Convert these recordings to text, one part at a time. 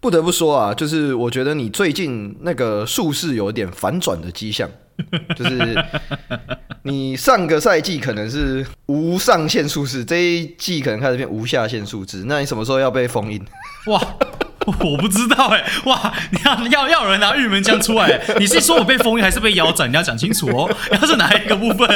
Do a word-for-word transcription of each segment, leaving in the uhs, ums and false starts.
不得不说啊，就是我觉得你最近那个数势有点反转的迹象，就是你上个赛季可能是无上限数字，这一季可能开始变无下限数字，那你什么时候要被封印？ 哇！我不知道哎、欸，哇！你要要要有人拿玉门江出来、欸，你是说我被封印还是被腰斩？你要讲清楚哦，要是哪一个部分？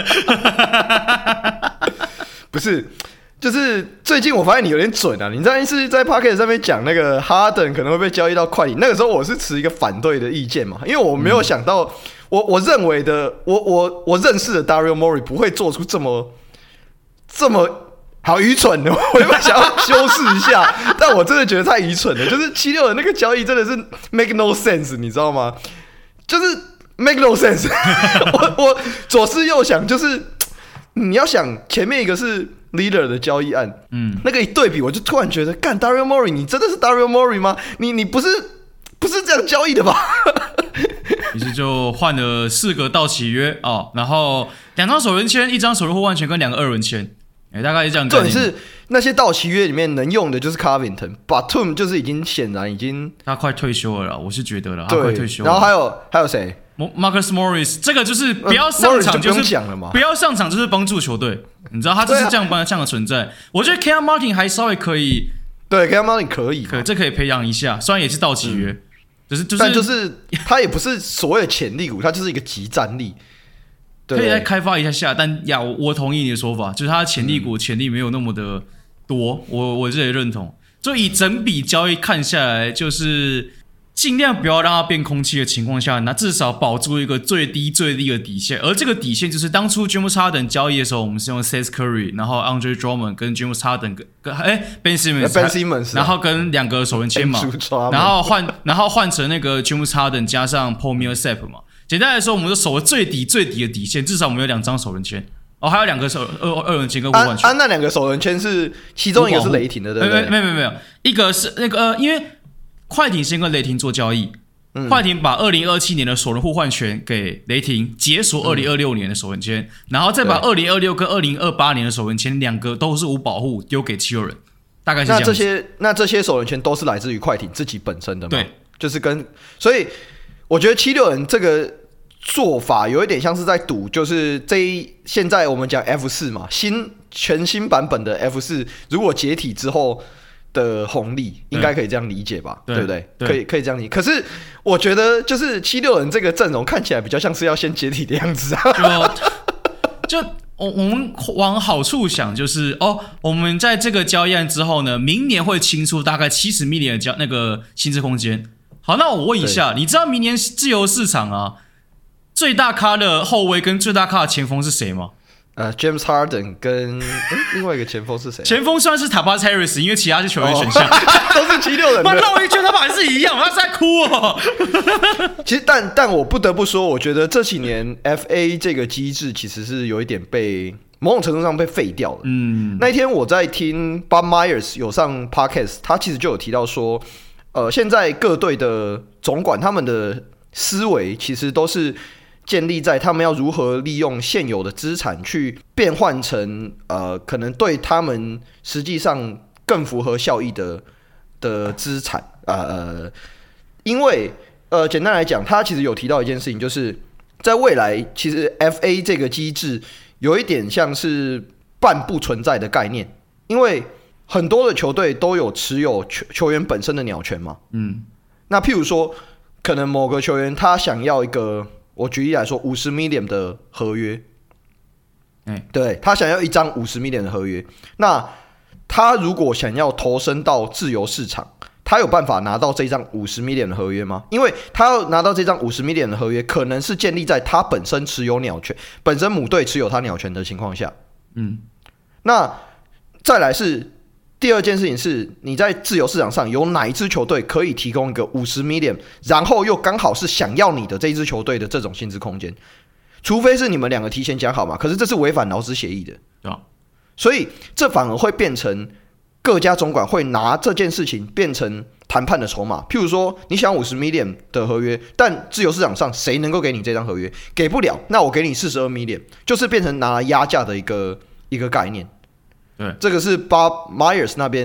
不是，就是最近我发现你有点准啊！你上一次在 Podcast 上面讲那个哈登可能会被交易到快艇，那个时候我是持一个反对的意见嘛，因为我没有想到，嗯、我我认为的，我我我认识的 Daryl Morey 不会做出这么这么。好愚蠢的，我原本想要修饰一下，但我真的觉得太愚蠢了。就是七六人那个交易真的是 make no sense， 你知道吗？就是 make no sense 我。我左思右想，就是你要想前面一个是 leader 的交易案，嗯，那个一对比，我就突然觉得，干 Daryl Morey， 你真的是 Daryl Morey 吗？你你不是不是这样交易的吧？ 于是就换了四个到期约哦，然后两张首轮签，一张首轮互换权跟两个二轮签。欸、大概是这样概念。 重点是那些到期约里面能用的就是 Covington，Batum 就是已经显然已经他快退休了啦，我是觉得了，他快退休了。 然后还有还有谁 ？Marcus Morris， 这个就是不要上场就是、 呃、就不用讲了嘛， 不要上场就是帮助球队，你知道他就是这样般这样的存在。啊、我觉得 Cam Martin 还稍微可以， 对 Cam Martin 可以， 可这可以培养一下，虽然也是到期约，嗯、就是就是， 但就是他也不是所谓的潜力股，他就是一个即战力。 可以再开发一下下，但呀，我我同意你的说法，就是他的潜力股潜力没有那么的多，我我这也认同。就以整笔交易看下来，就是尽量不要让它变空气的情况下，那至少保住一个最低最低的底线。而这个底线就是当初 James Harden 交易的时候，我们是用 Seth Curry， 然后 Andre Drummond 跟 James Harden 跟哎 Ben Simmons，Ben Simmons， 然后跟两个首轮签嘛，然后换然后换成那个 James Harden 加上 Paul Millsap 嘛。简单来说，我们就守了最底最底的底线，至少我们有两张首轮签，哦，还有两个手二二轮签跟互换权。 啊，那两个首轮签是其中一个是雷霆的，对不对？ 没有没有没有，一个是那个呃，因为快艇先跟雷霆做交易，嗯、快艇把二零二七年的首轮互换权给雷霆，解锁二零二六年的首轮签，嗯、然后再把二零二六跟二零二八年的首轮签两个都是无保护丢给七六人，大概是这样子。 那这些那这些首轮签都是来自于快艇自己本身的吗？ 对， 就是跟所以我觉得七六人这个。做法有一点像是在赌，就是这一现在我们讲 F 四 嘛，新全新版本的 F 四 如果解体之后的红利，应该可以这样理解吧？ 对, 对不对？对可以可以这样理解。可是我觉得就是七六人这个阵容看起来比较像是要先解体的样子啊。 就就我们往好处想，就是哦，我们在这个交易案之后呢，明年会清出大概七十 million 的交那个薪资空间。好，那我问一下，你知道明年自由市场啊？最大咖的后卫跟最大咖的前锋是谁吗？ 呃 ，James Harden 跟另外一个前锋是谁、啊？ 前锋算是 Tobias Harris， 因为其他是球员选项， 哦、都是七六人的。 那我一觉得他们还是一样，他是在哭哦。 其实，但但我不得不说，我觉得这几年 F A 这个机制其实是有一点被某种程度上被废掉了。嗯，那一天我在听 Bob Myers 有上 Podcast， 他其实就有提到说，呃，现在各队的总管他们的思维其实都是。建立在他们要如何利用现有的资产去变换成呃，可能对他们实际上更符合效益的的资产呃，因为呃，简单来讲，他其实有提到一件事情，就是在未来，其实 F A 这个机制有一点像是半不存在的概念，因为很多的球队都有持有球球员本身的鸟权嘛，嗯，那譬如说，可能某个球员他想要一个。我举例来说，五十 million 的合约，欸、对他想要一张五十 million 的合约，那他如果想要投身到自由市场，他有办法拿到这张五十 million 的合约吗？因为他要拿到这张五十 million 的合约，可能是建立在他本身持有鸟权，本身母队持有他鸟权的情况下。嗯，那再来是。第二件事情是，你在自由市场上有哪一支球队可以提供一个五十 million， 然后又刚好是想要你的这一支球队的这种薪资空间，除非是你们两个提前讲好嘛，可是这是违反劳资协议的，对吧？所以这反而会变成各家总管会拿这件事情变成谈判的筹码。譬如说，你想五十 million 的合约，但自由市场上谁能够给你这张合约？给不了，那我给你四十二 million， 就是变成拿来压价的一个一个概念。对，这个是 Bob Myers 那边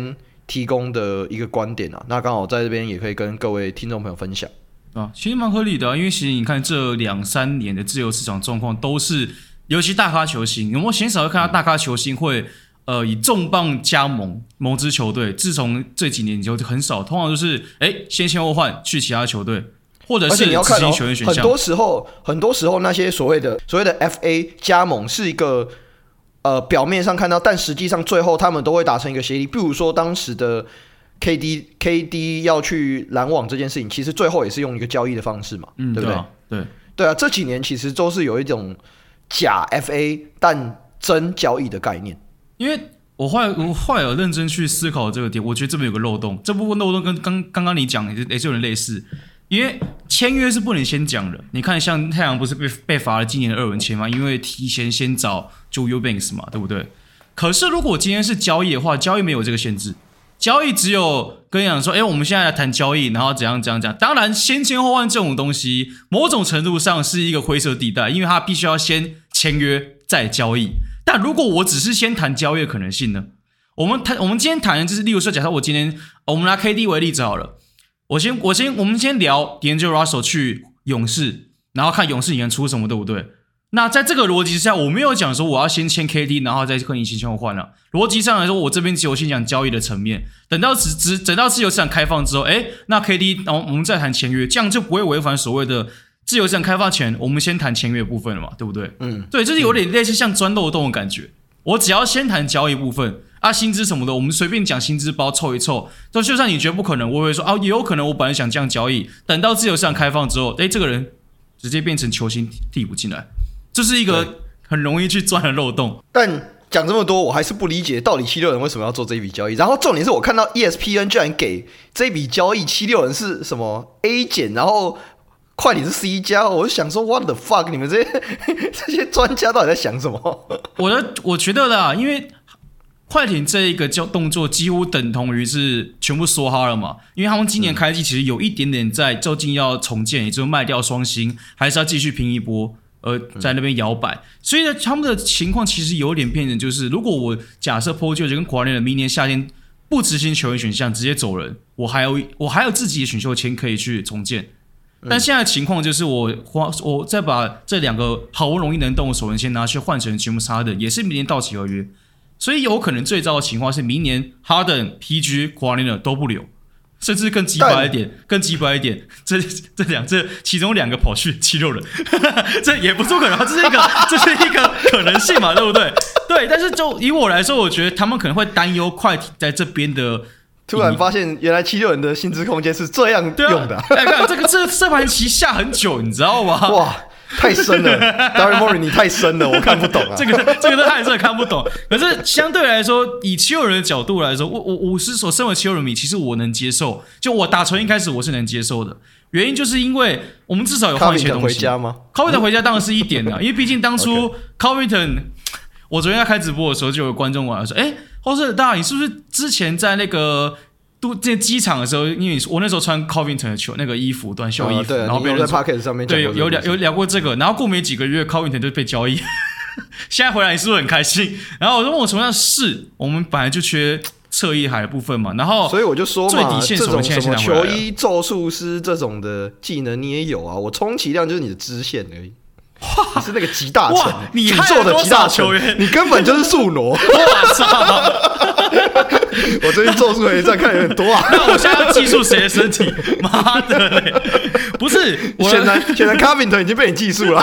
提供的一个观点啊。那刚好在这边也可以跟各位听众朋友分享啊，其实蛮合理的、啊，因为其实你看这两三年的自由市场状况都是，尤其大咖球星，有没有鲜少会看到大咖球星会呃以重磅加盟某支球队？自从这几年就很少，通常都是哎先签后换去其他球队，或者是执行球员选项。 很多时候，很多时候那些所谓的所谓的 F A 加盟是一个呃表面上看到，但实际上最后他们都会达成一个协议。比如说当时的 K D K D 要去篮网这件事情，其实最后也是用一个交易的方式嘛， 嗯、 对不对？ 对对对啊，这几年其实都是有一种假 F A 但真交易的概念。 因为我后来我后来有认真去思考这个点，我觉得这边有个漏洞，这部分漏洞跟刚刚刚你讲也是有点类似。因为签约是不能先讲的，你看像太阳不是被被罚了今年的二轮签吗？因为提前先找 Joe Eubanks 嘛，对不对？可是如果今天是交易的话，交易没有这个限制，交易只有跟你讲说，哎，我们现在来谈交易，然后怎样怎样怎样。当然，先签后换这种东西，某种程度上是一个灰色地带，因为它必须要先签约再交易。但如果我只是先谈交易的可能性呢？我们谈，我们今天谈的就是，例如说，假设我今天，我们拿 K D 为例子好了。我先，我先，我们先聊 D'Angelo Russell 去勇士，然后看勇士你能出什么，对不对？那在这个逻辑之下，我没有讲说我要先签 K D， 然后再跟你先签后换了。逻辑上来说，我这边只有先讲交易的层面，等到只只等到自由市场开放之后，哎，那 K D， 然后我们再谈签约，这样就不会违反所谓的自由市场开放前，我们先谈签约部分了嘛，对不对？嗯，对，就是有点类似像钻漏洞的感觉。我只要先谈交易部分。啊，薪资什么的，我们随便讲薪资包凑一凑，就就算你觉得不可能，我会说啊，也有可能，我本来想这样交易，等到自由市场开放之后，哎，这个人直接变成球星替补进来，这是一个很容易去钻的漏洞。 但讲这么多，我还是不理解到底七六人为什么要做这一笔交易。然后重点是我看到 E S P N 居然给这一笔交易七六人是什么 A 减，然后快点是 C 加，我就想说 What the fuck， 你们这些这些专家到底在想什么？ 我的我觉得啦，因为快艇这一个动作几乎等同于是全部梭哈了嘛，因为他们今年开季其实有一点点在究竟要重建，也就是卖掉双星，还是要继续拼一波，呃，在那边摇摆，所以呢，他们的情况其实有点变成就是，如果我假设 Paul George 跟 Kawhi Leonard 明年夏天不执行球员选项，直接走人，我还有我还有自己的选秀签可以去重建。但现在的情况就是我花我再把这两个好不容易能动的首轮签拿去换成 James Harden， 也是明年到期合约。所以有可能最糟的情况是明年 Harden、P G、Kawhi Leonard 都不留，甚至更鸡掰一点，更鸡掰一点，这这两这其中两个跑去七六人，这也不是不可能，这是一个这是一个可能性嘛，对不对？对，但是就以我来说，我觉得他们可能会担忧快艇在这边的。 突然发现，原来七六人的薪资空间是这样用的、啊。 哎、啊，这个这这盘棋下很久，你知道吗？ 哇！太深了 ，Daryl Morey， 你太深了，我看不懂啊。 这个这个他还是看不懂。可是相对来说，以七六人的角度来说，我我我是所身为七六人迷，其实我能接受。就我打从一开始我是能接受的，原因就是因为我们至少有换一些东西。 回家吗 ？Covington 回家当然是一点的、啊，因为毕竟当初 Covington， 我昨天在开直播的时候，就有观众来说：“哎，或者大，你是不是之前在那个？”在机场的时候，因为我那时候穿 Covington 的球那个衣服，短袖衣服， 哦、 然后被人在 Podcast 上面对有有聊有聊过这个，然后过没几个月 Covington 就被交易，现在回来你是不是很开心？然后我说问我什么样是，我们本来就缺侧翼海的部分嘛，然后所以我就说嘛， 最底线这种什么球衣了咒术师这种的技能你也有啊，我充其量就是你的支线而已。你是那个极大成， 你宇宙的极大球员，你根本就是速挪。 我操！ 我最近咒术回战看有点多啊。 那我现在要技术谁的身体？妈的嘞！不是， 显然显然 Covington 已经被你技术了。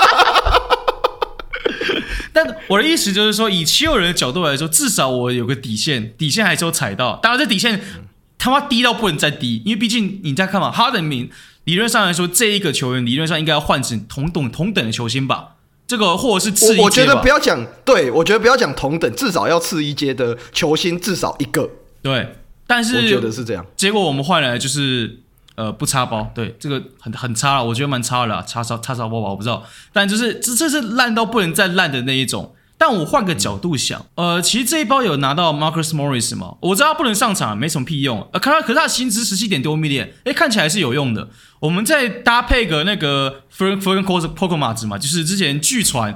但我的意思就是说，以七六人的角度来说，至少我有个底线，底线还是有踩到。当然，这底线他妈低到不能再低，因为毕竟你在看嘛，哈登名理论上来说，这一个球员理论上应该要换成同等同等的球星吧。这个或者是次一阶吧。 我, 我觉得不要讲，对我觉得不要讲同等，至少要次一阶的球星至少一个。 对，但是我觉得是这样。 结果我们换来就是呃不插包，对这个很很差了，我觉得蛮差的啦，插插插插包吧，我不知道。但就是这这是烂到不能再烂的那一种。但我换个角度想，呃，其实这一包有拿到 Marcus Morris 嘛，我知道他不能上场，没什么屁用。呃，可是他的薪资十七点多 million， 哎，看起来是有用的。我们再搭配个那个 Ferguson Pocomax 嘛，就是之前据传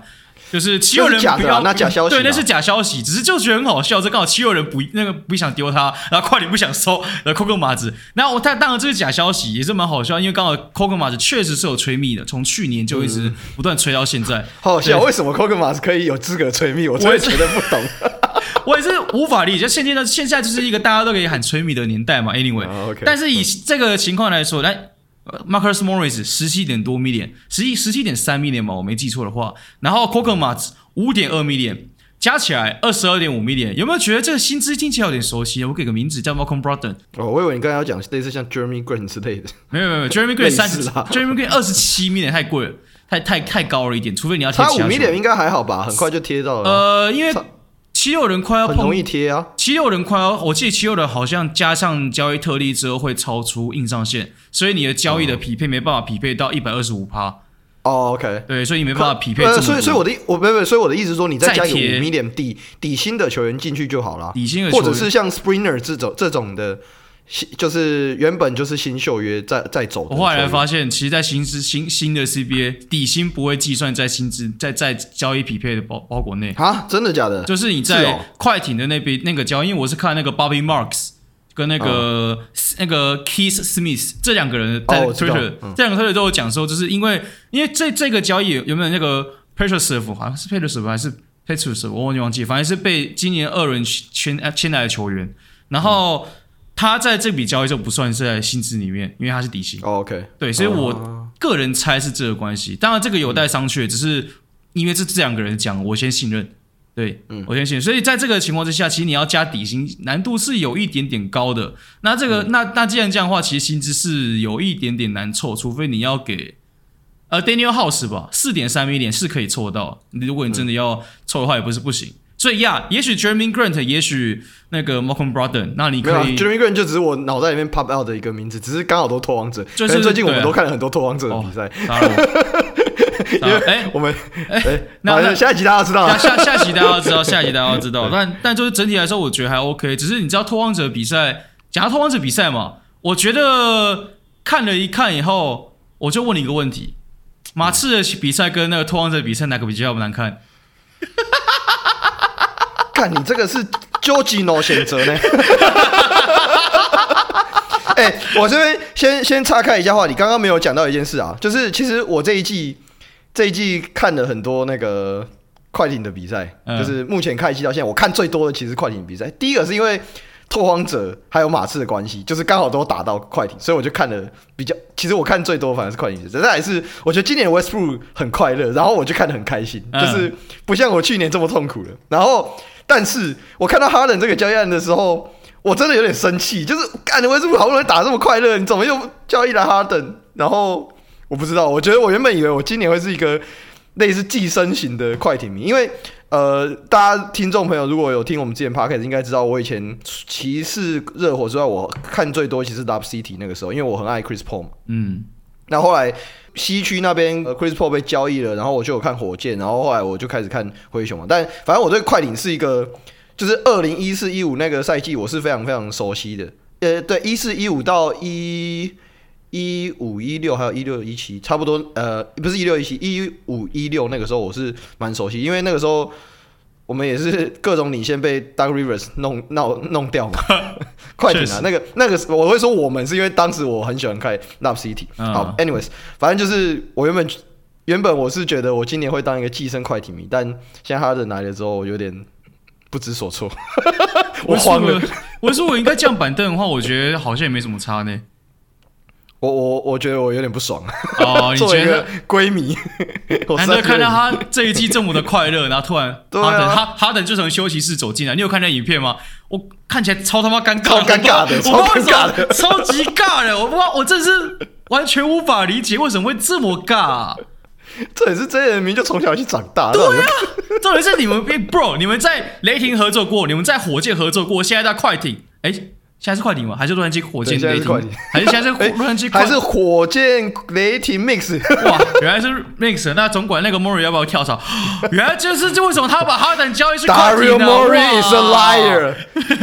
就是七六人不要、 啊、那假消息， 对，那是假消息，只是就觉得很好笑。这刚好七六人不那个不想丢他，然后快艇不想收，然后 Coco 马子。然后我当然这是假消息，也是蛮好笑，因为刚好 Coco 马子确实是有吹密的，从去年就一直不断吹到现在。嗯、 好笑，为什么 Coco 马子可以有资格吹密？我真的觉得不懂。 我也是无法理解，现在现在就是一个大家都可以喊吹密的年代嘛。Anyway，、oh, okay. 但是以这个情况来说，来。Marcus Morris 十七点多 million， 十七十七点三 million 嘛，我没记错的话。然后 Coco 马子五点二 million， 加起来二十二点五 million。有没有觉得这个薪资听起来有点熟悉？我给个名字叫 Malcolm Brogdon。 哦，我以为你刚才要讲类似像 Jeremy Grant 之类的。 没有没有 ，Jeremy Grant 三十 ，Jeremy Grant 二十七 million 太贵了，太太太高了一点。除非你要贴其他。 他五 million 应该还好吧，很快就贴到了。 呃，因为七六人快要碰， 很容易贴啊。 七六人快要，我记得七六人好像加上交易特例之后会超出硬上限，所以你的交易的匹配没办法匹配到 百分之一百二十五。 哦 ，OK， 对，所以你没办法匹配这么多。 呃、所以所以我的我没没，所以我的意思是说，你再加一个五 million 底底薪的球员进去就好了。 底薪的球员， 或者是像 Springer 这种这种的。就是原本就是新秀约再再走的。 我后来发现，其实，在新新新的 C B A 底薪不会计算在薪资在在交易匹配的包包裹内啊？真的假的？ 就是你在快艇的那边那个交易，因为我是看那个 Bobby Marks 跟那个、哦、那个 Keith Smith 这两个人在 Twitter、哦嗯、这两个 Twitter 都有讲说，就是因为因为这这个交易有没有那个 Petrusov 好像是 Petrusov 还是 Petrusov 我忘记忘记，反正是被今年二轮签签来的球员，然后。嗯他在这笔交易就不算是在薪资里面，因为他是底薪。 Oh, OK， 对，所以我个人猜是这个关系。当然，这个有待商榷，只是因为这这两个人讲，我先信任。对，嗯、我先信任。所以在这个情况之下，其实你要加底薪，难度是有一点点高的。那这个，嗯、那那既然这样的话，其实薪资是有一点点难凑，除非你要给呃 Daniel House 吧，四点三 million 是可以凑到。如果你真的要凑的话，也不是不行。所以呀，也许 Jeremy Grant， 也许那个 Malcolm Brogdon， 那你可以、啊、 Jeremy Grant 就只是我脑袋里面 pop out 的一个名字，只是刚好都拓荒者。就是最近我们都看了很多拓荒者的比赛。因为哎，我们哎，那下一集大家知道， 下下一集大家知道，下一集大家知道。但但就是整体来说，我觉得还 OK。只是你知道拓荒者比赛，讲到拓荒者比赛嘛，我觉得看了一看以后，我就问你一个问题：马刺的比赛跟那个拓荒者比赛哪个比较难看？ 看你这个是 Jorginho 选择呢？哎、欸，我这边先先岔开一下话题，刚刚没有讲到一件事啊，就是其实我这一季这一季看了很多那个快艇的比赛，嗯、就是目前开季到现在，我看最多的其实快艇比赛。第一个是因为拓荒者还有马刺的关系，就是刚好都打到快艇，所以我就看了比较。其实我看最多反而是快艇比赛，再来是我觉得今年 Westbrook 很快乐，然后我就看得很开心，嗯、就是不像我去年这么痛苦了。然后。但是我看到哈登这个交易案的时候，我真的有点生气，就是干，为什么好不容易打这么快乐，你怎么又交易了哈登？然后我不知道，我觉得我原本以为我今年会是一个类似寄生型的快艇迷，因为呃，大家听众朋友如果有听我们之前 podcast 应该知道，我以前骑士、热火之外，我看最多其实 Lob City 那个时候，因为我很爱 Chris Paul 嘛，嗯，那后来。西区那边 Chris Paul 被交易了，然后我就有看火箭，然后后来我就开始看灰熊嘛。但反正我对快艇是一个，就是二零一四一五那个赛季，我是非常非常熟悉的。呃，对，一四一五到一一五一六还有一六一七，差不多。呃，不是一六一七，一五一六那个时候我是蛮熟悉，因为那个时候我们也是各种领先被 Doug Rivers 弄弄弄掉嘛。快艇啊，那个那个，我会说我们是因为当时我很喜欢看 Lob City。嗯、好 ，anyways， 反正就是我原本原本我是觉得我今年会当一个寄生快艇迷，但现在哈登来了之后，我有点不知所措。我慌了。 我说我应该降板凳的话，我觉得好像也没什么差呢。 我我我觉得我有点不爽哦， 作为一个龟迷， 难得看到他这一季这么的快乐，然后突然哈登、啊、哈哈登就从休息室走进来，你有看那影片吗？我看起来超他妈尴尬， 超尴尬的，超尴尬的， 超级尬的，我不知道，我真是完全无法理解为什么会这么尬、啊。 这也是这些人民就从小一起长大， 对啊，重点是你们 bro， 你们在雷霆合作过，你们在火箭合作过，现在在快艇，哎、欸。现在是快艇吗？还是洛杉矶火箭雷霆？还是现在是洛杉矶？ 还是火箭雷霆 mix？ 哇，原来是 mix。那总管那个 Murray 要不要跳槽？原来就是这为什么他把哈登交易去快艇呢 ？Dario Morey is a liar 。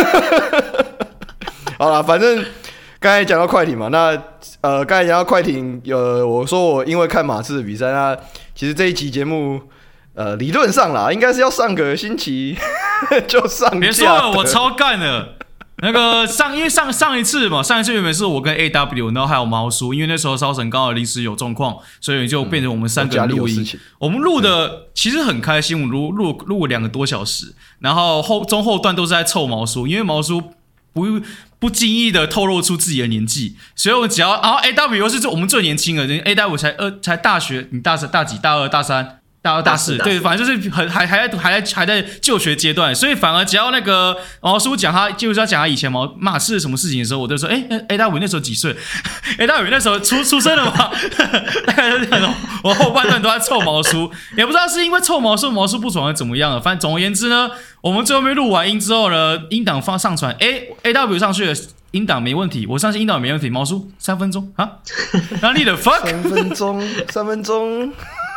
好了，反正刚才讲到快艇嘛，那呃，刚才讲到快艇，呃，我说我因为看马刺的比赛，那其实这一期节目。 呃，理论上啦，应该是要上个星期就上架。 别说了，我超干了。那个上，因为上上一次嘛，上一次原本是我跟 A W， 然后还有毛叔，因为那时候烧神刚好临时有状况，所以就变成我们三个人录音。嗯、我们录的其实很开心，我们录录录了两个多小时，然后后中后段都是在凑毛叔，因为毛叔不不经意的透露出自己的年纪，所以我们只要，然后 A W 又是我们最年轻的 ，A W 才二才大学，你大三大几？大二大三？大二大四，对，反正就是很还还在还在还在就学阶段，所以反而只要那个毛叔讲他，就是要讲他以前毛马刺什么事情的时候，我就说，哎、欸、，A W 那时候几岁 ？A W 那时候出出生了吗？大概是这种，我后半段都在凑毛叔，也不知道是因为凑毛叔，毛叔不爽还是怎么样了。反正总而言之呢，我们最后面录完音之后呢，音档放上传，哎 ，A W 上去了。音档没问题，我相信音档没问题。毛叔三分钟啊，哪里的 fuck？ 三分钟，三分钟。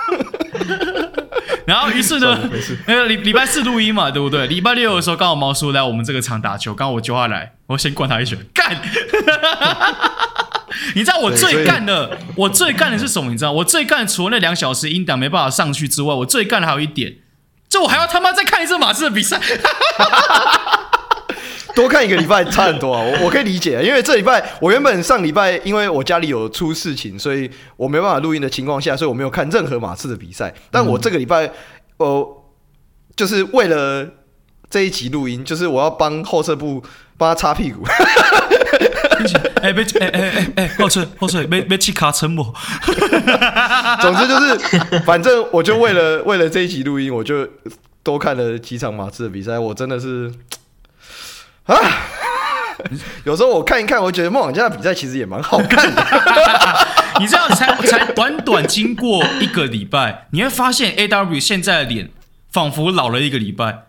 然后于是呢，那个礼礼拜四录音嘛，对不对？礼拜六的时候刚好毛叔来我们这个场打球，刚好我揪他来，我先灌他一拳，干！你知道我最干的，我最干的是什么？你知道我最干的除了那两小时音档没办法上去之外，我最干的还有一点，就我还要他妈再看一次马刺的比赛。 多看一个礼拜差很多啊，我我可以理解，因为这礼拜我原本上礼拜因为我家里有出事情，所以我没办法录音的情况下，所以我没有看任何马刺的比赛。但我这个礼拜，呃，就是为了这一集录音，就是我要帮后撤部帮他擦屁股。 哎，别哎哎哎哎，后撤后撤，别别去卡沉默。 总之就是，反正我就为了为了这一集录音，我就多看了几场马刺的比赛，我真的是。啊，有时候我看一看，我觉得梦想家的比赛其实也蛮好看的。 你这样才才短短经过一个礼拜，你会发现 A W 现在的脸仿佛老了一个礼拜。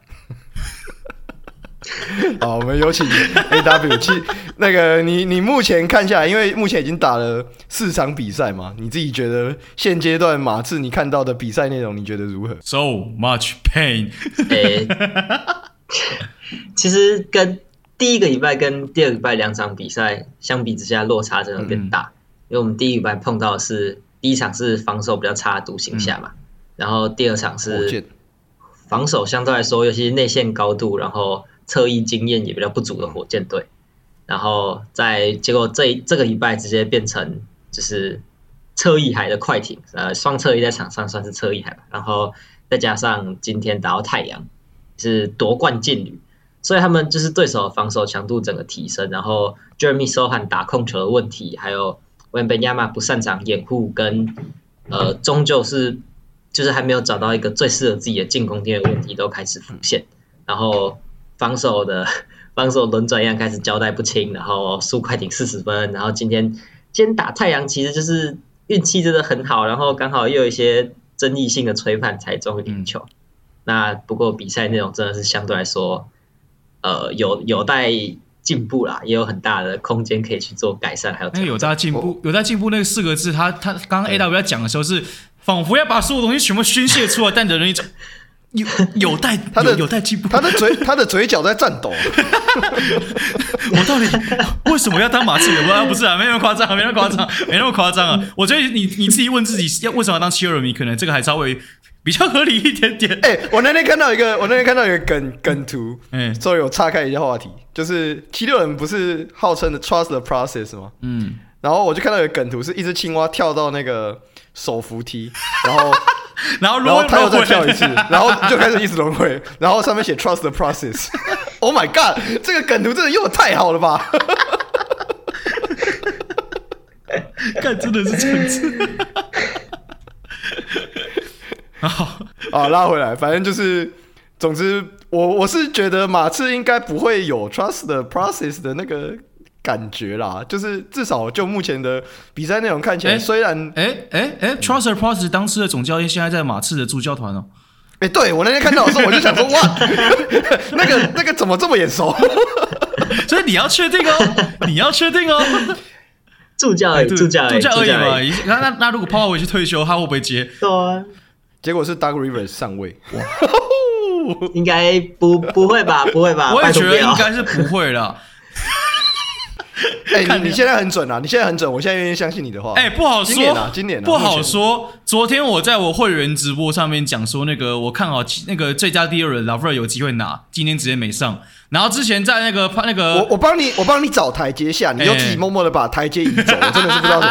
好，我们有请 A W。其实那个你你目前看下来，因为目前已经打了四场比赛嘛，你自己觉得现阶段马刺你看到的比赛内容，你觉得如何 ？So much pain。 欸、其实跟第一个礼拜跟第二个礼拜两场比赛相比之下，落差真的有点大。嗯、因为我们第一个礼拜碰到的是第一场是防守比较差的独行侠嘛，嗯、然后第二场是防守相对来说，尤其是内线高度，然后侧翼经验也比较不足的火箭队。然后在结果这这个礼拜直接变成就是侧翼海的快艇，呃，双侧翼在场上算是侧翼海吧。然后再加上今天打到太阳，是夺冠劲旅。所以他们就是对手的防守强度整个提升，然后 Jeremy Sohan 打控球的问题，还有 Wembanyama 不擅长掩护，跟呃终究是就是还没有找到一个最适合自己的进攻点的问题都开始浮现，然后防守的防守轮转一样开始交代不清，然后输快艇四十分，然后今天今天打太阳其实就是运气真的很好，然后刚好又有一些争议性的吹判才终于赢球。嗯、那不过比赛内容真的是相对来说。呃，有有待进步啦，也有很大的空间可以去做改善，还有那个有待进步，有待进步那个四个字，他他刚刚 A W 在讲的时候是仿佛要把所有东西全部宣泄出来，但的人一种有有待他的有待进步， 他的嘴他的嘴角在颤抖。 我到底为什么要当马刺人？我不是啊，没那么夸张，没那么夸张，没那么夸张啊！我觉得你你自己问自己，要为什么要当七六人迷？可能这个还稍微。比较合理一点点。 哎、欸，我那天看到一个，我那天看到一个梗梗图，嗯，所以我岔开一下话题，就是七六人不是号称的 trust the process 吗？嗯，然后我就看到一个梗图，是一只青蛙跳到那个手扶梯，然后然后然后他又再跳一次，然后就开始一直轮回，然后上面写 trust the process。Oh my god， 这个梗图真的用的太好了吧！ 干真的是层次。 好，啊，拉回来，反正就是，总之，我我是觉得马刺应该不会有 trust the process 的那个感觉啦，就是至少就目前的比赛内容看起来，欸、虽然， 哎哎哎 ，trust the process 当时的总教练现在在马刺的助教团哦。 哎、欸，对我那天看到的时候，我就想说，哇，那个那个怎么这么眼熟？ 所以你要确定哦，你要确定哦。 助教而已，助教而已， 助教而已嘛。那那那如果泡泡回去退休，他会不会接？ 对啊。 结果是 Doug Rivers 上位， 应该不不会吧？不会吧？ 我也觉得应该是不会啦。 哎、欸，你你现在很准啊！你现在很准，我现在愿意相信你的话。 哎、欸，不好说， 今年啊，今年、啊、 不好说。昨天我在我会员直播上面讲说，那个我看好那个最佳第二人 Laverne 有机会拿，今天直接没上。然后之前在那个那个， 我我帮你，我帮你找台阶下，你又自己默默的把台阶移走，欸、我真的是不知道怎么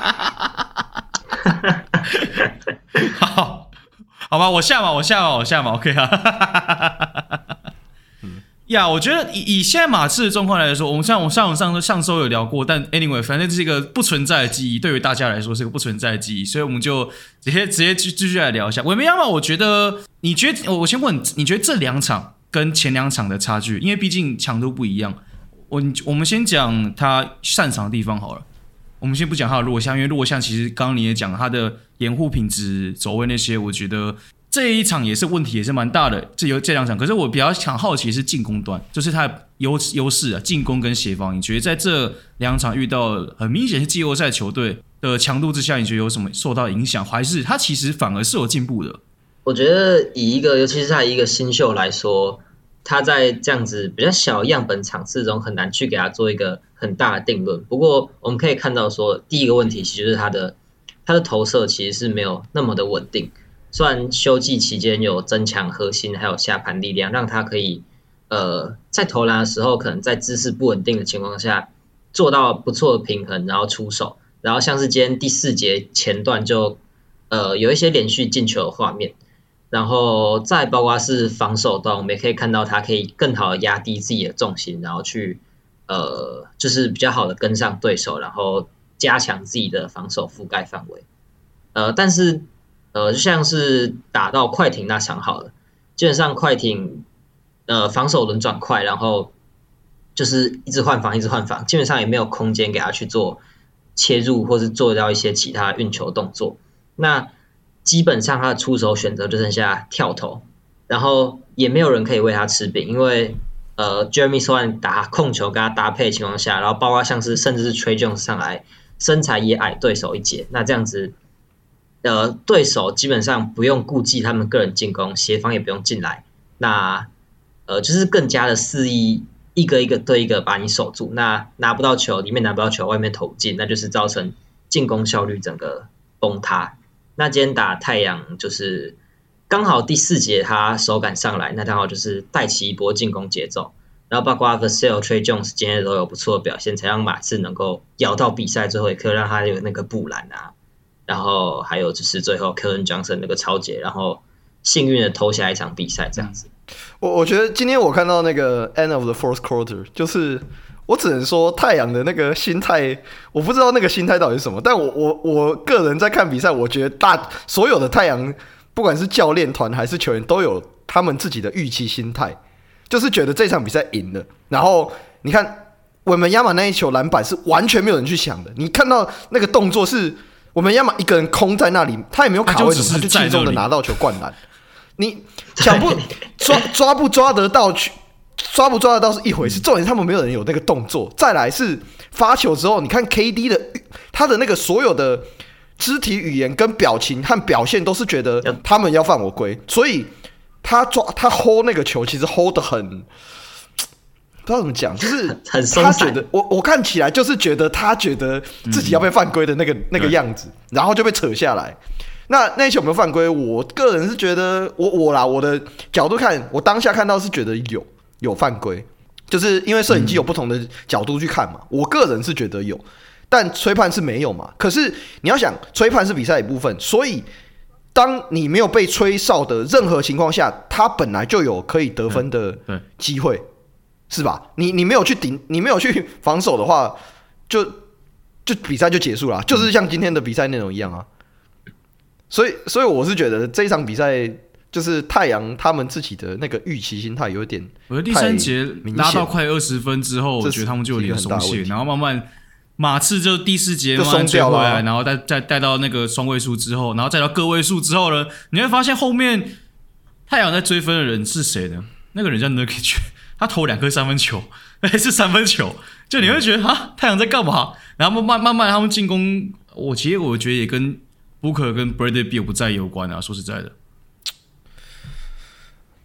办。好，好吧，我下嘛，我下嘛，我下嘛 ，OK 啊。呀， yeah, 我觉得以以现在马刺的状况来说，我们像我上上上周有聊过，但 anyway， 反正这是一个不存在的记忆，对于大家来说是个不存在的记忆，所以我们就直接直接继继续来聊一下。韦梅亚马，我觉得你觉得我先问，你觉得这两场跟前两场的差距，因为毕竟强度不一样，我我们先讲他擅长的地方好了。我们先不讲他的弱项，因为弱项其实刚刚你也讲他的掩护品质、走位那些，我觉得。这一场也是问题也是蛮大的，这有这两场，可是我比较想好奇是进攻端，就是他的优优势啊，进攻跟协防。你觉得在这两场遇到很明显是季后赛球队的强度之下，你觉得有什么受到影响，还是他其实反而是有进步的？ 我觉得以一个，尤其是他一个新秀来说，他在这样子比较小样本场次中很难去给他做一个很大的定论。不过我们可以看到说，第一个问题其实就是他的他的投射其实是没有那么的稳定。虽然休季期间有增强核心还有下盘力量，让他可以呃在投篮的时候，可能在姿势不稳定的情况下做到不错的平衡，然后出手，然后像是今天第四节前段就呃有一些连续进球的画面，然后再包括是防守端，我们也可以看到他可以更好的压低自己的重心，然后去呃就是比较好的跟上对手，然后加强自己的防守覆盖范围，呃但是。呃，就像是打到快艇那场好了，基本上快艇呃防守轮转快，然后就是一直换防，一直换防，基本上也没有空间给他去做切入或是做到一些其他运球动作。那基本上他的出手选择就剩下跳投，然后也没有人可以为他吃饼，因为呃 Jeremy Swan 打控球跟他搭配的情况下，然后包括像是甚至是 Tre Jones 上来，身材也矮对手一截，那这样子。呃，对手基本上不用顾忌他们个人进攻，协防也不用进来，那呃就是更加的肆意一个一个对一个把你守住，那拿不到球，里面拿不到球，外面投不进，那就是造成进攻效率整个崩塌。那今天打太阳就是刚好第四节他手感上来，那刚好就是带起一波进攻节奏，然后包括 Vassell、Tre Jones 今天都有不错的表现，才让马刺能够咬到比赛最后一刻，让他有那个补篮啊。然后还有就是最后 Keldon Johnson 那个超节，然后幸运的投下一场比赛这样子。 我我觉得今天我看到那个 end of the fourth quarter， 就是我只能说太阳的那个心态，我不知道那个心态到底是什么，但我我我个人在看比赛，我觉得大所有的太阳，不管是教练团还是球员，都有他们自己的预期心态，就是觉得这场比赛赢了。然后你看我们亚马那一球篮板是完全没有人去想的，你看到那个动作是。我们要么一个人空在那里，他也没有卡位，他就轻松的拿到球灌篮。你想不抓抓不抓得到去，抓不抓得到是一回事，重点是他们没有人有那个动作。再来是发球之后，你看 K D 的他的那个所有的肢体语言跟表情和表现都是觉得他们要犯我规，所以他抓他 hold 那个球其实 hold 得很。不知道怎么讲，就是他觉得我我看起来就是觉得他觉得自己要被犯规的那个、嗯、那个样子，然后就被扯下来。那那一球有没有犯规？我个人是觉得我我啦，我的角度看，我当下看到是觉得有有犯规，就是因为摄影机有不同的角度去看嘛。嗯、我个人是觉得有，但吹判是没有嘛。可是你要想，吹判是比赛一部分，所以当你没有被吹哨的任何情况下，他本来就有可以得分的机会。嗯是吧？你你没有去顶，你没有去防守的话，就就比赛就结束了，就是像今天的比赛内容一样啊。所以，所以我是觉得这一场比赛就是太阳他们自己的那个预期心态有点， 我觉得第三节拉到快二十分之后，我觉得他们就有点松懈，然后慢慢马刺就第四节慢慢追回来，啊、然后再再带到那个双位数之后，然后再到个位数之后呢，你会发现后面太阳在追分的人是谁呢？那个人叫 Nurkic。他投两颗三分球，而且是三分球，就你会觉得啊，太阳在干嘛？然后慢慢慢他们进攻，我其实我觉得也跟 Booker 跟 Bradley Beal 不在有关啊。说实在的，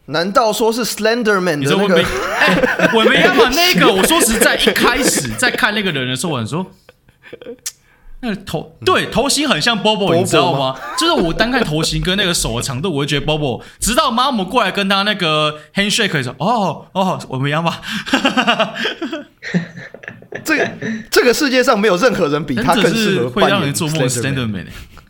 难道说是 Slenderman 的那个？ 哎，我没办法，那个我说实在，一开始在看那个人的时候，我说。那个头对头型很像 Bobo， 你知道吗？就是我单看头型跟那个手的长度，我会觉得 Bobo。直到妈姆过来跟他那个 handshake 的时候，哦哦，我们一样吧。 这个这个世界上没有任何人比他更适合扮演 Slenderman。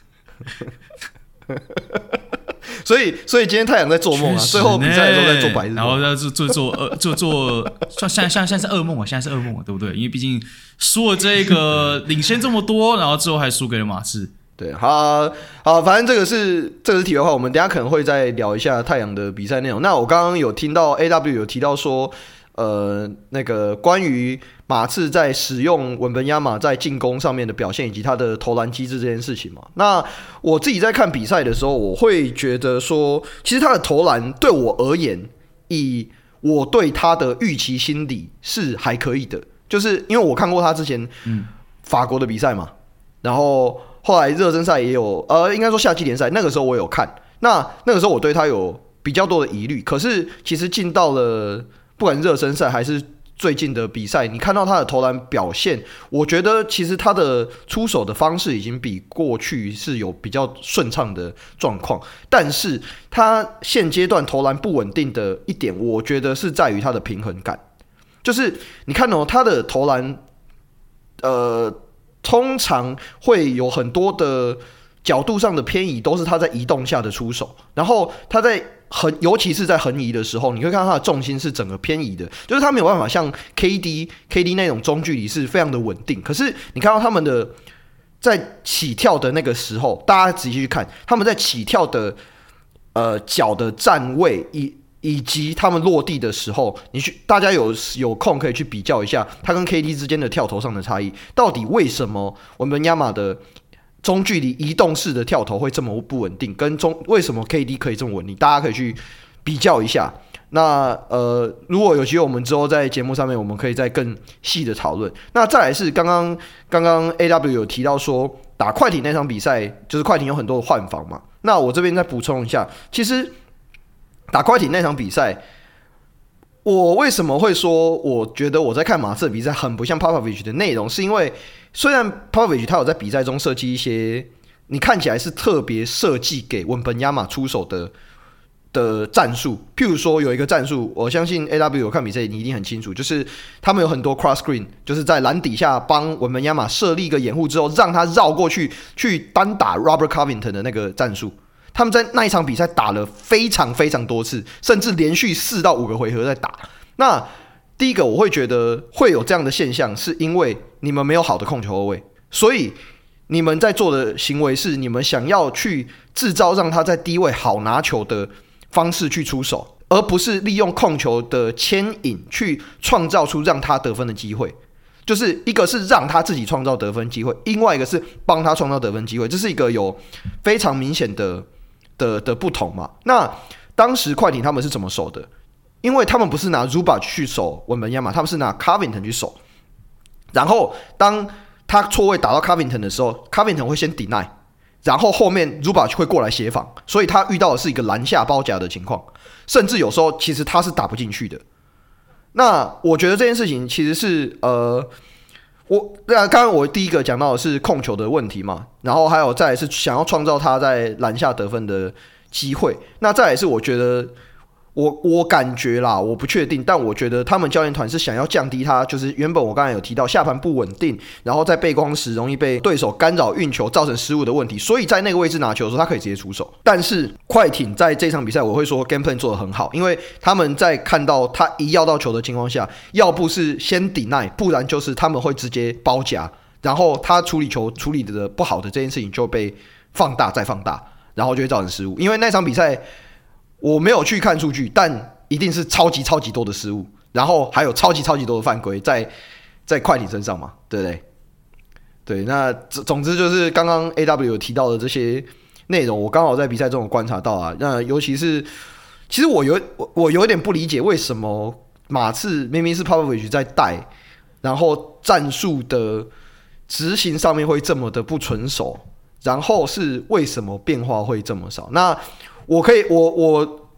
所以，所以今天太阳在做梦啊！最后比赛的时候在做白日梦， 然后在做做做呃做做，算现在现在现在是噩梦啊！现在是噩梦啊，对不对？因为毕竟输了这个领先这么多，然后最后还输给了马刺。 对，好好，反正这个是这个是题外话，我们等一下可能会再聊一下太阳的比赛内容。那我刚刚有听到 A W 有提到说，呃，那个关于马刺在使用文本亚马在进攻上面的表现，以及他的投篮机制这件事情嘛。那我自己在看比赛的时候，我会觉得说，其实他的投篮对我而言，以我对他的预期心理是还可以的，就是因为我看过他之前法国的比赛嘛，然后后来热身赛也有，呃，应该说夏季联赛那个时候我有看，那那个时候我对他有比较多的疑虑，可是其实进到了不管热身赛还是最近的比赛，你看到他的投篮表现，我觉得其实他的出手的方式已经比过去是有比较顺畅的状况，但是他现阶段投篮不稳定的一点，我觉得是在于他的平衡感，就是你看哦，他的投篮，呃，通常会有很多的角度上的偏移，都是他在移动下的出手，然后他在横，尤其是在横移的时候，你会看到他的重心是整个偏移的，就是他没有办法像 K D K D 那种中距离是非常的稳定。可是你看到他们的在起跳的那个时候，大家仔细去看，他们在起跳的呃脚的站位以以及他们落地的时候，你去大家有有空可以去比较一下，他跟 K D 之间的跳投上的差异，到底为什么我们亚马的中距离移动式的跳投会这么不稳定，跟中为什么 K D 可以这么稳定，大家可以去比较一下。那呃，如果有机会，我们之后在节目上面我们可以再更细的讨论。那再来是刚刚刚刚 A W 有提到说打快艇那场比赛，就是快艇有很多的换防嘛。那我这边再补充一下，其实打快艇那场比赛，我为什么会说我觉得我在看马刺的比赛很不像 Popovich 的内容，是因为虽然 Popovich 他有在比赛中设计一些你看起来是特别设计给文本亚马出手的的战术，譬如说有一个战术，我相信 A W 有看比赛你一定很清楚，就是他们有很多 cross screen， 就是在篮底下帮文本亚马设立一个掩护之后，让他绕过去去单打 Robert Covington 的那个战术。他们在那一场比赛打了非常非常多次，甚至连续四到五个回合在打。那第一个我会觉得会有这样的现象，是因为你们没有好的控球后卫，所以你们在做的行为是你们想要去制造让他在低位好拿球的方式去出手，而不是利用控球的牵引去创造出让他得分的机会。就是一个是让他自己创造得分机会，另外一个是帮他创造得分机会，这是一个有非常明显的的的不同嘛。那当时快艇他们是怎么守的？因为他们不是拿 Zubac 去守文本亚马，他们是拿 Covington 去守。然后当他错位打到 Covington 的时候 ，Covington 会先 deny， 然后后面 Zubac 会过来协防，所以他遇到的是一个篮下包夹的情况，甚至有时候其实他是打不进去的。那我觉得这件事情其实是呃，我刚刚我第一个讲到的是控球的问题嘛，然后还有再来是想要创造他在篮下得分的机会，那再来是我觉得我我感觉啦，我不确定，但我觉得他们教练团是想要降低他，就是原本我刚才有提到下盘不稳定，然后在背光时容易被对手干扰运球造成失误的问题，所以在那个位置拿球的时候他可以直接出手。但是快艇在这场比赛我会说 game plan 做得很好，因为他们在看到他一要到球的情况下，要不是先 deny， 不然就是他们会直接包夹，然后他处理球处理的不好的这件事情就被放大再放大，然后就会造成失误。因为那场比赛我没有去看数据，但一定是超级超级多的失误，然后还有超级超级多的犯规在在快艇身上嘛，对不对？对，那总之就是刚刚 A W 有提到的这些内容，我刚好在比赛中有观察到啊。那尤其是，其实我有我我有点不理解，为什么马刺明明是 Popovich 在带，然后战术的执行上面会这么的不纯熟，然后是为什么变化会这么少？那我可以，我我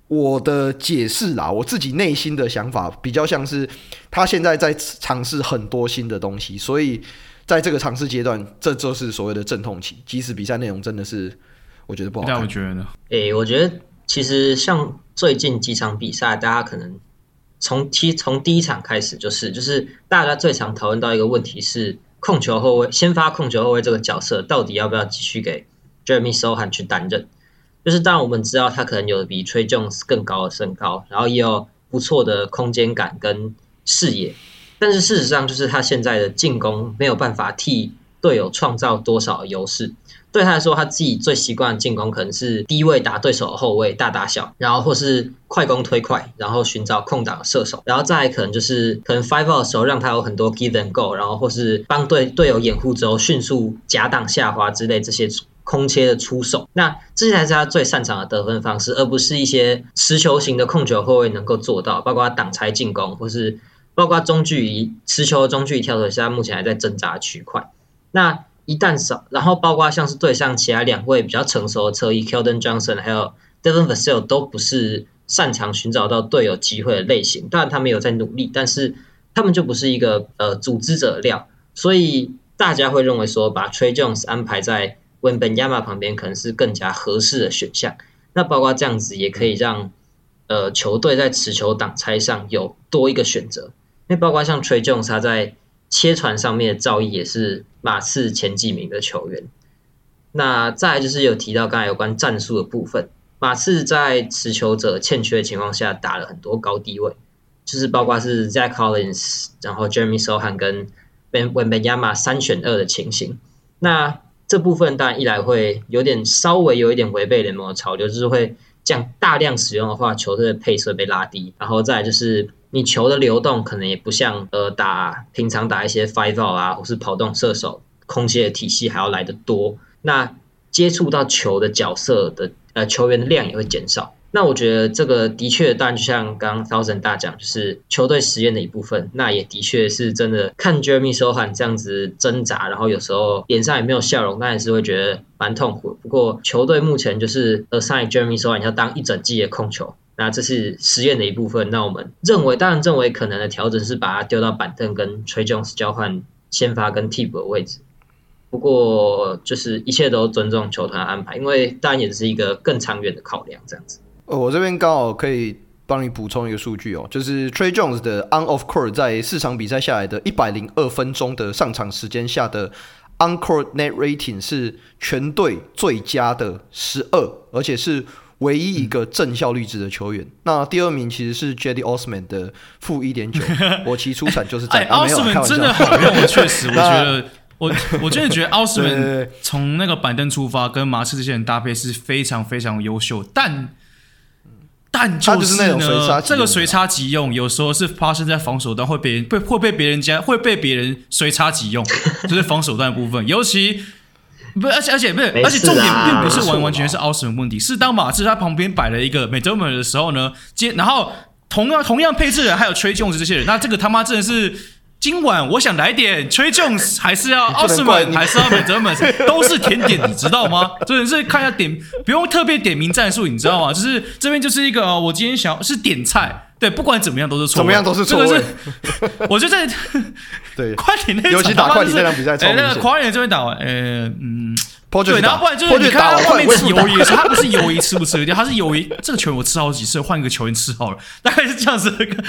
我的解释啦，我自己内心的想法比较像是他现在在尝试很多新的东西，所以在这个尝试阶段，这就是所谓的阵痛期。即使比赛内容真的是我觉得不好看。 那我觉得呢？ 诶、欸，我觉得其实像最近几场比赛，大家可能从其从第一场开始就是就是大家最常讨论到一个问题是控球后卫，先发控球后卫这个角色到底要不要继续给 Jeremy Sochan 去担任？就是当然我们知道他可能有比 Tre Jones 更高的身高，然后也有不错的空间感跟视野，但是事实上就是他现在的进攻没有办法替队友创造多少优势。对他来说，他自己最习惯的进攻可能是低位打对手的后卫大打小，然后或是快攻推快，然后寻找空档的射手，然后再来可能就是可能 five out 的时候让他有很多 give and go， 然后或是帮队队友掩护之后迅速夹挡下滑之类这些空切的出手，那这些才是他最擅长的得分方式，而不是一些持球型的控球后卫能够做到，包括挡拆进攻，或是包括中距离持球的中距离跳投，是他目前还在挣扎的区块。那一旦少，然后包括像是对上其他两位比较成熟的侧翼 Keldon Johnson 还有 Devin Vassell 都不是擅长寻找到队友机会的类型，当然他们有在努力，但是他们就不是一个呃组织者的料，所以大家会认为说把 Tre Jones 安排在Wembanyama 旁边可能是更加合适的选项。那包括这样子也可以让呃球队在持球挡拆上有多一个选择，因为包括像 Tre Jones 他在切传上面的造诣也是马刺前几名的球员。那再来就是有提到刚才有关战术的部分，马刺在持球者欠缺的情况下打了很多高低位，就是包括是 Zach Collins 然后 Jeremy Sochan 跟 Wembanyama 三选二的情形。那这部分当然一来会有点稍微有一点违背联盟的潮流，就是会这样大量使用的话，球队的配速会被拉低，然后再来就是你球的流动可能也不像呃打平常打一些 five out 啊，或是跑动射手空切的体系还要来得多，那接触到球的角色的呃球员的量也会减少。那我觉得这个的确当然就像刚刚 Thousand 大讲，就是球队实验的一部分，那也的确是真的看 Jeremy Sochan 这样子挣扎，然后有时候脸上也没有笑容，但也是会觉得蛮痛苦的。不过球队目前就是 assign Jeremy Sochan 要当一整季的控球，那这是实验的一部分。那我们认为当然认为可能的调整是把他丢到板凳跟 Tre Jones 交换先发跟替补的位置，不过就是一切都尊重球团的安排，因为当然也是一个更长远的考量这样子。 呃，我这边刚好可以帮你补充一个数据哦，就是 Tre Jones 的 on off court 在四场比赛下来的一百零二分钟的上场时间下的 on court net rating 是全队最佳的十二，而且是唯一一个正效率值的球员。嗯、那第二名其实是 Cedi Osman 的负一点九，我其出产就是在。 哎、啊、，Osman 真的好用，我确实我觉得。我我真的觉得奥斯曼从那个板凳出发，跟马刺这些人搭配是非常非常优秀，但但就是呢， 就是这个随插即用，有时候是发生在防守端会被人被会被别人家会被别人随插即用，就是防守端的部分，尤其不而且而且不是，而且重点并不是完完全全是奥斯曼问题，是当马刺他旁边摆了一个 McDermott 的时候呢，接然后同样同样配置的人还有 Tre Jones 这些人，那这个他妈真的是。今晚我想来点 Tre Jones 还是要奥斯曼还是要 McDermott 都是甜点，你知道吗？真的是看一下点，不用特别点名战术，你知道吗？就是这边就是一个、哦、我今天想要是点菜，对，不管怎么样都是错， 怎么样都是错。 这个是，我觉得对快艇那场， 尤其打快艇那场比赛超明显， 那个快艇这边打完，呃嗯。 对， 然后不然就是你看他外面吃鱿鱼的时候，他不是鱿鱼吃不吃掉，他是鱿鱼这个球员我吃好几次，换一个球员吃好了，大概是这样子的。不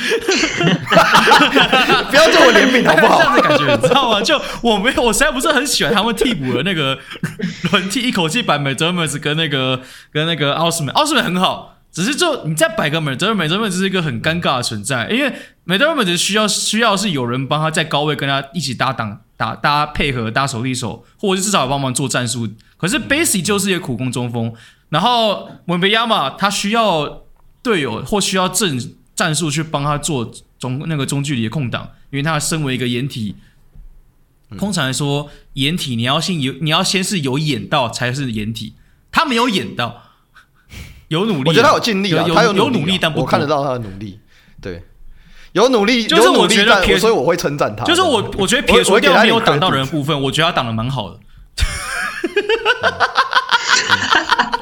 要对我怜悯好不好？ 这样的感觉你知道吗？就我没有，我实在不是很喜欢他们替补的那个轮替一口气把 McDermott 跟那个跟那个奥斯曼，奥斯曼很好。只是就你再摆个 McDermott，McDermott 是一个很尴尬的存在，因为 McDermott 需要需要是有人帮他在高位跟他一起搭档、打搭配合、搭手递手，或者是至少帮忙做战术。可是 Bassey 就是一个苦攻中锋，然后 Wembanyama 他需要队友或需要正战术去帮他做中那个中距离的空档，因为他身为一个掩体，通常来说掩体你要先有你要先是有演到才是掩体，他没有演到。有努力， 我觉得他有尽力啊， 有他有努力，但不我看得到他的努力，对，有努力， 就是我觉得撇，所以我会称赞他。 就是我，我觉得撇除掉没有挡到人的部分，我觉得他挡得蛮好的。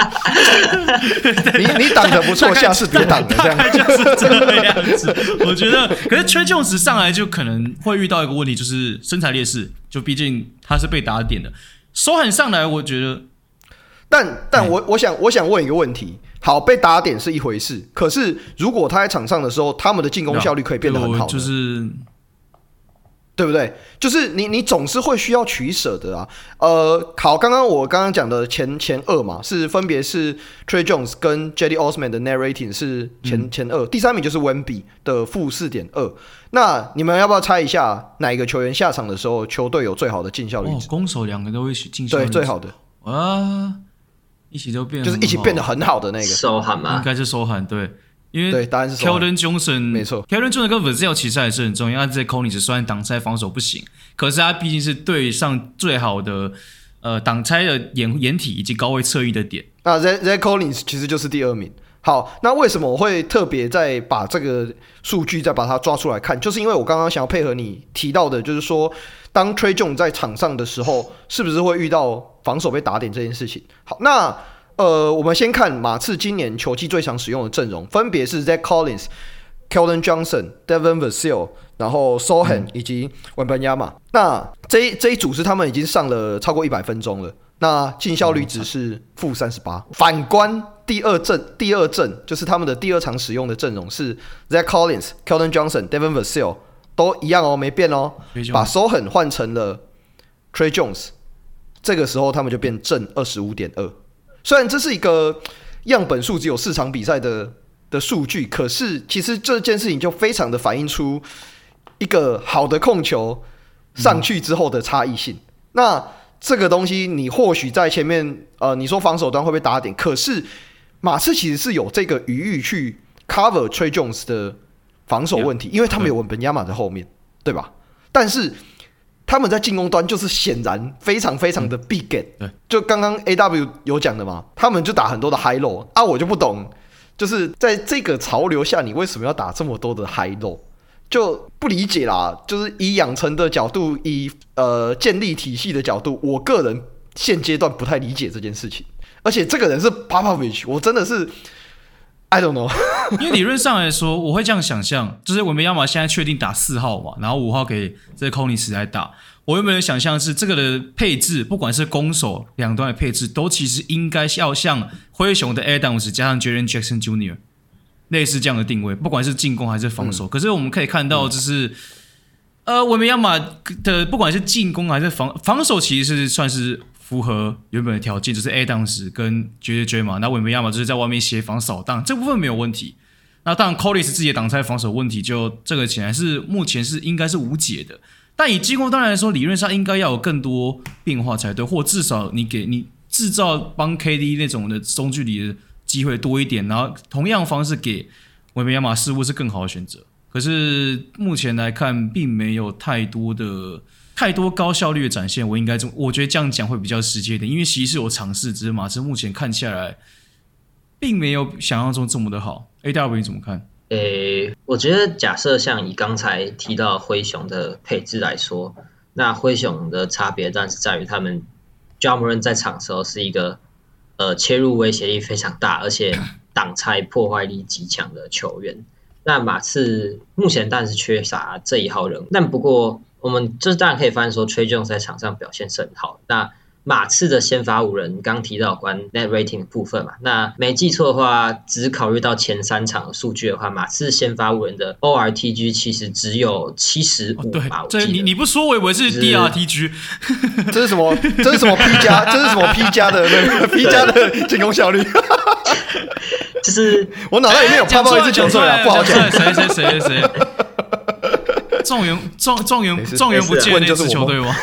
你你挡得不错，下次别挡了，这样就是这个样子。我觉得，可是 Tre Jones 上来就可能会遇到一个问题，就是身材劣势，就毕竟他是被打点的。Sohan上来，我觉得， 但但我我想我想问一个问题。好，被打点是一回事，可是如果他在场上的时候，他们的进攻效率可以变得很好， 就是对不对？就是你你总是会需要取舍的啊。呃，好，刚刚我刚刚讲的前前二嘛，是分别是 Tre Jones 跟 Cedi Osman 的 net rating 是前、嗯、前二，第三名就是 Wemby 的负四点二。那你们要不要猜一下哪一个球员下场的时候，球队有最好的进效率值？ 哦，攻守两个都会进效率值， 对，最好的啊。一起都变就是一起变得很好的那个 Sohan吗？ 应该是Sohan，对，因为对，答案是 Keldon Johnson， 没错 ，Keldon Johnson 跟 Vassell 其实还是很重要。他在 Collins 虽然挡拆防守不行，可是他毕竟是队上最好的呃挡拆的掩掩体以及高位侧翼的点。 那 Zach Collins 其实就是第二名。好，那为什么我会特别再把这个数据再把它抓出来看？就是因为我刚刚想要配合你提到的，就是说，当 Tre Jones 在场上的时候，是不是会遇到防守被打点这件事情？好，那呃，我们先看马刺今年球季最常使用的阵容，分别是 Zach Collins、Keldon Johnson、Devin Vassell， 然后 Sohan 以及 Wembanyama。那这一这一组是他们已经上了超过一百分钟了。那进效率值是负三十八。反观第二阵，第二阵就是他们的第二场使用的阵容是 Zach Collins、Keldon Johnson、Devin Vassell 都一样哦，没变哦。把 Sohan 换成了 Tre Jones， 这个时候他们就变正 二十五点二。虽然这是一个样本数只有四场比赛的的数据，可是其实这件事情就非常的反映出一个好的控球上去之后的差异性。嗯、那这个东西你或许在前面呃，你说防守端会被打点，可是马刺其实是有这个余裕去 cover Tre Jones 的防守问题，因为他们有文本亚马在后面，对吧？但是他们在进攻端就是显然非常非常的 big game，、嗯、就刚刚 A W 有讲的嘛，他们就打很多的 high low 啊，我就不懂，就是在这个潮流下，你为什么要打这么多的 high low？ 就不理解啦。就是以养成的角度，以呃建立体系的角度，我个人现阶段不太理解这件事情。而且这个人是 Popovich， 我真的是 I don't know 。 因为理论上来说，我会这样想象，就是文本亚马现在确定打四号嘛，然后五号给这个 Collins 来打。我原本的想象是这个的配置，不管是攻守两端的配置，都其实应该要像灰熊的 Adams 加上 Jaren Jackson Junior 类似这样的定位，不管是进攻还是防守。嗯、可是我们可以看到，就是、嗯、呃，文本亚马的不管是进攻还是防防守，其实是算是符合原本的条件，就是 Adams 跟 J J 嘛，那文本亚马就是在外面协防扫荡，这部分没有问题。那当然 Collins 自己的挡拆防守问题，就这个显然是目前是应该是无解的。但以进攻当然来说，理论上应该要有更多变化才对，或至少你给你制造帮 K D 那种的中距离的机会多一点，然后同样方式给文本亚马似乎是更好的选择。可是目前来看，并没有太多的太多高效率的展现。我应该我觉得这样讲会比较实际一点，因为其实是有尝试，只是马刺目前看下来，并没有想象中这么的好。A W 你怎么看？ 诶，我觉得假设像以刚才提到灰熊的配置来说，那灰熊的差别当然是在于他们 Ja Morant 在场的时候是一个呃切入威胁力非常大，而且挡拆破坏力极强的球员。那马刺目前当然是缺乏这一号人物，但不过我们就是当然可以发现说 Tre Jones 在场上表现是很好。那马刺的先发五人刚提到关 net rating 的部分嘛，那没记错的话，只考虑到前三场的数据的话，马刺先发五人的 O R T G 其实只有七十五吧。 哦、对，你你不说我以为是 D R T G， 这是什么？这是什么 P 加？这是什么 P 加的那个 P 加的进攻效率？ 就是我脑袋里面有泡泡一直讲出来，不好讲。 谁谁谁谁？状元状状元状元不见那支球队吗？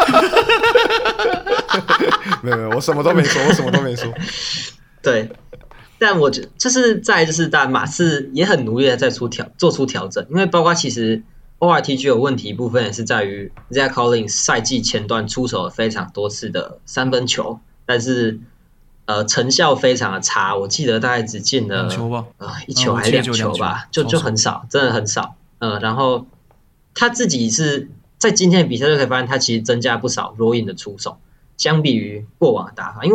没有没有，我什么都没说，我什么都没说。 对，但我觉得就是在就是但马刺也很努力的在出调做出调整，因为包括其实 O R T G 有问题部分也是在于 Zach Collins 赛季前段出手了非常多次的三分球，但是呃成效非常的差，我记得大概只进了球吧， 呃一球还是两球吧，就就很少，真的很少。呃，然后他自己是在今天的比赛就可以发现，他其实增加不少 roll in 的出手。相比于过往的打法，因为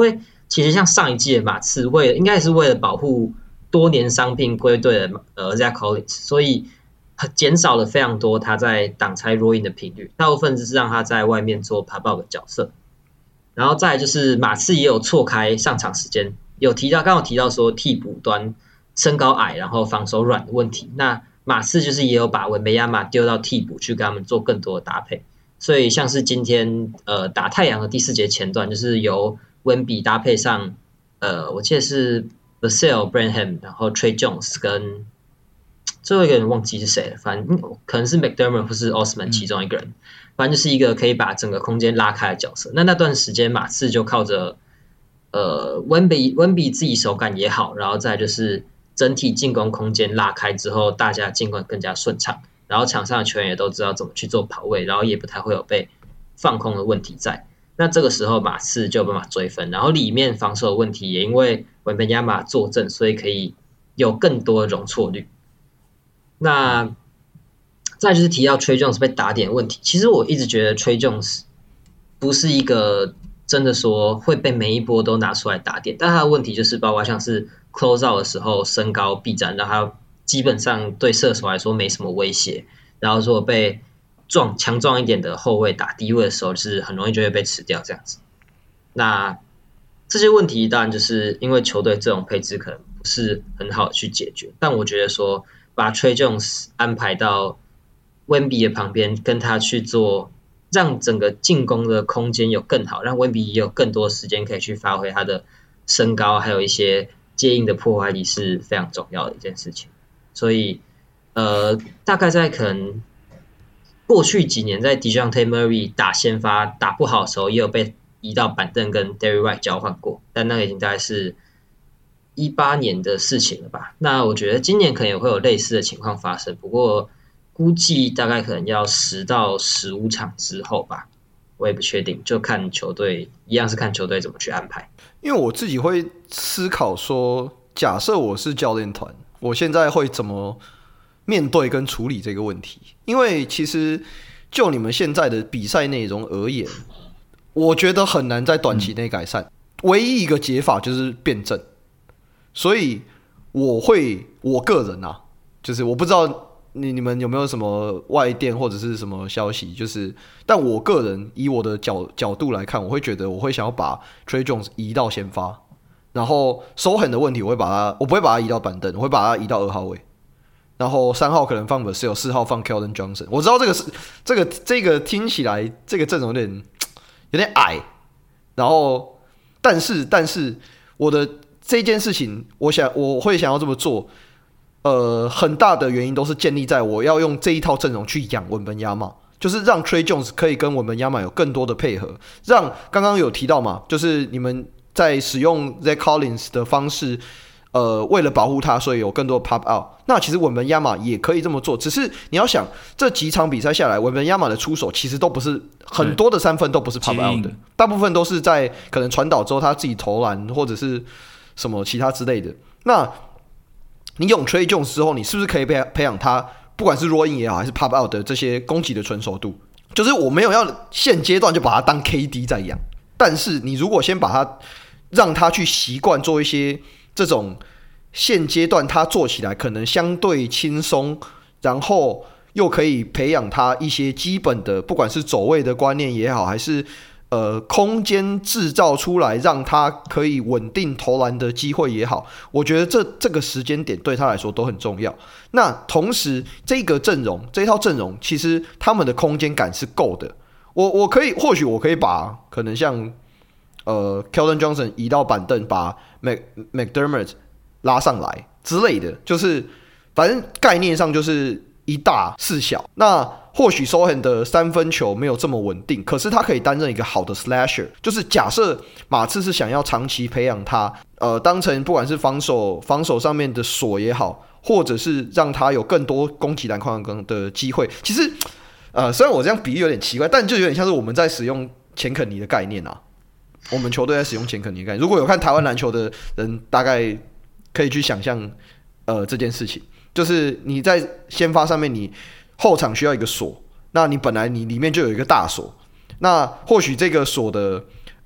其实像上一季的马刺，为了应该是为了保护多年伤病归队的呃 Zach Collins， 所以减少了非常多他在挡拆 roll in 的频率，大部分就是让他在外面做 pop out 的角色。然后再来就是马刺也有错开上场时间，有提到刚刚有提到说替补端身高矮，然后防守软的问题。那马刺就是也有把文贝亚马丢到替补去跟他们做更多的搭配。所以像是今天呃打太阳的第四节前段，就是由温比搭配上呃我记得是 Vassell Branham， 然后 Trey Jones 跟最后一个人忘记是谁了，反正可能是 McDermott 或是 Osman 其中一个人。嗯，反正就是一个可以把整个空间拉开的角色。那那段时间马刺就靠着呃温比温比自己手感也好，然后再就是整体进攻空间拉开之后，大家进攻更加顺畅，然后场上的球员也都知道怎么去做跑位，然后也不太会有被放空的问题在。那这个时候马刺就有办法追分，然后里面防守的问题也因为文本亚马坐镇，所以可以有更多的容错率。那再就是提到 Trey Jones 被打点的问题，其实我一直觉得 Trey Jones 不是一个真的说会被每一波都拿出来打点，但他的问题就是包括像是 close out 的时候身高臂展，让他基本上对射手来说没什么威胁，然后如果被壮强壮一点的后卫打低位的时候，就是很容易就会被吃掉这样子。那这些问题当然就是因为球队这种配置可能不是很好去解决，但我觉得说把 Trey Jones 安排到温比的旁边，跟他去做，让整个进攻的空间有更好，让温比也有更多时间可以去发挥他的身高，还有一些接应的破坏力是非常重要的一件事情。所以，呃，大概在可能过去几年，在 Dejounte Murray 打先发打不好的时候，也有被移到板凳跟 Derrick White 交换过，但那个已经大概是一八年的事情了吧。那我觉得今年可能也会有类似的情况发生，不过估计大概可能要十到十五场之后吧，我也不确定，就看球队，一样是看球队怎么去安排。 因为我自己会思考说，假设我是教练团，我现在会怎么面对跟处理这个问题？因为其实就你们现在的比赛内容而言，我觉得很难在短期内改善。嗯、唯一一个解法就是变阵，所以我会，我个人啊，就是我不知道。你你们有没有什么外电或者是什么消息？就是，但我个人以我的角角度来看，我会觉得我会想要把 Trey Jones 移到先发，然后收狠的问题我会把他，我不会把他移到板凳，我会把他移到二号位，然后三号可能放 Vassell， 四号放 Keldon Johnson。我知道这个是这个这个听起来这个阵容有点有点矮，然后但是但是我的这件事情，我想我会想要这么做。呃，很大的原因都是建立在我要用这一套阵容去养文本亚马，就是让 Trey Jones 可以跟文本亚马有更多的配合，让刚刚有提到嘛，就是你们在使用 Zach Collins 的方式，呃，为了保护他，所以有更多的 pop out。那其实文本亚马也可以这么做，只是你要想这几场比赛下来，文本亚马的出手其实都不是很多的三分都不是 pop out 的，大部分都是在可能传导之后他自己投篮或者是什么其他之类的。那你用 Trey Jones 之后，你是不是可以培养他，不管是 roll in 也好，还是 pop out 的这些攻击的成熟度？就是我没有要现阶段就把他当 K D 在养，但是你如果先把他让他去习惯做一些这种现阶段他做起来可能相对轻松，然后又可以培养他一些基本的，不管是走位的观念也好，还是呃，空间制造出来，让他可以稳定投篮的机会也好，我觉得这这个时间点对他来说都很重要。那同时，这个阵容，这一套阵容，其实他们的空间感是够的。我我可以，或许我可以把可能像呃 Keldon Johnson 移到板凳，把 Mac McDermott 拉上来之类的，就是反正概念上就是一大四小。那或许 Sohan 的三分球没有这么稳定，可是他可以担任一个好的 slasher。就是假设马刺是想要长期培养他，呃，当成不管是防守防守上面的锁也好，或者是让他有更多攻击篮筐的机会。其实，呃，虽然我这样比喻有点奇怪，但就有点像是我们在使用钱肯尼的概念啊。我们球队在使用钱肯尼的概念，如果有看台湾篮球的人，大概可以去想象，呃，这件事情，就是你在先发上面你。后场需要一个锁，那你本来你里面就有一个大锁，那或许这个锁的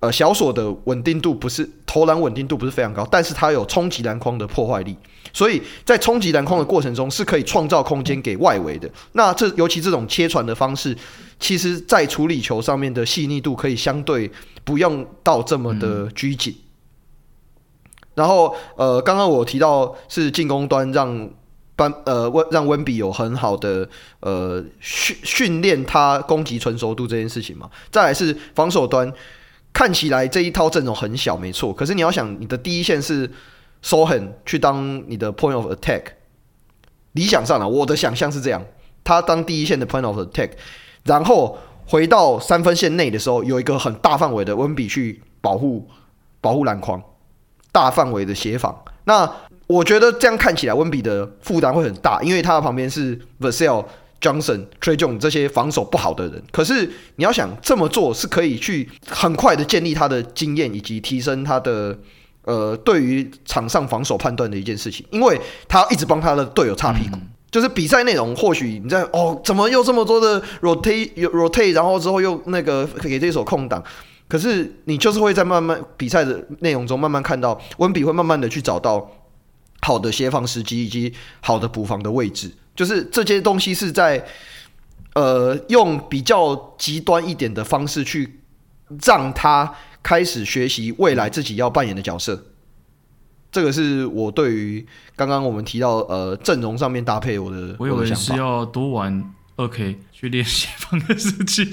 呃小所的稳定度不是投篮稳定度不是非常高，但是它有冲击篮筐的破坏力，所以在冲击篮筐的过程中是可以创造空间给外围的。那这尤其这种切传的方式，其实在处理球上面的细腻度可以相对不用到这么的拘谨。嗯、然后呃，刚刚我提到是进攻端让。呃，让温比有很好的呃训训练他攻击成熟度这件事情嘛。再来是防守端，看起来这一套阵容很小，没错。可是你要想，你的第一线是 Sohan 去当你的 point of attack， 理想上啊，我的想象是这样，他当第一线的 point of attack， 然后回到三分线内的时候，有一个很大范围的温比去保护保护篮筐，大范围的协防。那我觉得这样看起来，温比的负担会很大，因为他的旁边是 Vassell、Johnson、Tre Jones 这些防守不好的人。可是你要想这么做是可以去很快的建立他的经验，以及提升他的呃对于场上防守判断的一件事情，因为他要一直帮他的队友擦屁股。嗯、就是比赛内容，或许你在哦，怎么又这么多的 rotate rotate， 然后之后又那个给对手空档。可是你就是会在慢慢比赛的内容中慢慢看到，温比会慢慢的去找到好的协防时机以及好的补防的位置，就是这些东西是在呃用比较极端一点的方式去让他开始学习未来自己要扮演的角色。这个是我对于刚刚我们提到呃阵容上面搭配我的， 我以为是要多玩二 K 去练协防的事情。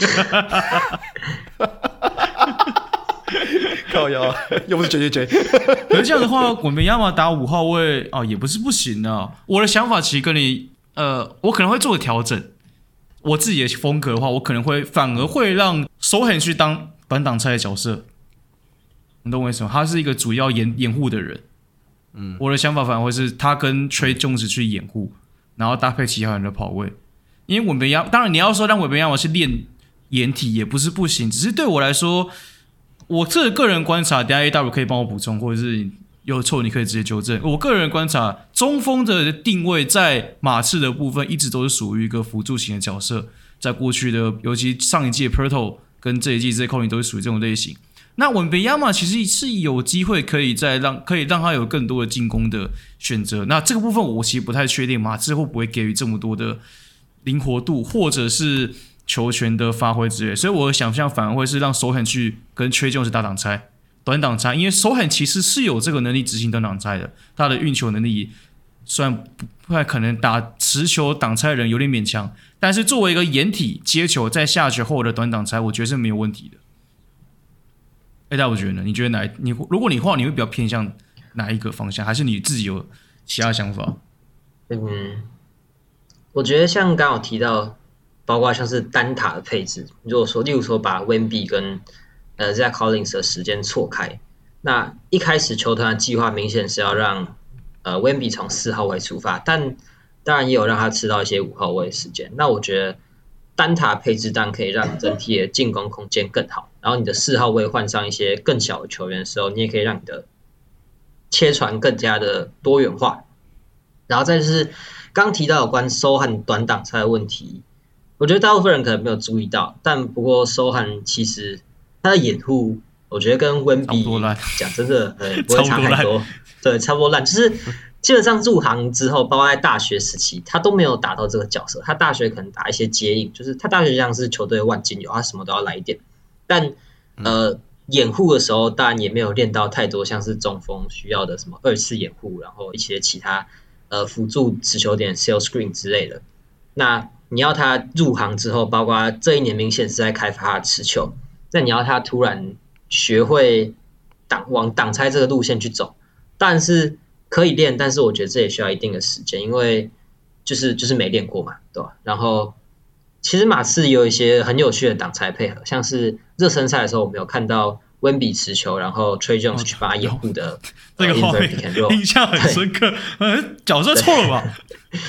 靠腰，又不是绝绝绝。 可是这样的话，文本亚马打五号位啊，也不是不行啊。我的想法其实跟你，呃，我可能会做个调整。我自己的风格的话，我可能会反而会让 Sohan 去当短挡拆的角色。你懂我意思吗？他是一个主要掩掩护的人。嗯，我的想法反而会是他跟 Tre Jones 去掩护，然后搭配其他人的跑位。因为文本亚，当然你要说让文本亚马是练掩体也不是不行，只是对我来说。我这个个人观察，等一下 A W 可以帮我补充，或者是有错你可以直接纠正。我个人观察，中锋的定位在马刺的部分一直都是属于一个辅助型的角色，在过去的，尤其上一季 Pirtle 跟这一季 Zay Collins 都是属于这种类型。那文贝亚马其实是有机会可以再让可以让他有更多的进攻的选择。那这个部分我其实不太确定马刺会不会给予这么多的灵活度，或者是球权的发挥之类，所以我的想象反而会是让Sohan去跟Tre Jones打挡拆、短挡拆，因为Sohan其实是有这个能力执行短挡拆的，他的运球能力虽然不太可能打持球挡拆的人有点勉强，但是作为一个掩体接球在下球后的短挡拆，我觉得是没有问题的。哎，大家我觉得呢？你觉得哪？你如果你话，你会比较偏向哪一个方向，还是你自己有其他想法？ 嗯，我觉得像刚刚有提到。包括像是单塔的配置，如果说，例如说把 Wemby 跟呃 Zach Collins 的时间错开，那一开始球团的计划明显是要让呃 Wemby 从四号位出发，但当然也有让他吃到一些五号位的时间。那我觉得单塔配置当然可以让整体的进攻空间更好，然后你的四号位换上一些更小的球员的时候，你也可以让你的切传更加的多元化。然后再就是刚提到有关收和短挡拆的问题。我觉得大部分人可能没有注意到，但不过Sohan其实他的掩护，我觉得跟Wemby讲真的，呃，不会差太多，对，差不多烂。就是基本上入行之后，包括在大学时期，他都没有打到这个角色。他大学可能打一些接应，就是他大学像是球队万金油，他什么都要来一点。但呃，掩护的时候，当然也没有练到太多像是中锋需要的什么二次掩护，然后一些其他呃辅助持球点 sales screen 之类的。那你要他入行之后，包括这一年明显是在开发他的持球，那你要他突然学会挡往挡拆这个路线去走，当然是可以练，但是我觉得这也需要一定的时间，因为就是就是没练过嘛，对吧？然后其实马刺有一些很有趣的挡拆配合，像是热身赛的时候，我们有看到温比持球，然后 Tre Jones 去把他掩护的这个画面印象很深刻，角色错了吧？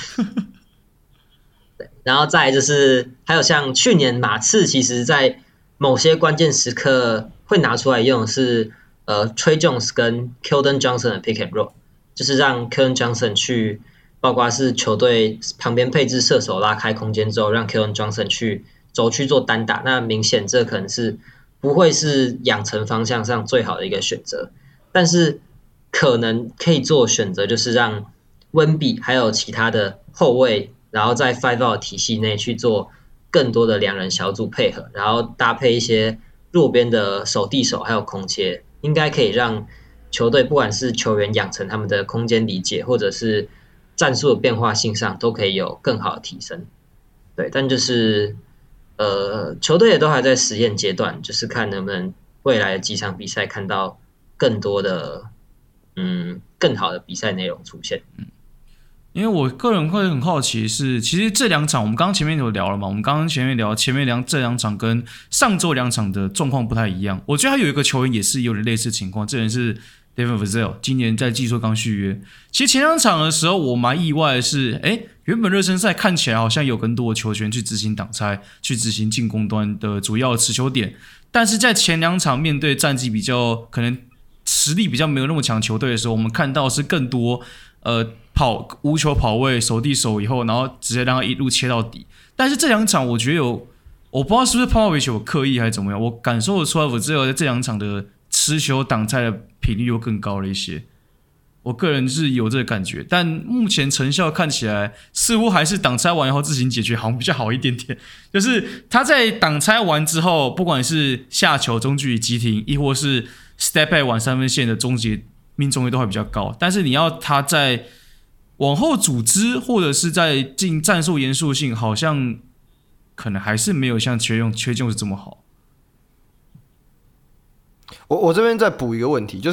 然后再来就是还有像去年马刺其实在某些关键时刻会拿出来用的是呃 Tre Jones 跟 Keldon Johnson 的 pick and roll， 就是让 Keldon Johnson 去包括是球队旁边配置射手拉开空间之后，让 Keldon Johnson 去轴去做单打。那明显这可能是不会是养成方向上最好的一个选择，但是可能可以做选择，就是让温比还有其他的后卫，然后在 five out 体系内去做更多的两人小组配合，然后搭配一些弱边的手递手还有空切，应该可以让球队不管是球员养成他们的空间理解，或者是战术的变化性上，都可以有更好的提升。对，但就是呃，球队也都还在实验阶段，就是看能不能未来的几场比赛看到更多的嗯更好的比赛内容出现。 嗯，因为我个人会很好奇是，其实这两场我们刚刚前面有聊了嘛，我们刚刚前面聊前面两这两场跟上周两场的状况不太一样。我觉得他有一个球员也是有点类似情况，这人是 Devin Vassell， 今年在季初刚续约。其实前两场的时候我蛮意外的是，哎，原本热身赛看起来好像有更多的球权去执行挡拆，去执行进攻端的主要持球点，但是在前两场面对战绩比较可能实力比较没有那么强球队的时候，我们看到是更多呃跑无球跑位手递手以后，然后直接让他一路切到底。但是这两场我觉得有，我不知道是不是 Popovich 有刻意还是怎么样，我感受得出来，Vassell在这两场的持球挡拆的频率又更高了一些。我个人是有这个感觉，但目前成效看起来似乎还是挡拆完以后自行解决好像比较好一点点。就是他在挡拆完之后，不管是下球中距离急停，亦或是 step back 往三分线的终结命中率都会比较高，但是你要他在往后组织或者是在进战术严肃性，好像可能还是没有像缺用缺用是这么好。 我我这边再补一个问题，就是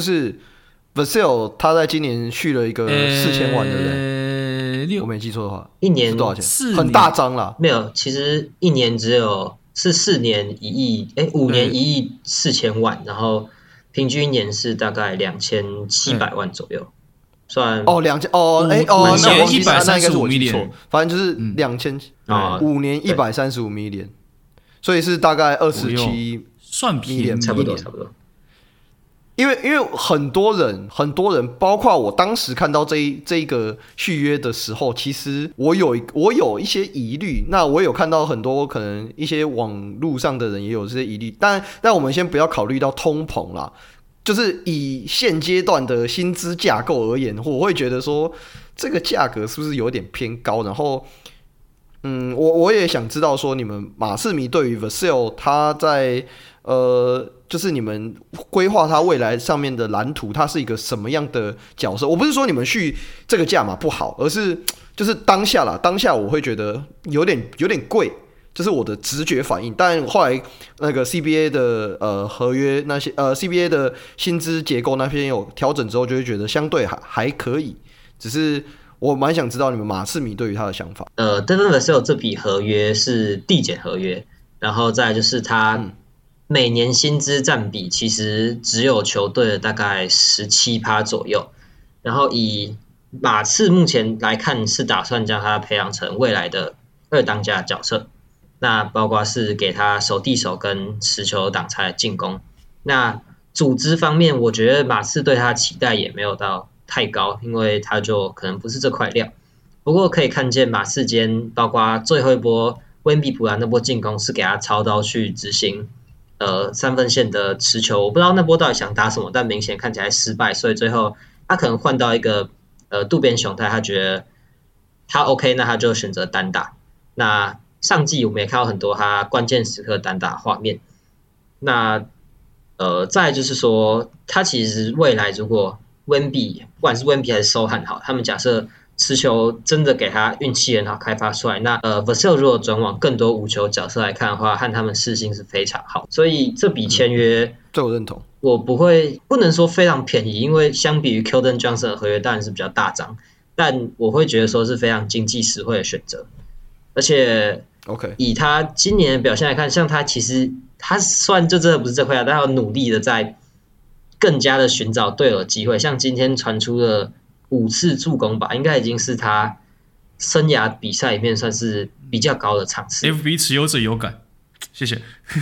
Vassell 他在今年续了一个四千万，对不对？我没记错的话， 一年是多少钱？很大张啦。 没有，其实一年只有是四年一亿，哎，五年一亿四千万，然后平均一年是大概两千七百万左右。算哦，两千哦，哎哦，那一百三十五 million， 反正就是两千啊，五年一百三十五 million， 所以是大概二十七， 算便宜， 差不多差不多。 因为因为很多人很多人，包括我当时看到这一这一个续约的时候，其实我有我有一些疑虑。那我有看到很多可能一些网络上的人也有这些疑虑，但但我们先不要考虑到通膨啦。就是以现阶段的薪资架构而言，我会觉得说这个价格是不是有点偏高？然后，嗯，我我也想知道说，你们马刺迷对于 Vassell 他在呃，就是你们规划他未来上面的蓝图，他是一个什么样的角色？我不是说你们续这个价码不好，而是就是当下啦，当下我会觉得有点有点贵。这是我的直觉反应，但后来那个 C B A 的呃合约那些呃 C B A 的薪资结构那边有调整之后，就会觉得相对还还可以。只是我蛮想知道你们马刺迷对于他的想法。 呃 ，Devin Vassell 这笔合约是递减合约，然后再来就是他每年薪资占比其实只有球队的大概 百分之十七 左右，然后以马刺目前来看是打算将他培养成未来的二当家角色。那包括是给他手递手跟持球挡拆进攻。那组织方面，我觉得马刺对他期待也没有到太高，因为他就可能不是这块料。不过可以看见马刺间，包括最后一波温比普兰那波进攻是给他操刀去执行呃三分线的持球，我不知道那波到底想打什么，但明显看起来失败，所以最后他可能换到一个呃渡边雄太，他觉得他 OK， 那他就选择单打。那上季我们也看到很多他关键时刻单打画面。那呃，再来就是说，他其实未来如果温比不管是温比还是收汉好，他们假设持球真的给他运气很好开发出来，那呃 Vassell 如果转往更多无球角色来看的话，和他们适性是非常好。所以这笔签约， 这、嗯、我认同。 我不会不能说非常便宜，因为相比于 Keldon Johnson 的合约当然是比较大张，但我会觉得说是非常经济实惠的选择。而且，以他今年的表现来看，像他其实他算就真的不是这块料，但他有努力的在更加的寻找队友机会。像今天传出了五次助攻吧，应该已经是他生涯比赛里面算是比较高的场次。 F B 持有者有感，谢谢。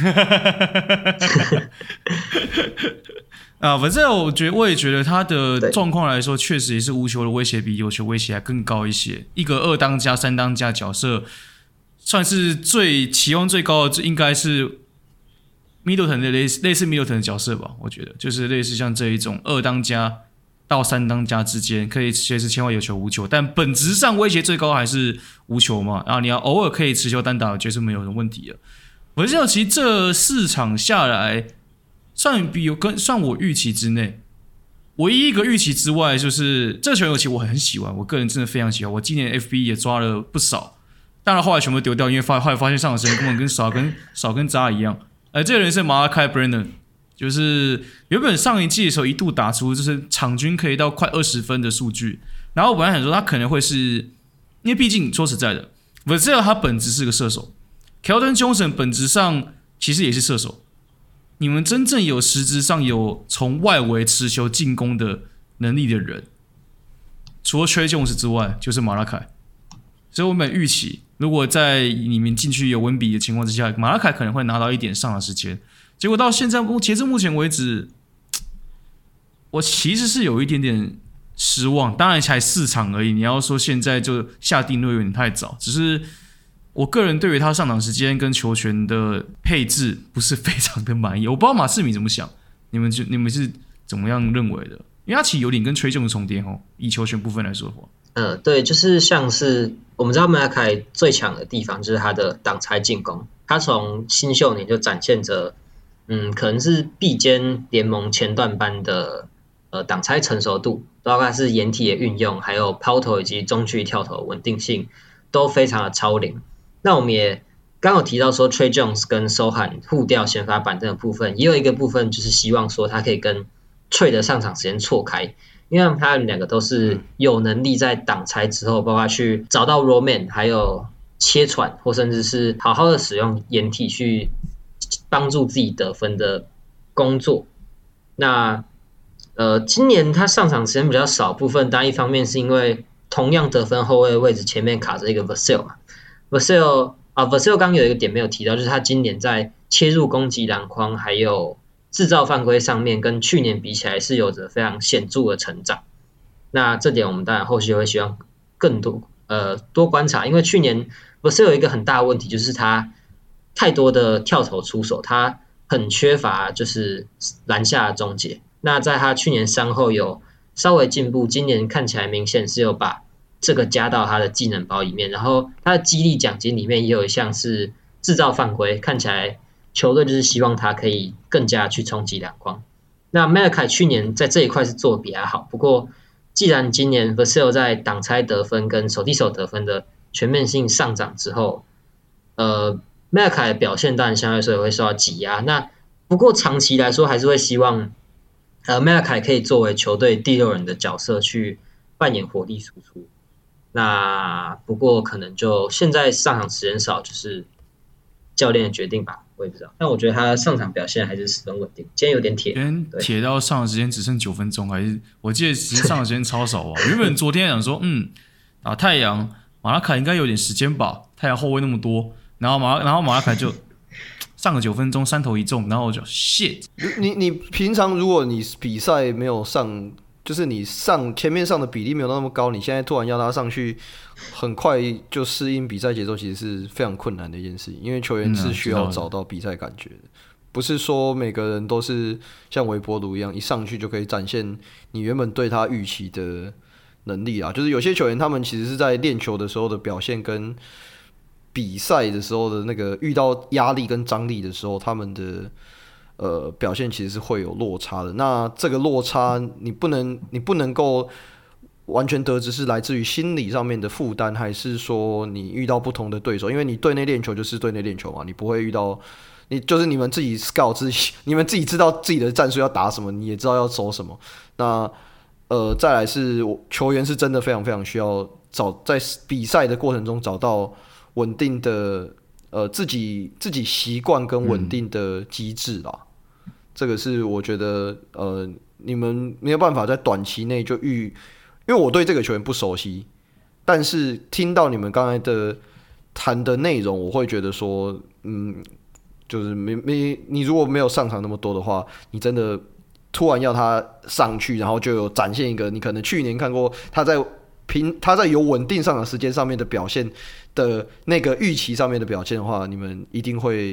啊，反正我觉得我也觉得他的状况来说，确实也是无球的威胁比有球威胁还更高一些。一个二当家、三当家角色，算是最期望最高的，应该是 Middleton 的类似类似 Middleton 的角色吧，我觉得就是类似像这一种二当家到三当家之间，可以随时切换有球无球，但本质上威胁最高还是无球嘛。然后你要偶尔可以持球单打，我觉得是没有什么问题的。我觉得其实这四场下来，算比有跟算我预期之内。唯一一个预期之外，就是这个球员其实我很喜欢，我个人真的非常喜欢。我今年 F B 也抓了不少，当然后来全部丢掉，因为后来发现上场时间根本跟少跟少跟渣一样。呃，这个人是马拉开 Brennan， 就是原本上一季的时候一度打出就是场均可以到快二十分的数据，然后我本来想说他可能会是，因为毕竟说实在的 ，Vassell 他本质是个射手 ，Keldon Johnson 本质上其实也是射手。你们真正有实质上有从外围持球进攻的能力的人，除了 Tre Jones 之外，就是马拉凯。所以我们预期，如果在你们进去有温比的情况之下，马拉凯可能会拿到一点上场时间。结果到现在，截至目前为止，我其实是有一点点失望。当然才四场而已，你要说现在就下定论有点太早。只是我个人对于他上场时间跟球权的配置不是非常的满意。我不知道马世米怎么想，你们就你们是怎么样认为的？因为他其实有点跟Tre Jones重叠哦，以球权部分来说的话。 呃，对，就是像是我们知道马拉凯最强的地方就是他的挡拆进攻，他从新秀年就展现着，嗯，可能是必兼联盟前段班的呃挡拆成熟度，大概是掩体的运用，还有抛投以及中距跳投稳定性都非常的超龄。那我们也刚有提到说 Tre Jones 跟 Sohan 互调先发板凳的部分，也有一个部分就是希望说他可以跟 Tre 的上场时间错开。因为他们两个都是有能力在挡拆之后，包括去找到 roll man， 还有切传，或甚至是好好的使用掩体去帮助自己得分的工作。那呃，今年他上场时间比较少，部分当然一方面是因为同样得分后卫位置前面卡着一个 Vassell 嘛 ，Vassell 啊 ，Vassell 刚有一个点没有提到，就是他今年在切入攻击篮筐还有制造犯规上面跟去年比起来是有着非常显著的成长，那这点我们当然后续会希望更多呃多观察，因为去年不是有一个很大的问题，就是他太多的跳投出手，他很缺乏就是篮下的终结。那在他去年伤后有稍微进步，今年看起来明显是有把这个加到他的技能包里面，然后他的激励奖金里面也有一项是制造犯规，看起来球队就是希望他可以更加去冲击篮筐。那 Malachi 去年在这一块是做得比他好，不过既然今年 Vassell 在挡拆得分跟手递手得分的全面性上涨之后，呃 Malachi 的表现当然相对来说也会受到挤压。那不过长期来说还是会希望呃 Malachi 可以作为球队第六人的角色去扮演火力输出。那不过可能就现在上场时间少，就是教练的决定吧，我也不知道。但我觉得他上场表现还是十分稳定。今天有点铁， 今天铁到上场时间只剩九分钟，还是我记得其实上场时间超少啊。原本昨天想说，嗯，打太阳马拉凯应该有点时间吧，太阳后卫那么多，然后马然后马拉凯就上个九分钟三投一中，然后我就 shit。 你你平常如果你比赛没有上。就是你上前面上的比例没有那么高，你现在突然要他上去，很快就适应比赛节奏，其实是非常困难的一件事情。因为球员是需要找到比赛感觉的，不是说每个人都是像微波炉一样，一上去就可以展现你原本对他预期的能力啊。就是有些球员他们其实是在练球的时候的表现跟比赛的时候的那个遇到压力跟张力的时候，他们的。呃，表现其实是会有落差的。那这个落差，你不能，你不能够完全得知是来自于心理上面的负担，还是说你遇到不同的对手？因为你对内练球就是对内练球嘛，你不会遇到，你就是你们自己 scout 自己，你们自己知道自己的战术要打什么，你也知道要守什么。那呃，再来是球员是真的非常非常需要找在比赛的过程中找到稳定的呃自己自己习惯跟稳定的机制啦。嗯这个是我觉得，呃，你们没有办法在短期内就预，因为我对这个球员不熟悉，但是听到你们刚才的谈的内容，我会觉得说，嗯，就是没没你如果没有上场那么多的话，你真的突然要他上去，然后就有展现一个你可能去年看过他在平他在有稳定上场时间上面的表现的那个预期上面的表现的话，你们一定会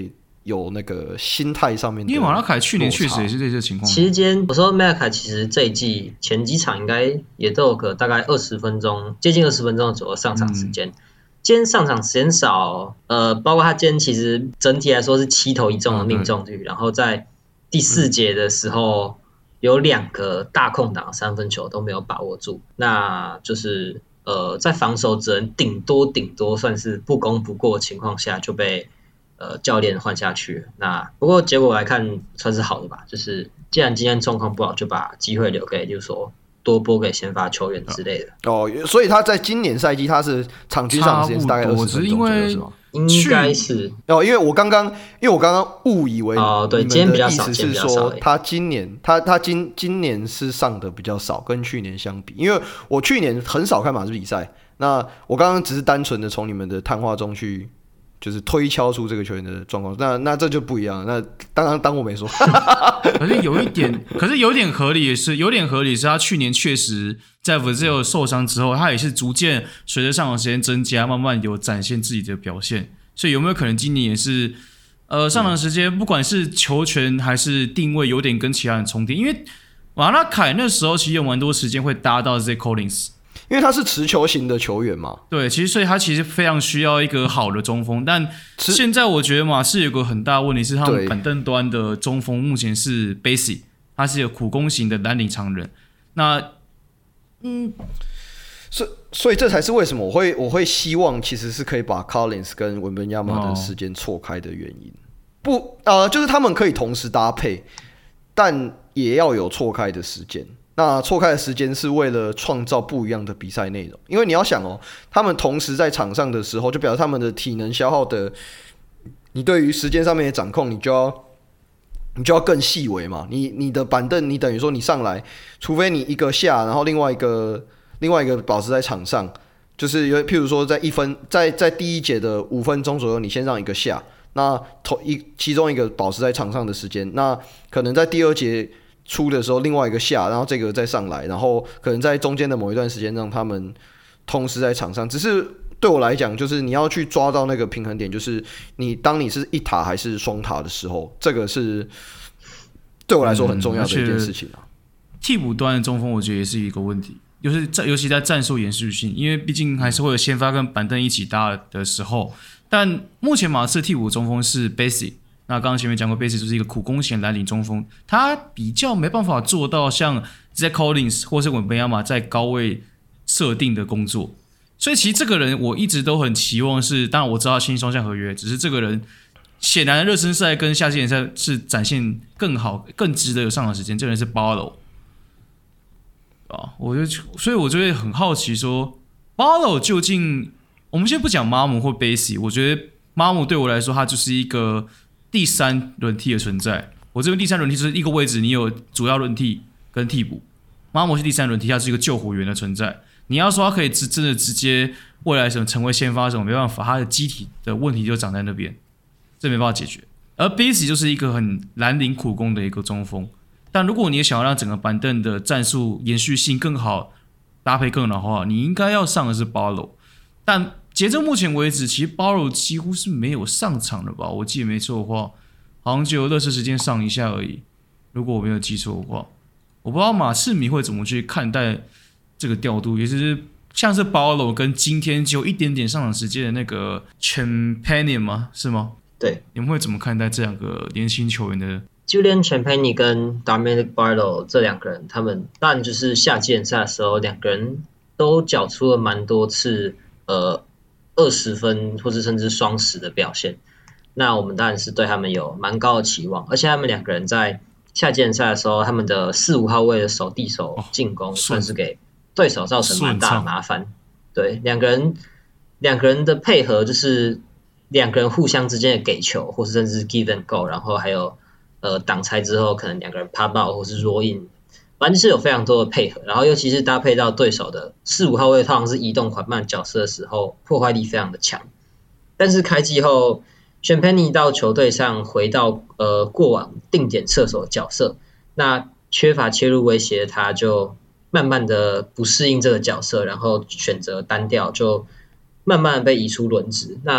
有那个心态上面的， 因为马拉凯去年确实也是这些情况。 其实今天我说马拉凯其实这一季前几场应该也都有个大概二十分钟，接近二十分钟左右上场时间。嗯、今天上场时间少，呃，包括他今天其实整体来说是七投一中的命中率，嗯、然后在第四节的时候、嗯、有两个大空档三分球都没有把握住，那就是呃在防守只能顶多顶多算是不攻不过的情况下就被。呃，教练换下去，那不过结果来看算是好的吧。就是既然今天状况不好，就把机会留给，就是说多拨给先发球员之类的。 哦，所以他在今年赛季他是场均上的时间是大概二十分钟左右，是吗？ 应该是哦，因为我刚刚因为我刚刚误以为哦，对，今天比较少， 意思是说他今年他他今今年是上的比较少，跟去年相比，因为我去年很少看马刺比赛，那我刚刚只是单纯的从你们的谈话中去。就是推敲出这个球员的状况，那那这就不一样了。那当然当我没说， 可是有一点，可是有点合理，是有点合理，是他去年确实在 Vassell 受伤之后，他也是逐渐随着上场时间增加，慢慢有展现自己的表现。所以有没有可能今年也是，呃，上场时间不管是球权还是定位，有点跟其他人重叠？因为马拉凯那时候其实有蛮多时间会搭到 Zach Collins。 因为他是持球型的球员嘛， 对，其实所以他其实非常需要一个好的中锋，但现在我觉得马刺有个很大的问题是，他们板凳端的中锋目前是 Bassey， 他是一个苦攻型的蓝领常人。那，嗯， 所以所以这才是为什么我会我会希望其实是可以把 Collins 跟文本亚马的时间错开的原因，哦、不呃，就是他们可以同时搭配，但也要有错开的时间。那错开的时间是为了创造不一样的比赛内容，因为你要想哦，他们同时在场上的时候，就表示他们的体能消耗的，你对于时间上面的掌控，你就要你就要更细微嘛。你你的板凳，你等于说你上来，除非你一个下，然后另外一个另外一个保持在场上，就是有譬如说在一分在在第一节的五分钟左右，你先让一个下，那头一其中一个保持在场上的时间，那可能在第二节。出的时候，另外一个下，然后这个再上来，然后可能在中间的某一段时间让他们同时在场上。只是对我来讲，就是你要去抓到那个平衡点，就是你当你是一塔还是双塔的时候，这个是对我来说很重要的一件事情啊。 嗯、替补端的中锋，我觉得也是一个问题，就是在尤其在战术延续性，因为毕竟还是会有先发跟板凳一起搭的时候。但目前马刺替补中锋是 Bassey。那刚刚前面讲过 ，Bassey 就是一个苦攻型蓝领中锋，他比较没办法做到像 Zach Collins 或是文本亚马在高位设定的工作，所以其实这个人我一直都很期望是，当然我知道他签双向合约，只是这个人显然热身赛跟夏季联赛是展现更好、更值得有上场时间。这个人是 Barlow 啊，我就所以我就会很好奇说 ，Barlow 究竟我们先不讲马姆或 Bassey， 我觉得马姆对我来说，他就是一个。第三轮替的存在，我这边第三轮替就是一个位置，你有主要轮替跟替补。马姆是第三轮替，他是一个救火员的存在。你要说他可以真的直接未来什么成为先发什么，没办法，他的机体的问题就长在那边，这没办法解决。而 Bassey 就是一个很蓝领苦攻的一个中锋，但如果你也想要让整个板凳的战术延续性更好，搭配更好的话，你应该要上的是 Barlow， 但截至目前为止，其实 Barlow 几乎是没有上场的吧？我记得没错的话，好像只有热身时间上一下而已。如果我没有记错的话，我不知道马刺迷会怎么去看待这个调度，也就是像是 Barlow 跟今天只有一点点上场时间的那个 Champagnie 吗？是吗？ 对， 你们会怎么看待这两个年轻球员的 Julian Champagnie 跟 Dominic Barlow 这两个人，他们当然就是夏季联赛的时候，两个人都缴出了蛮多次呃。二十分或是甚至双十的表现，那我们当然是对他们有蛮高的期望，而且他们两个人在夏季联赛的时候，他们的四五号位的手递手进攻算是给对手造成蛮大的麻烦。对，两个人两个人的配合就是两个人互相之间的给球，或是甚至 give and go， 然后还有呃挡拆之后可能两个人 pop out 或是 roll in。反正就是有非常多的配合，然后尤其是搭配到对手的四五号位，通常是移动缓慢角色的时候，破坏力非常的强。但是开季后 ，Champagnie 到球队上回到呃过往定点射手的角色，那缺乏切入威胁的他就慢慢的不适应这个角色，然后选择单调，就慢慢的被移出轮值。那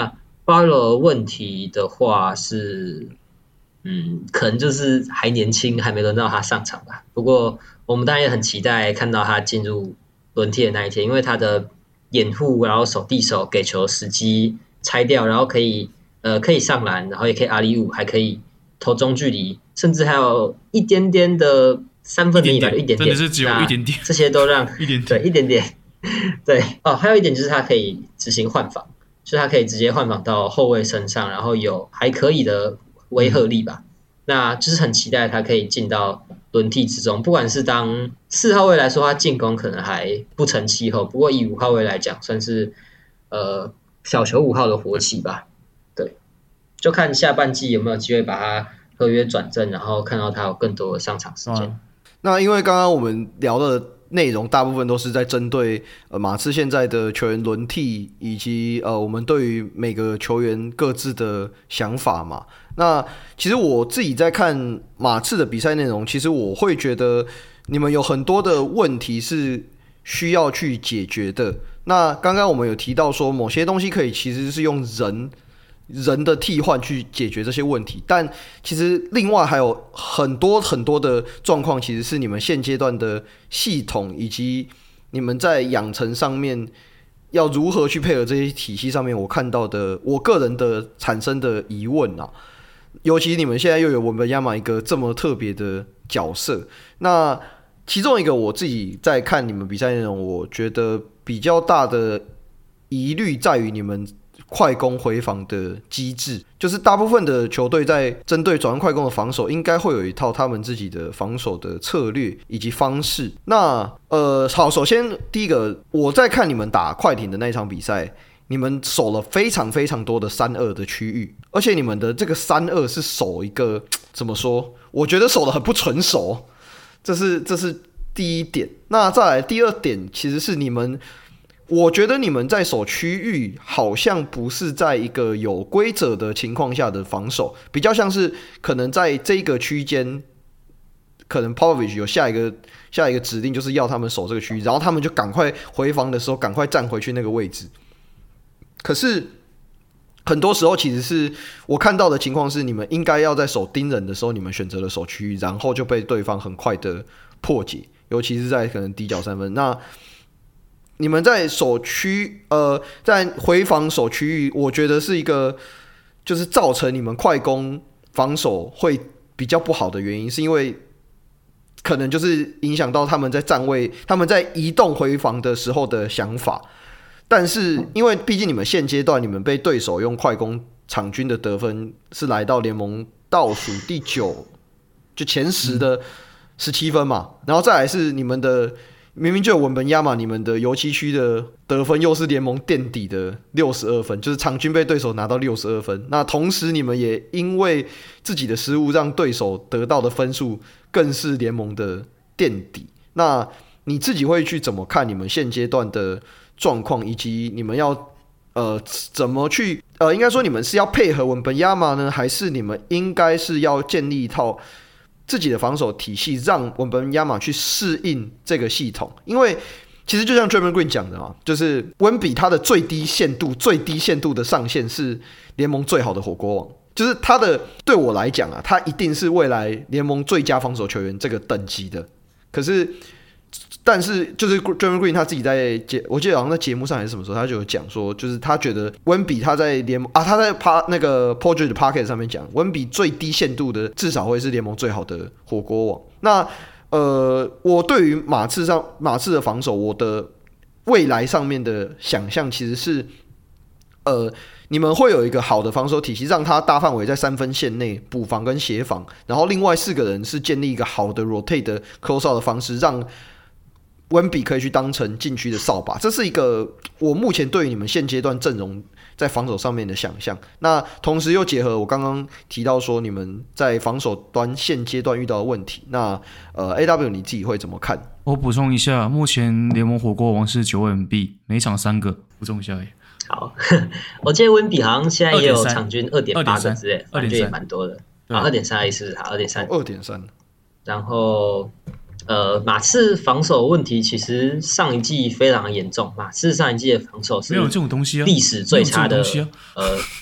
Barlow 问题的话是，嗯，可能就是还年轻，还没轮到他上场吧。不过我们当然也很期待看到他进入轮替的那一天，因为他的掩护，然后手递手给球时机拆掉，然后可以呃可以上篮，然后也可以阿里五，还可以投中距离，甚至还有一点点的三分离吧，一点点， 真的是只有一点点， 这些都让一点点， 对一点点，对哦，还有一点就是他可以执行换防，就是他可以直接换防到后卫身上，然后有还可以的威慑力吧。那就是很期待他可以进到轮替之中，不管是当四号位来说，他进攻可能还不成气候，不过以五号位来讲，算是呃小球五号的活棋吧。对，就看下半季有没有机会把他合约转正，然后看到他有更多的上场时间。 啊、那因为刚刚我们聊的内容大部分都是在针对呃马刺现在的球员轮替，以及呃我们对于每个球员各自的想法嘛。那其实我自己在看马刺的比赛内容，其实我会觉得你们有很多的问题是需要去解决的。那刚刚我们有提到说，某些东西可以其实是用人人的替换去解决这些问题，但其实另外还有很多很多的状况，其实是你们现阶段的系统以及你们在养成上面要如何去配合这些体系上面，我看到的我个人的产生的疑问啊。尤其你们现在又有文本亚马一个这么特别的角色，那其中一个我自己在看你们比赛内容，我觉得比较大的疑虑在于你们快攻回防的机制，就是大部分的球队在针对转换快攻的防守，应该会有一套他们自己的防守的策略以及方式。那呃，好，首先第一个，我在看你们打快艇的那一场比赛。你们守了非常非常多的三二的区域，而且你们的这个三二是守一个怎么说？我觉得守得很不纯熟，这是这是第一点。那再来第二点，其实是你们，我觉得你们在守区域好像不是在一个有规则的情况下的防守，比较像是可能在这个区间，可能 Popovich 有下一个下一个指令，就是要他们守这个区域，然后他们就赶快回防的时候，赶快站回去那个位置。可是很多时候，其实是我看到的情况是，你们应该要在守盯人的时候，你们选择了守区域，然后就被对方很快的破解，尤其是在可能底角三分。那你们在守区，呃，在回防守区域，我觉得是一个就是造成你们快攻防守会比较不好的原因，是因为可能就是影响到他们在站位、他们在移动回防的时候的想法。但是因为毕竟你们现阶段你们被对手用快攻场均的得分是来到联盟倒数第九，就前十的十七分嘛，然后再来是你们的明明就有文本亚马，你们的游击区的得分又是联盟垫底的六十二分，就是场均被对手拿到六十二分。那同时你们也因为自己的失误让对手得到的分数更是联盟的垫底。那你自己会去怎么看你们现阶段的状况，以及你们要呃怎么去呃，应该说你们是要配合文本亚马呢，还是你们应该是要建立一套自己的防守体系，让文本亚马去适应这个系统？因为其实就像 Draymond Green 讲的嘛，就是温比他的最低限度、最低限度的上限是联盟最好的火锅王，就是他的对我来讲啊，他一定是未来联盟最佳防守球员这个等级的。可是。但是就是 Draymond Green 他自己在节，我记得好像在节目上还是什么时候，他就有讲说，就是他觉得温比他在联盟啊，他在趴那个 Podge 的 Podcast 上面讲，温比最低限度的至少会是联盟最好的火锅王。那呃，我对于马刺上马刺的防守，我的未来上面的想象其实是，呃，你们会有一个好的防守体系，让他大范围在三分线内补防跟协防，然后另外四个人是建立一个好的 rotate 的 close out 的方式，让温比可以去当成禁区的扫把。这是一个我目前对于你们现阶段阵容在防守上面的想象。那同时又结合我刚刚提到说你们在防守端现阶段遇到的问题，那呃 A W 你自己会怎么看？ 我补充一下，目前联盟火锅王是 九 M B， 每场三个，补充一下而已。 好，我记得温比好像现在也有场均 二点八 个之类，反正也蛮多的。啊 ，二点三 是不是？好 ，二点三。 二点三。 然后，呃，马刺防守问题其实上一季非常严重，马刺上一季的防守是没有这种东西啊， 历史最差的。 啊、 呃，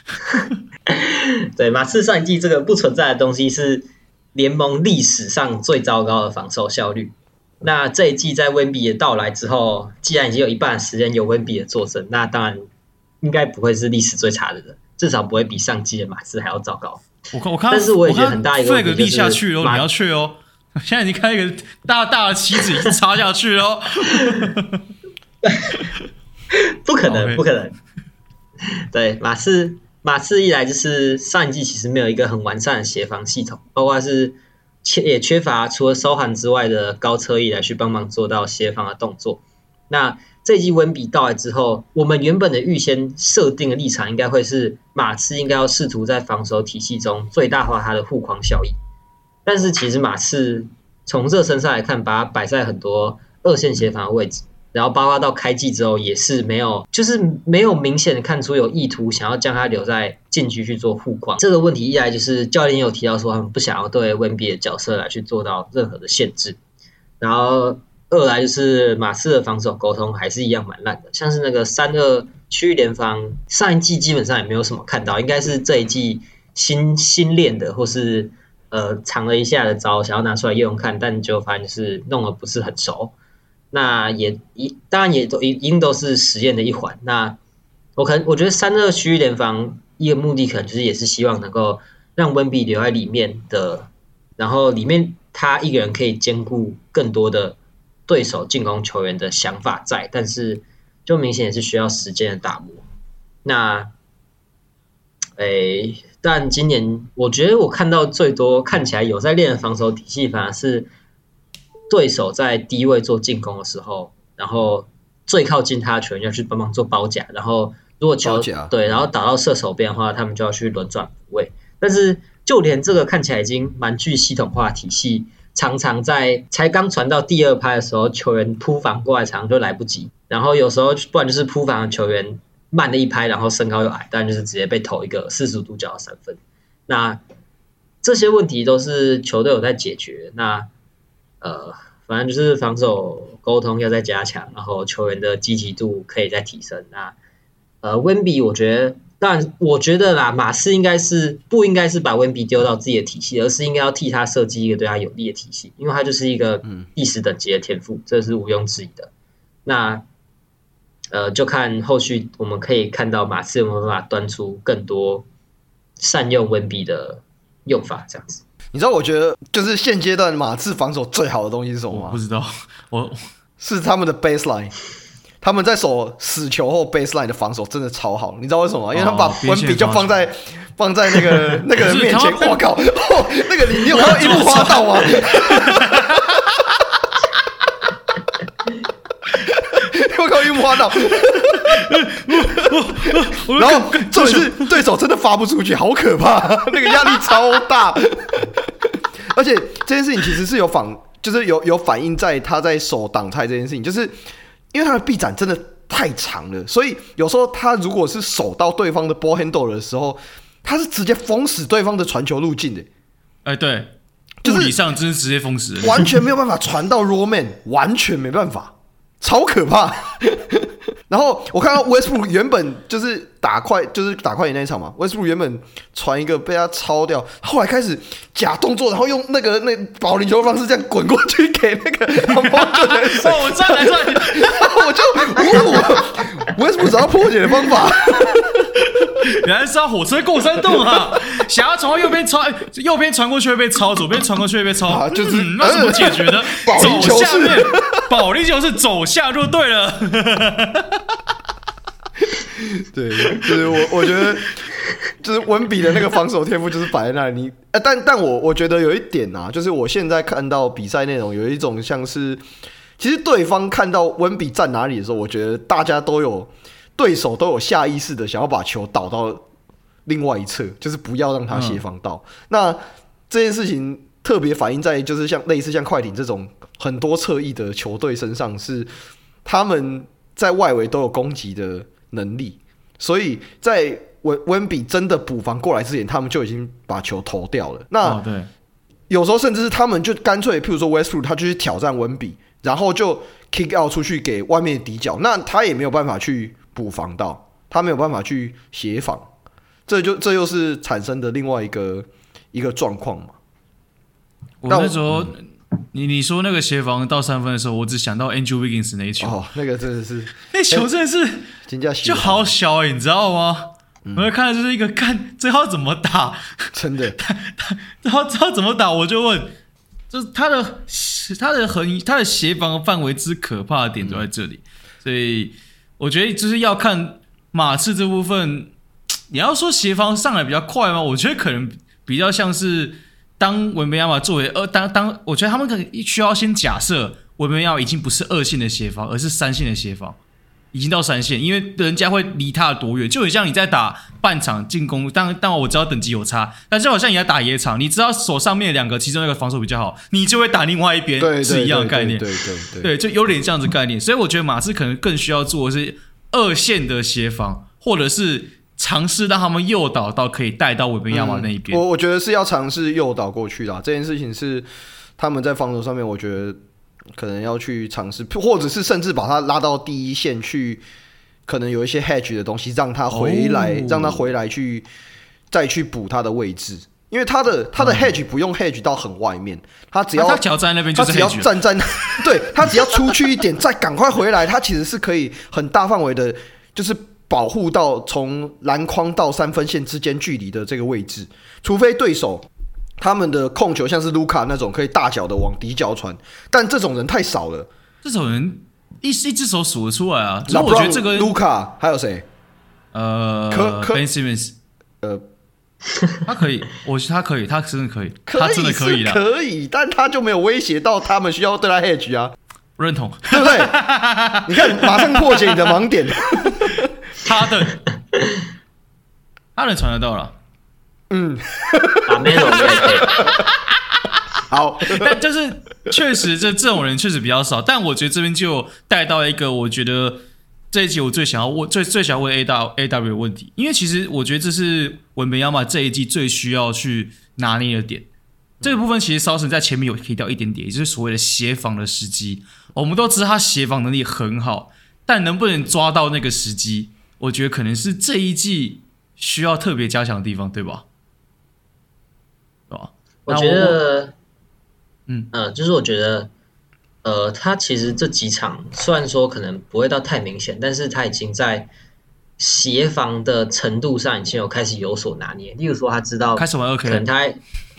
对，马刺上一季这个不存在的东西是联盟历史上最糟糕的防守效率。那这一季在温比的到来之后，既然已经有一半的时间有温比的坐镇，那当然应该不会是历史最差的人，至少不会比上季的马刺还要糟糕。 我看我看， 但是我也觉得很大一个问题就是立下去了，你要去哦。现在已经开一个大大的旗子，已经插下去了。 不可能，不可能。对，马刺，马刺一来就是上一季其实没有一个很完善的协防系统，包括是也缺乏除了收函之外的高车翼来去帮忙做到协防的动作。那这一季温比到来之后，我们原本的预先设定的立场应该会是马刺应该要试图在防守体系中最大化它的护框效益。但是其实马刺从热身赛来看，把它摆在很多二线协防的位置，然后包括到开季之后也是没有，就是没有明显的看出有意图想要将它留在禁区去做护框。这个问题一来就是教练有提到说他们不想要对温比的角色来去做到任何的限制，然后二来就是马刺的防守沟通还是一样蛮烂的，像是那个三二区域联防，上一季基本上也没有什么看到，应该是这一季新新练的，或是呃藏了一下的招，想要拿出来用用看，但就发现就是弄得不是很熟。那也一当然也都一定都是实验的一环。那我可能我觉得三二区域联防一个目的可能就是也是希望能够让温比留在里面的，然后里面他一个人可以兼顾更多的对手进攻球员的想法在，但是就明显也是需要时间的打磨。那诶，但今年我觉得我看到最多看起来有在练的防守体系，反而是对手在低位做进攻的时候，然后最靠近他的球员要去帮忙做包夹，然后如果球对，然后打到射手边的话，他们就要去轮转补位。但是就连这个看起来已经蛮具系统化的体系，常常在才刚传到第二拍的时候，球员扑防过来常常就来不及，然后有时候不然就是扑防的球员慢了一拍，然后身高又矮，当然就是直接被投一个四十五度角的三分。那这些问题都是球队有在解决。那呃，反正就是防守沟通要再加强，然后球员的积极度可以再提升。那呃，温比我觉得，当然我觉得啦，马刺应该是不应该是把温比丢到自己的体系，而是应该要替他设计一个对他有利的体系，因为他就是一个第十等级的天赋，这是毋庸置疑的。那呃，就看后续我们可以看到马刺有没有办法端出更多善用温比的用法，这样子。 你知道我觉得就是现阶段马刺防守最好的东西是什么吗？ 我不知道，我是他们的 baseline， 他们在守死球后 baseline 的防守真的超好，你知道为什么吗？因为他们把温比就放在放在那个那个人面前，我靠，哦，那个你你有看到樱木花道吗？我靠，樱木花道！然后重点是对手真的发不出去，好可怕，那个压力超大。而且这件事情其实是有反，就是有有反映在他在守挡拆这件事情，就是因为他的臂展真的太长了，所以有时候他如果是守到对方的 ball handle 的时候，他是直接封死对方的传球路径的。 哎、欸，对，物理上真是直接封死， 完全没有办法传到 raw man， 完全没办法。超可怕！然后我看到 Westbrook 原本就是打快，就是打快艇那一场嘛。Westbrook 原本传一个被他抄掉，后来开始假动作，然后用那个那保龄球的方式这样滚过去给那个黄包就能水。 哦，我站来站， 我就哦 ，Westbrook 找到破解的方法。 原来是要火车过山洞啊！想要从右边抄，右边传过去会被抄，左边传过去会被抄， 啊、就是、 嗯、那怎么解决呢？走下面，保龄球是走下就对了。 对，就是我我觉得，就是温比的那个防守天赋就是摆在那里。你，呃、但但我我觉得有一点啊，就是我现在看到比赛内容有一种像是，其实对方看到温比站哪里的时候，我觉得大家都有。对手都有下意识的想要把球导到另外一侧，就是不要让他协防到。嗯、那这件事情特别反映在就是像类似像快艇这种很多侧翼的球队身上，是他们在外围都有攻击的能力，所以在温比真的补防过来之前，他们就已经把球投掉了。那、 哦、对， 有时候甚至是他们就干脆，譬如说 Westbrook 他就去挑战温比，然后就 kick out 出去给外面的底角，那他也没有办法去补防到，他没有办法去协防， 这就这又是产生的另外一个一个状况嘛。 我那时候。嗯你你说那个协防到三分的时候，我只想到 Andrew Wiggins 那一球。 哦，那个真的是， 那球真的是，就好小哎、欸，你知道吗？嗯、我看的就是一个看这要怎么打， 真的， 他他这要这要怎么打，我就问，就是他的他的横他的协防范围之可怕的点就在这里，嗯、所以我觉得就是要看马刺这部分，你要说协防上来比较快吗？我觉得可能比较像是。当文本亚马作为二当当，我觉得他们可能需要先假设文本亚马已经不是二线的协防，而是三线的协防，已经到三线，因为人家会离他多远，就很像你在打半场进攻。当然，当然我知道等级有差，但就好像你在打野场，你知道手上面两个其中一个防守比较好，你就会打另外一边，是一样的概念。 对对 对, 对, 对, 对，就有点这样子概念。所以我觉得马刺可能更需要做的是二线的协防，或者是。尝试让他们诱导到可以带到文本亚马那一边、 嗯，我我觉得是要尝试诱导过去的。这件事情是他们在防守上面，我觉得可能要去尝试，或者是甚至把他拉到第一线去，可能有一些 hedge 的东西，让他回来，哦、让他回来去再去补他的位置。因为他的他的 hedge 不用 hedge 到很外面，他只要他脚站那边就是 hedge， 他只要站在对他只要出去一点，再赶快回来，他其实是可以很大范围的，就是。保护到从篮筐到三分线之间距离的这个位置，除非对手他们的控球像是卢卡那种可以大脚的往底角传，但这种人太少了。 这种人一一只手数得出来啊！所以我觉得这个卢卡还有谁？ 呃，Ben Simmons， 呃， 他可以，我觉得他可以，他真的可以，他真的可以啦， 可以，但他就没有威胁到他们需要对他 hedge 啊， 认同， 对不对？你看，马上破解你的盲点。 哈登，哈登传得到了， 嗯， 啊，没有，没有， 好， 但就是确实这这种人确实比较少，但我觉得这边就带到一个我觉得这一集我最想要问、最最想要问 A W A W 的问题，因为其实我觉得这是文本亚马这一季最需要去拿捏的点。这个部分其实烧神在前面有提到一点点，也就是所谓的协防的时机。我们都知道他协防能力很好，但能不能抓到那个时机？我觉得可能是这一季需要特别加强的地方，对吧？对吧？ 我觉得，嗯呃，就是我觉得，呃，他其实这几场虽然说可能不会到太明显，但是他已经在协防的程度上已经有开始有所拿捏。例如说，他知道开始玩 OK， 可能他，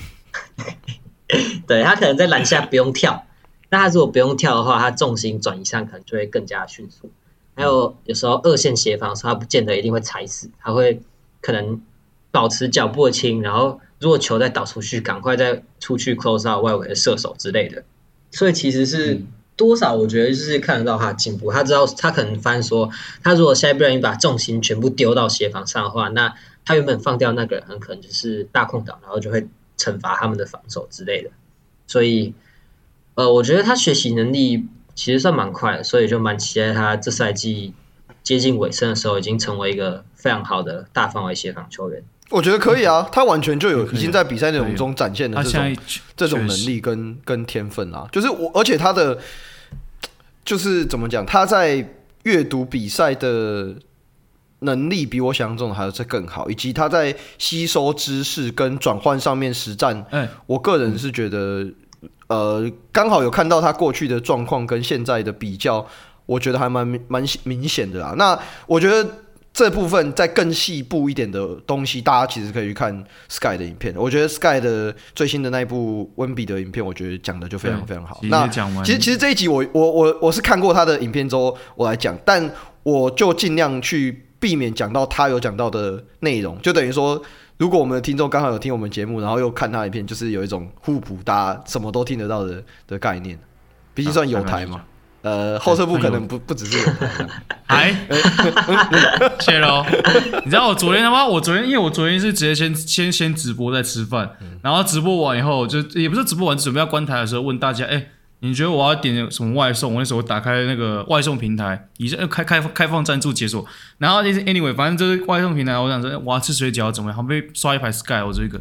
对他可能在篮下不用跳，那他如果不用跳的话，他重心转移上可能就会更加迅速。还有有时候二线协防的时候，他不见得一定会踩死，他会可能保持脚步的轻，然后如果球再导出去，赶快再出去 close out 外围的射手之类的。所以其实是多少，我觉得就是看得到他的进步。他知道他可能发现说，他如果现在不小心把重心全部丢到协防上的话，那他原本放掉那个人很可能就是大空档，然后就会惩罚他们的防守之类的。所以，呃，我觉得他学习能力其实算蛮快的，所以就蛮期待他这赛季接近尾声的时候，已经成为一个非常好的大范围协防球员。 我觉得可以啊，他完全就有已经在比赛内容中展现了这种这种能力跟跟天分啊。就是我，而且他的就是怎么讲，他在阅读比赛的能力比我想象中的还要再更好，以及他在吸收知识跟转换上面实战，欸、我个人是觉得。呃，刚好有看到他过去的状况跟现在的比较，我觉得还蛮蛮明显的啦。那我觉得这部分再更细部一点的东西，大家其实可以去看 Sky 的影片。我觉得 Sky 的最新的那一部温比的影片，我觉得讲的就非常非常好。那其实其实这一集我我我我是看过他的影片之后我来讲，但我就尽量去避免讲到他有讲到的内容，就等于说。如果我们的听众刚好有听我们节目，然后又看他的影片，就是有一种互补，大家什么都听得到 的, 的概念。毕竟算有台嘛，呃，后撤步可能不不只是有台。 哎，谢喽。你知道我昨天他妈，我昨天因为我昨天是直接先先先直播再吃饭，然后直播完以后就也不是直播完，准备要关台的时候问大家，哎、欸。你觉得我要点什么外送？我那时候打开那个外送平台，已经开开开放赞助解锁，然后 anyway， 反正这个外送平台，我想说我要吃水饺怎么样？好被刷一排 Sky， 我这个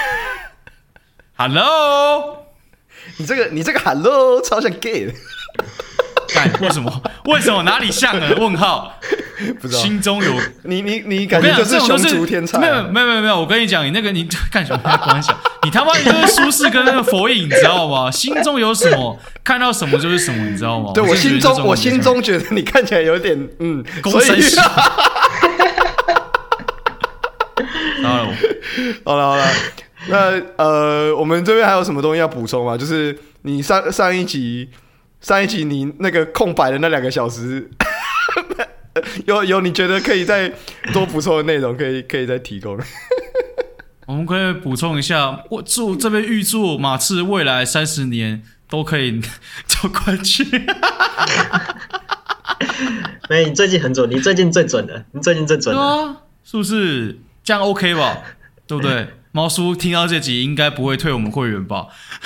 ，Hello， 你这个你这个 Hello 超像 gay 的， 干为什么？为什么哪里像呢？问号， 不知道心中有你你你感觉就是熊族天才、啊？ 没有没有没有没有，我跟你讲，你那个你干什么在关想？你他妈你就是苏轼跟那个佛印，你知道吗？心中有什么，看到什么就是什么，你知道吗？ 对我心中我心中觉得你看起来有点嗯，所以。好了好了，那呃，我们这边还有什么东西要补充吗？就是你上上一集上一集你那个空白的那两个小时，有有你觉得可以再多补充的内容，可以可以再提供。 我们可以补充一下，我祝这边预祝马刺未来三十年都可以走冠军。 没，你最近很准，你最近最准了，你最近最准了， 啊、是不是？这样 OK 吧？对不对？猫叔听到这集应该不会退我们会员吧？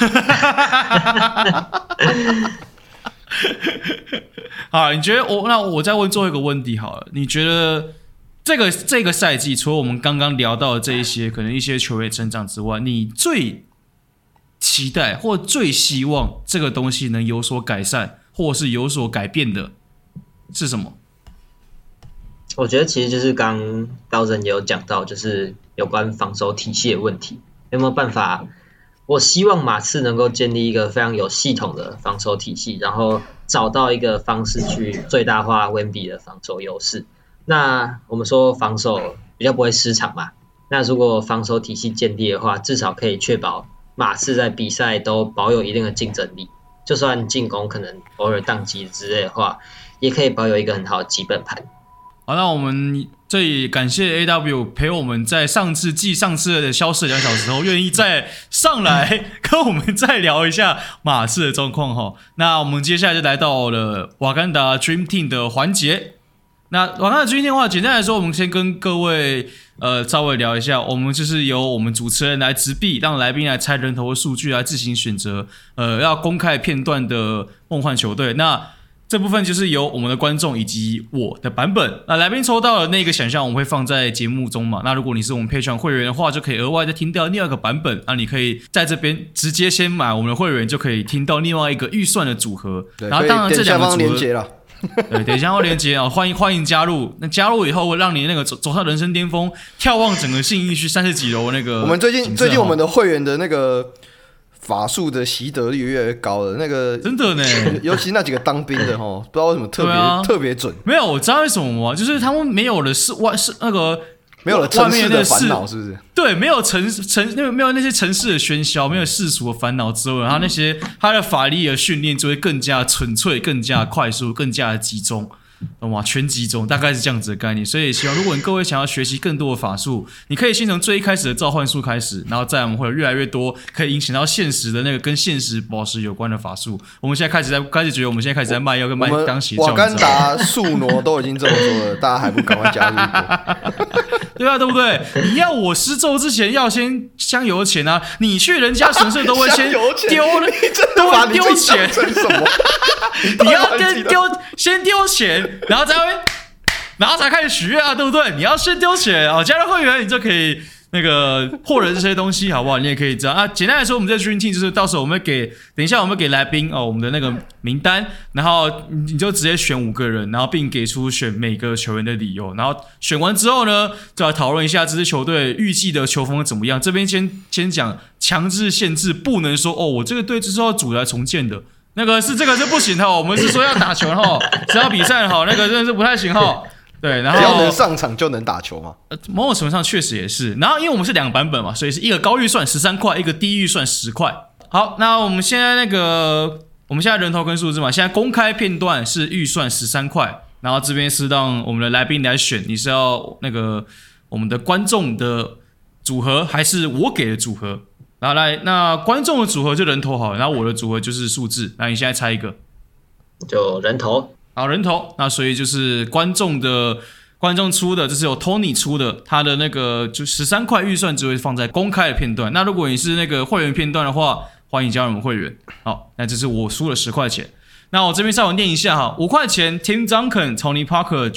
好，你觉得我那我再问最后一个问题好了，你觉得这个这个赛季，除了我们刚刚聊到的这一些可能一些球员成长之外，你最期待或最希望这个东西能有所改善，或是有所改变的是什么？ 我觉得其实就是刚高人也有讲到，就是有关防守体系的问题，有没有办法？我希望马刺能够建立一个非常有系统的防守体系，然后找到一个方式去最大化温比的防守优势。那我们说防守比较不会失常嘛，那如果防守体系建立的话，至少可以确保马刺在比赛都保有一定的竞争力，就算进攻可能偶尔宕机之类的话，也可以保有一个很好的基本盘。 好，那我们这里感谢 A W 陪我们在上次继上次的消失两小时后，愿意再上来跟我们再聊一下马刺的状况哈。那我们接下来就来到了瓦干达 Dream Team 的环节。那瓦干达 Dream Team 的话，简单来说，我们先跟各位呃稍微聊一下，我们就是由我们主持人来执币，让来宾来猜人头的数据，来自行选择呃要公开片段的梦幻球队。那这部分就是由我们的观众以及我的版本，那来宾抽到的那个想象我们会放在节目中嘛。那如果你是我们 Patreon 会员的话，就可以额外再听到另外一个版本。那你可以在这边直接先买我们的会员，就可以听到另外一个预算的组合。然后当然这两个组合，对，等下方连结啊，欢迎欢迎加入。那加入以后，会让你那个走走上人生巅峰，眺望整个信义区三十几楼那个。 我们最近最近我们的会员的那个法术的习得率越来越高了，那个真的呢， 尤其那几个当兵的齁，不知道为什么特别、啊、特别准。 没有，我知道为什么吗？就是他们没有了是外是那个没有了城市的烦恼，是不是？ 对，没有城城那个没有那些城市的喧嚣，没有世俗的烦恼之后，然后那些他的法力的训练就会更加纯粹、更加快速、更加的集中。懂吗？全集中，大概是这样子的概念。所以希望，如果你各位想要学习更多的法术，你可以先从最一开始的召唤术开始，然后再我们会有越来越多可以影响到现实的那个跟现实宝石有关的法术。我们现在开始在开始觉得，我们现在开始在卖药跟卖当邪教。 瓦干达树挪都已经这么说了，大家还不赶快加入一波？ 对啊，对不对？你要我施咒之前要先香油钱啊！你去人家神社都会先丢， 都会丢钱， 什么？ 你要先丢，先丢钱，然后才会，然后才开始许愿啊，对不对？你要先丢钱啊，加入会员你就可以那个获得这些东西，好不好？你也可以这样啊。简单来说，我们这 Dream Team 就是到时候我们会给，等一下我们会给来宾哦，我们的那个名单，然后你就直接选五个人，然后并给出选每个球员的理由，然后选完之后呢，就来讨论一下这支球队预计的球风怎么样。这边先先讲强制限制，不能说哦，我这个队就是要组来重建的。那个是这个是不行的，我们是说要打球哈，只要比赛哈，那个真的是不太行哈。对，然后只要能上场就能打球嘛。 呃，某种程度上确实也是。然后因为我们是两个版本嘛，所以是一个高预算十三块，一个低预算十块。好，那我们现在那个我们现在人头跟数字嘛，现在公开片段是预算十三块，然后这边是让我们的来宾来选，你是要那个我们的观众的组合，还是我给的组合？然后来，那观众的组合就人头好了，然后我的组合就是数字。那你现在猜一个， 就人头。 好，人头。那所以就是观众的观众出的，这是由 Tony 出的，他的那个就十三块预算只会放在公开的片段。那如果你是那个会员片段的话，欢迎加入我们会员。好，那这是我输了十块钱。那我这边稍微念一下哈，五块钱 Tim Duncan、Tony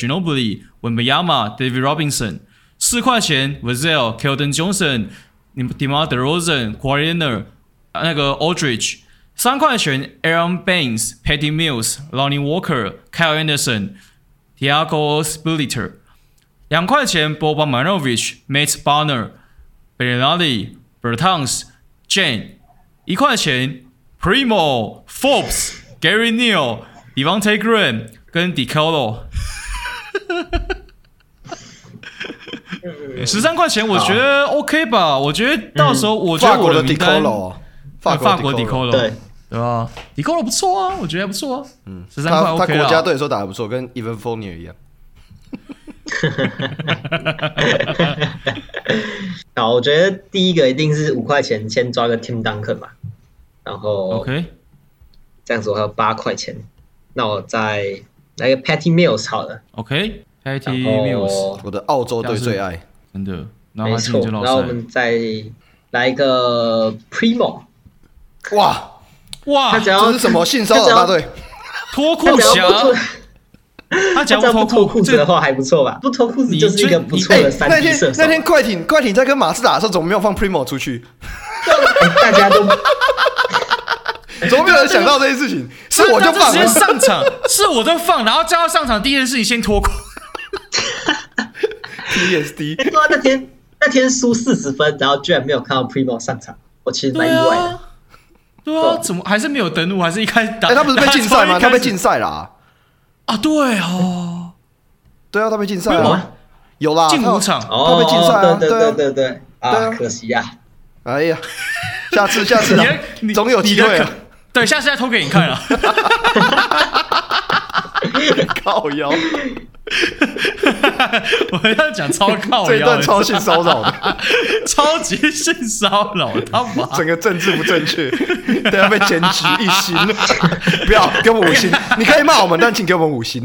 Parker、Ginobili、Wembanyama、David Robinson， 四块钱 Vassell、Keldon Johnson。DeMar DeRozan、Quariner， 那个 Aldridge， 三块钱 Aaron Baines、Patty Mills、Lonnie Walker、Kyle Anderson， Thiago Splitter， 两块钱 Boban Marjanovic、Matt Barner、Bellinelli、Bertans、Jane， 一块钱 Primo、Forbes、Gary Neal、Devontae Graham 跟 DiColo。十三块钱，我觉得 OK 吧？我觉得到时候，我觉得我的名单，法国 DiColo， 对对吧 ？DiColo 不错啊，我觉得还不错啊。嗯，十三块 OK 他国家队的时候打得不错，跟 Evan Fournier 一样。 好，我觉得第一个一定是五块钱先抓个 Tim Duncan 吧，然后 OK， 这样子我还有八块钱，那我再来个 Patty Mills 好了 ，OK，Patty Mills， 我的澳洲队最爱， 真的， 没错，然后我们再来一个 Primo， 哇哇， 他只要这是什么性骚扰大队？ 脱裤侠。他只要不脱裤子的话还不错吧？不脱裤子就是一个不错的三 D 射手。 那天快艇快艇在跟马刺打的时候，怎么没有放 Primo 出去？ 大家都怎么没有人想到这件事情？是我就放， 直接上场，是我就放，然后叫他上场，第一件事情先脱裤。 P S D， 对啊，那天那天输四十分，然后居然没有看到 Primo 上场，我其实蛮意外的。 对啊，怎么还是没有登录？还是一开始打？ 哎，他不是被禁赛吗？他被禁赛啦。 啊，对哦， 对啊，他被禁赛了，有啦， 禁五场， 他被禁赛啊， 对对对对，啊，可惜呀， 哎呀，下次下次总有机会啊， 对，下次再偷给你看啊， 靠腰， 我要讲超靠腰， 这一段超性骚扰的， 超级性骚扰，他妈， 整个政治不正确，等下被检举一星，不要给我们五星，你可以骂我们，但请给我们五星。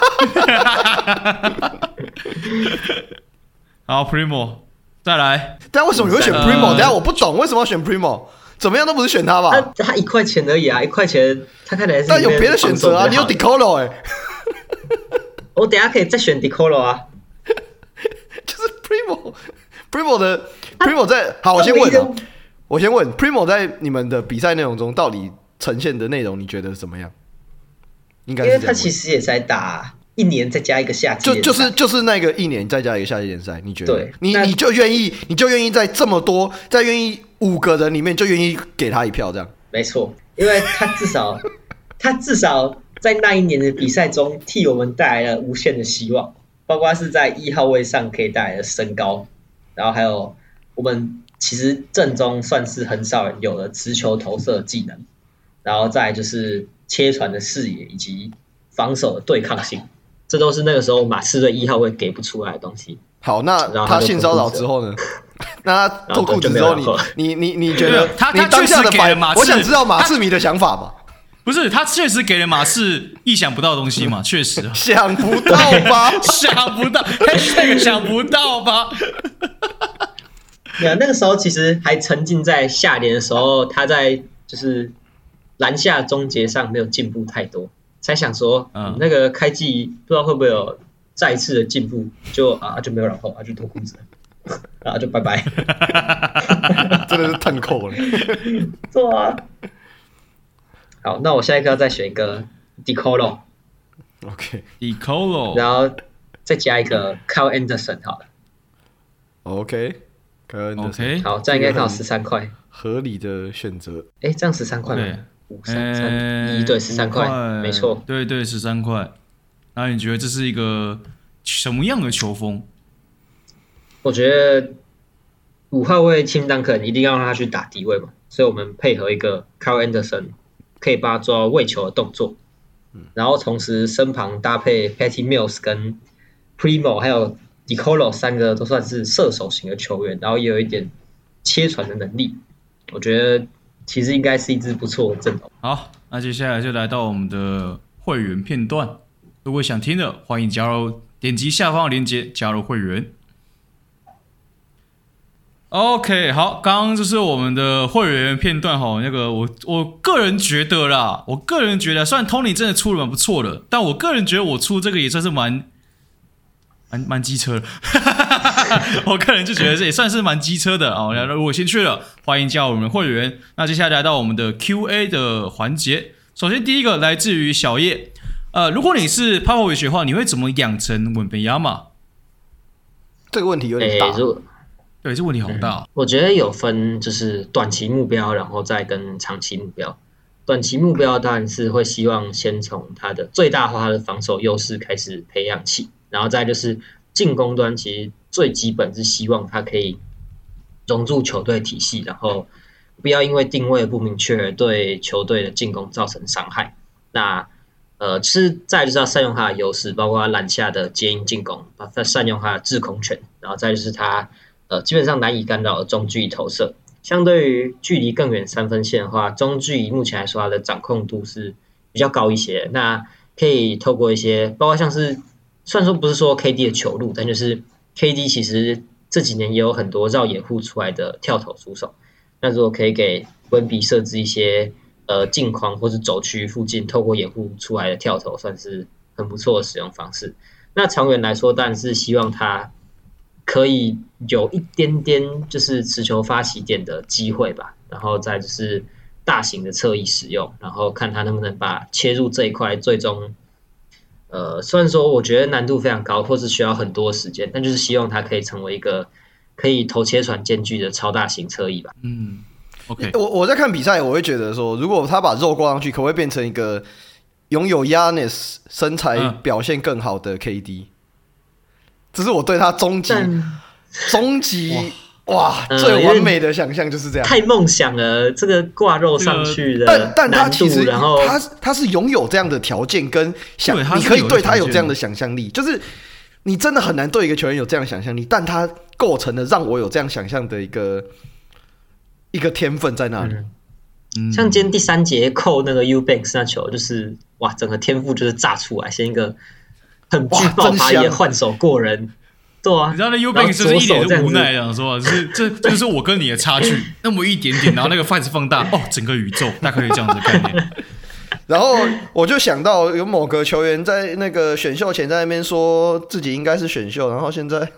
好 ，Primo， 再来， 但为什么你会选 Primo？、呃、等下我不懂为什么要选 Primo， 怎么样都不是选他吧？ 他他一块钱而已啊，一块钱，他看起来是。 但有别的选择啊，你有 DiColo 哎、欸。 我等一下可以再选 DiColo 啊， 就是 Primo Primo 的 Primo 在好，我先问啊，我先问 Primo 在你们的比赛内容中到底呈现的内容，你觉得怎么样？应该是因为他其实也在打一年再加一个夏季就就是就是那个一年再加一个夏季联赛，你觉得？ 对， 你你就愿意，你就愿意在这么多，在愿意五个人里面就愿意给他一票，这样？ 没错，因为他至少他至少。在那一年的比赛中，替我们带来了无限的希望，包括是在一号位上可以带来的身高，然后还有我们其实阵中算是很少人有的持球投射技能，然后再来就是切传的视野以及防守的对抗性，这都是那个时候马刺队一号位给不出来的东西。 好，那他性骚扰之后呢？那他脱裤子之后你，你你你觉得你当下的反应？我想知道马刺迷的想法嘛。 不是，他确实给了马刺意想不到的东西嘛？确实， 想不到吧？ 想不到，那个想不到吧？ 对啊，那个时候其实还沉浸在下联的时候，他在就是篮下终结上没有进步太多，才想说，嗯，那个开季不知道会不会有再一次的进步，就啊就没有然后啊就脱裤子，然后就拜拜， 真的是太扣了， 对啊。好，那我下一个要再选一个 DiColo，OK，DiColo，、 okay. 然后再加一个 Kyle Anderson 好了 ，OK，Kyle Anderson， 好，这样应该刚好十三块， 合理的选择。 哎，这样十三块吗？五三三一，对，十三块，没错， 对对，十三块。那你觉得这是一个什么样的球风？ 我觉得五号位 Tim Duncan 一定要让他去打低位嘛，所以我们配合一个 Kyle Anderson。可以帮他做到喂球的动作，然后同时身旁搭配 Patty Mills 跟 Primo 还有 DiColo 三个都算是射手型的球员，然后也有一点切传的能力，我觉得其实应该是一支不错的阵容。 好，那接下来就来到我们的会员片段，如果想听的，欢迎加入，点击下方的链接加入会员。OK， 好，刚刚就是我们的会员片段哈。那个我我个人觉得啦，我个人觉得，虽然 Tony 真的出了蛮不错的，但我个人觉得我出这个也算是蛮蛮蛮机车的。我个人就觉得这也算是蛮机车的啊。如果兴趣了，欢迎加入我们的会员。那接下来来到我们的 Q A 的环节，首先第一个来自于小叶， 呃，如果你是 Popovich 的话，你会怎么养成文本亚马？ 这个问题有点大。欸、 对，这问题好大、哦嗯。我觉得有分就是短期目标，然后再跟长期目标。短期目标当然是会希望先从他的最大化他的防守优势开始培养起，然后再就是进攻端，其实最基本是希望他可以融入球队体系，然后不要因为定位不明确而对球队的进攻造成伤害。那呃，是再就是要善用他的优势，包括他篮下的接应进攻，善用他的制空权，然后再就是他呃基本上难以干扰的中距离投射。相对于距离更远三分线的话，中距离目前来说它的掌控度是比较高一些。那可以透过一些，包括像是虽然说不是说 K D 的球路，但就是 K D 其实这几年也有很多绕掩护出来的跳投出手。那如果可以给温比设置一些呃镜框或是轴区附近透过掩护出来的跳投，算是很不错的使用方式。那长远来说，当然是希望它可以有一点点就是持球发起点的机会吧，然后再就是大型的侧翼使用，然后看他能不能把切入这一块最终，呃，虽然说我觉得难度非常高，或是需要很多时间，但就是希望他可以成为一个可以投切传兼具的超大型侧翼吧。 嗯 ，OK， 我我在看比赛，我会觉得说，如果他把肉挂上去，可不可以变成一个拥有 Giannis 身材表现更好的 K D？、嗯这是我对他终极终极哇、呃、最完美的想象就是这样， 太梦想了。这个挂肉上去的但但他其实然后他他是拥有这样的条件跟想，你可以对他有这样的想象力，就是你真的很难对一个球员有这样的想象力，但他构成了让我有这样想象的一个一个天分在那里。 嗯、像今天第三节扣那个 Eubanks 那球，就是哇，整个天赋就是炸出来，先一个。很巨爆发也换手过人，对啊， 你知道那 Eubanks 就是一脸的无奈，讲说，是这这就是我跟你的差距，那么一点点，然后那个 fans 放大，哦，整个宇宙大概可以这样子的概念。 然后我就想到有某个球员在那个选秀前在那边说自己应该是选秀，然后现在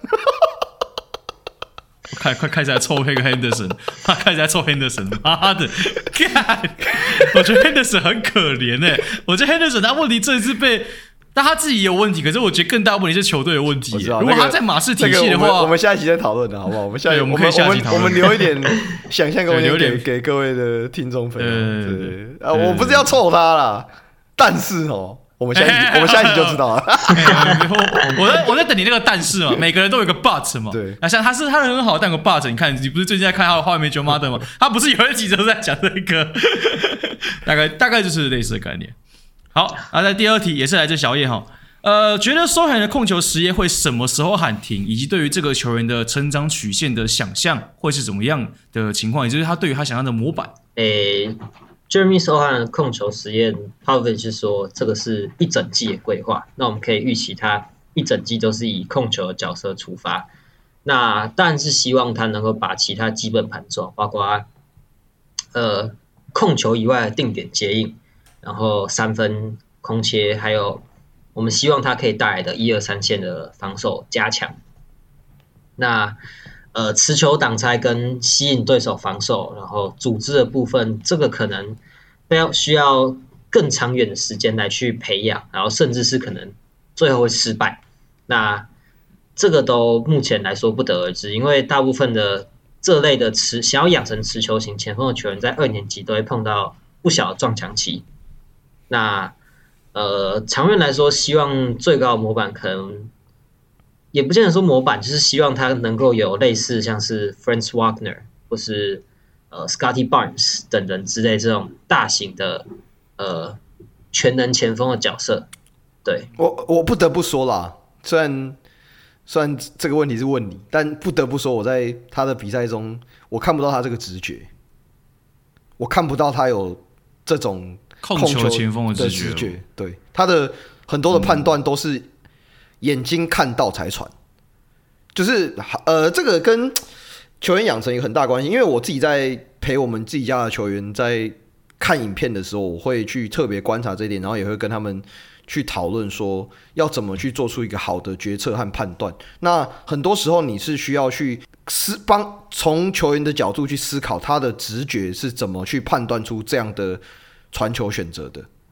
快快开始来凑那个 Henderson， 他开始来凑 Henderson， 妈的，干！我觉得 Henderson 很可怜哎、欸，我觉得 Henderson 他问题真的是被。但他自己也有问题，可是我觉得更大问题是球队的问题。如果他在马刺体系的话， 那個、我, 我们下一集再讨论的好不好？我们下一集我们可以下一集讨论， 我们留一点想象空间给给各位的听众朋友。对对对啊，我不是要臭他啦，但是哦，我们下一集我们下一集就知道了。 我在我在等你那个但是嘛，每个人都有一个 but 嘛。 对， 那像他是他人很好，但有个 but， 你看你不是最近在看他的《How I Met Your Mother》吗？他不是有一集都在讲这个，大概大概就是类似的概念。好，那在第二题也是来自小叶哈。呃，觉得收海的控球实业会什么时候喊停，以及对于这个球员的成长曲线的想象会是怎么样的情况，也就是他对于他想象的模板。 诶 ，Jeremy Sohan 的控球实验 ，Popovich 是说这个是一整季的规划，那我们可以预期他一整季都是以控球的角色出发。那当然是希望他能够把其他基本盘做，包括呃控球以外的定点接应，然后三分空切，还有。我们希望他可以带来的一二三线的防守加强。那呃，持球挡拆跟吸引对手防守，然后组织的部分，这个可能需要更长远的时间来去培养，然后甚至是可能最后会失败。那这个都目前来说不得而知，因为大部分的这类的持想要养成持球型前锋的球员，在二年级都会碰到不小的撞墙期。那呃，长远来说，希望最高的模板可能也不见得说模板，就是希望他能够有类似像是 Franz Wagner 或是呃 Scotty Barnes 等人之类这种大型的呃全能前锋的角色。对， 我我不得不说啦，虽然虽然这个问题是问你，但不得不说，我在他的比赛中，我看不到他这个直觉，我看不到他有这种。 控球前锋的直觉， 直觉对他的很多的判断都是眼睛看到才传，就是呃，这个跟球员养成有很大关系。因为我自己在陪我们自己家的球员在看影片的时候，我会去特别观察这一点，然后也会跟他们去讨论说要怎么去做出一个好的决策和判断。那很多时候你是需要去思帮从球员的角度去思考他的直觉是怎么去判断出这样的。传球选择的，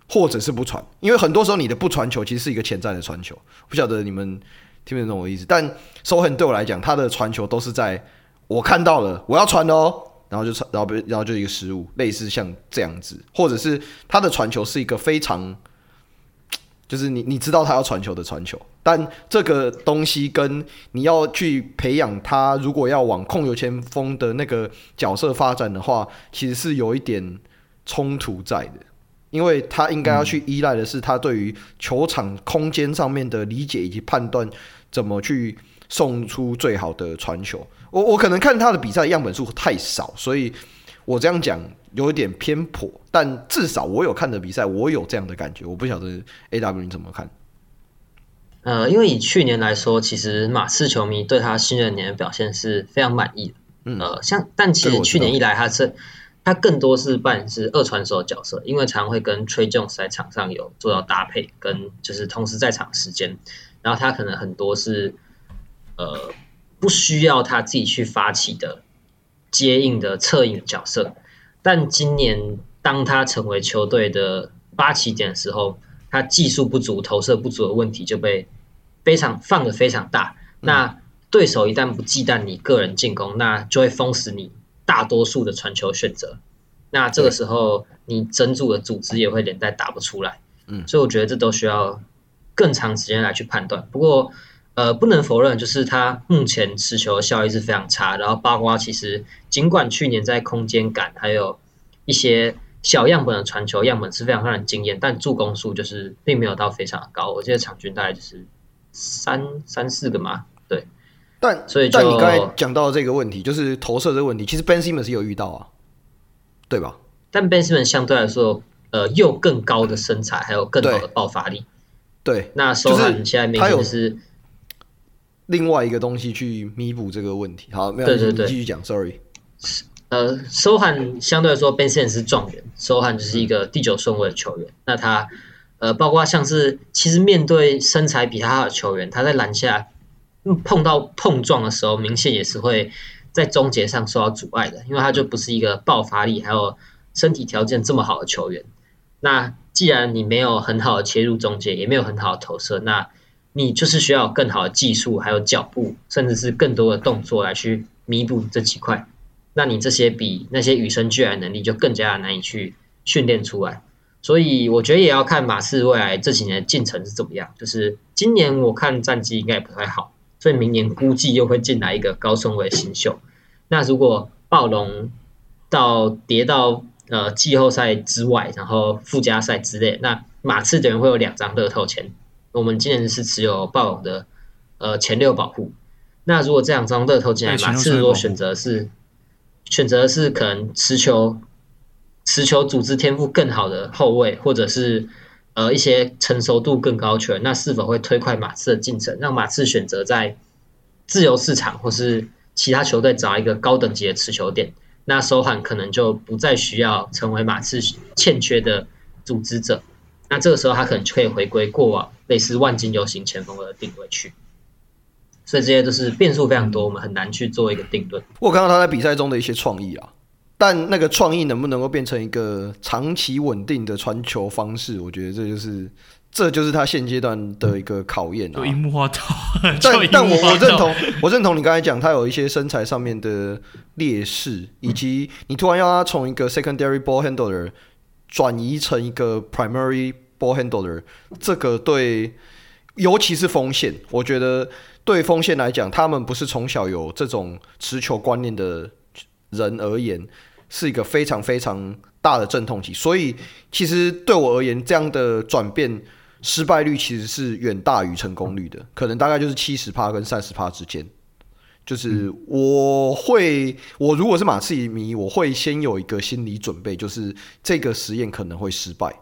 或者是不传，因为很多时候你的不传球其实是一个潜在的传球。不晓得你们听不懂我的意思，但 Sohan 对我来讲，他的传球都是在我看到了，我要传的哦，然后就传，然后然后就一个失误，类似像这样子，或者是他的传球是一个非常，就是你你知道他要传球的传球，但这个东西跟你要去培养他，如果要往控球前锋的那个角色发展的话，其实是有一点冲突在的。因为他应该要去依赖的是他对于球场空间上面的理解以及判断，怎么去送出最好的传球。我我可能看他的比赛样本数太少，所以我这样讲有一点偏颇，但至少我有看的比赛，我有这样的感觉。我不晓得 A W 你怎么看？ 呃，因为以去年来说，其实马刺球迷对他新人年的表现是非常满意的。嗯，呃，像但其实去年一来他是。他更多是扮演是二传手的角色，因为常会跟 Tre Jones 在场上有做到搭配，跟就是同时在场时间，然后他可能很多是呃不需要他自己去发起的接应的策应的角色，但今年当他成为球队的发起点的时候，他技术不足、投射不足的问题就被非常放得非常大。那对手一旦不忌惮你个人进攻，那就会封死你大多数的传球选择，那这个时候你整组的组织也会连带打不出来，嗯，所以我觉得这都需要更长时间来去判断。不过，呃，不能否认，就是他目前持球的效率是非常差，然后包括其实尽管去年在空间感还有一些小样本的传球样本是非常让人惊艳，但助攻数就是并没有到非常的高，我记得场均大概就是三三四个嘛，对。 但所以但你刚才讲到这个问题，就是投射这个问题，其实 Ben Simmons 也有遇到啊，对吧？ 但 Ben Simmons 相对来说，呃，又更高的身材，还有更好的爆发力。 对， 那Sohan现在明显是另外一个东西去弥补这个问题。好，没有， 对对对， 你继续讲 ，Sorry。 呃 ，Sohan 相对来说 Ben Simmons 是状元 ，Sohan 就是一个第九顺位的球员。那他呃，包括像是其实面对身材比他好的球员，他在篮下。碰到碰撞的时候，明显也是会在终结上受到阻碍的，因为他就不是一个爆发力还有身体条件这么好的球员。那既然你没有很好的切入终结，也没有很好的投射，那你就是需要有更好的技术，还有脚步，甚至是更多的动作来去弥补这几块。那你这些比那些与生俱来的能力就更加的难以去训练出来。所以我觉得也要看马刺未来这几年的进程是怎么样。就是今年我看战绩应该也不太好。所以明年估计又会进来一个高顺位新秀。那如果暴龙到跌到呃季后赛之外，然后附加赛之类，那马刺等于会有两张乐透签。我们今年是持有暴龙的呃前六保护。那如果这两张乐透进来，马刺如果选择是选择是可能持球持球组织天赋更好的后卫，或者是呃，一些成熟度更高的球员，那是否会推快马刺的进程，让马刺选择在自由市场或是其他球队找一个高等级的持球点？那Sohan可能就不再需要成为马刺欠缺的组织者，那这个时候他可能就可以回归过往类似万金油型前锋的定位去。所以这些都是变数非常多，我们很难去做一个定论。 我看到他在比赛中的一些创意啊。但那个创意能不能够变成一个长期稳定的传球方式，我觉得这就是这就是他现阶段的一个考验啊。 就樱木花道， 但但我我认同，我认同你刚才讲，他有一些身材上面的劣势，以及你突然要他从一个 secondary ball handler 转移成一个 primary ball handler， 这个对，尤其是锋线，我觉得对锋线来讲，他们不是从小有这种持球观念的人而言。是一个非常非常大的阵痛期，所以其实对我而言，这样的转变失败率其实是远大于成功率的，可能大概就是 百分之七十 跟 百分之三十 之间。就是我会，我如果是马刺迷，我会先有一个心理准备，就是这个实验可能会失败。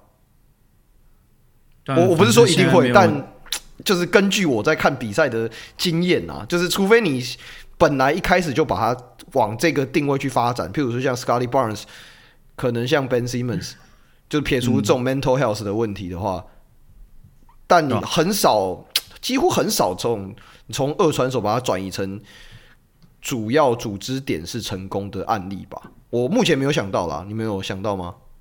我我不是说一定会，但就是根据我在看比赛的经验啊，就是除非你本来一开始就把它往这个定位去发展，譬如说像 Scottie Barnes， 可能像 Ben Simmons， 就撇除这种 mental health 的问题的话，嗯、但你很少，几乎很少从从二传手把它转移成主要组织点是成功的案例吧？我目前没有想到啦，你们有想到吗？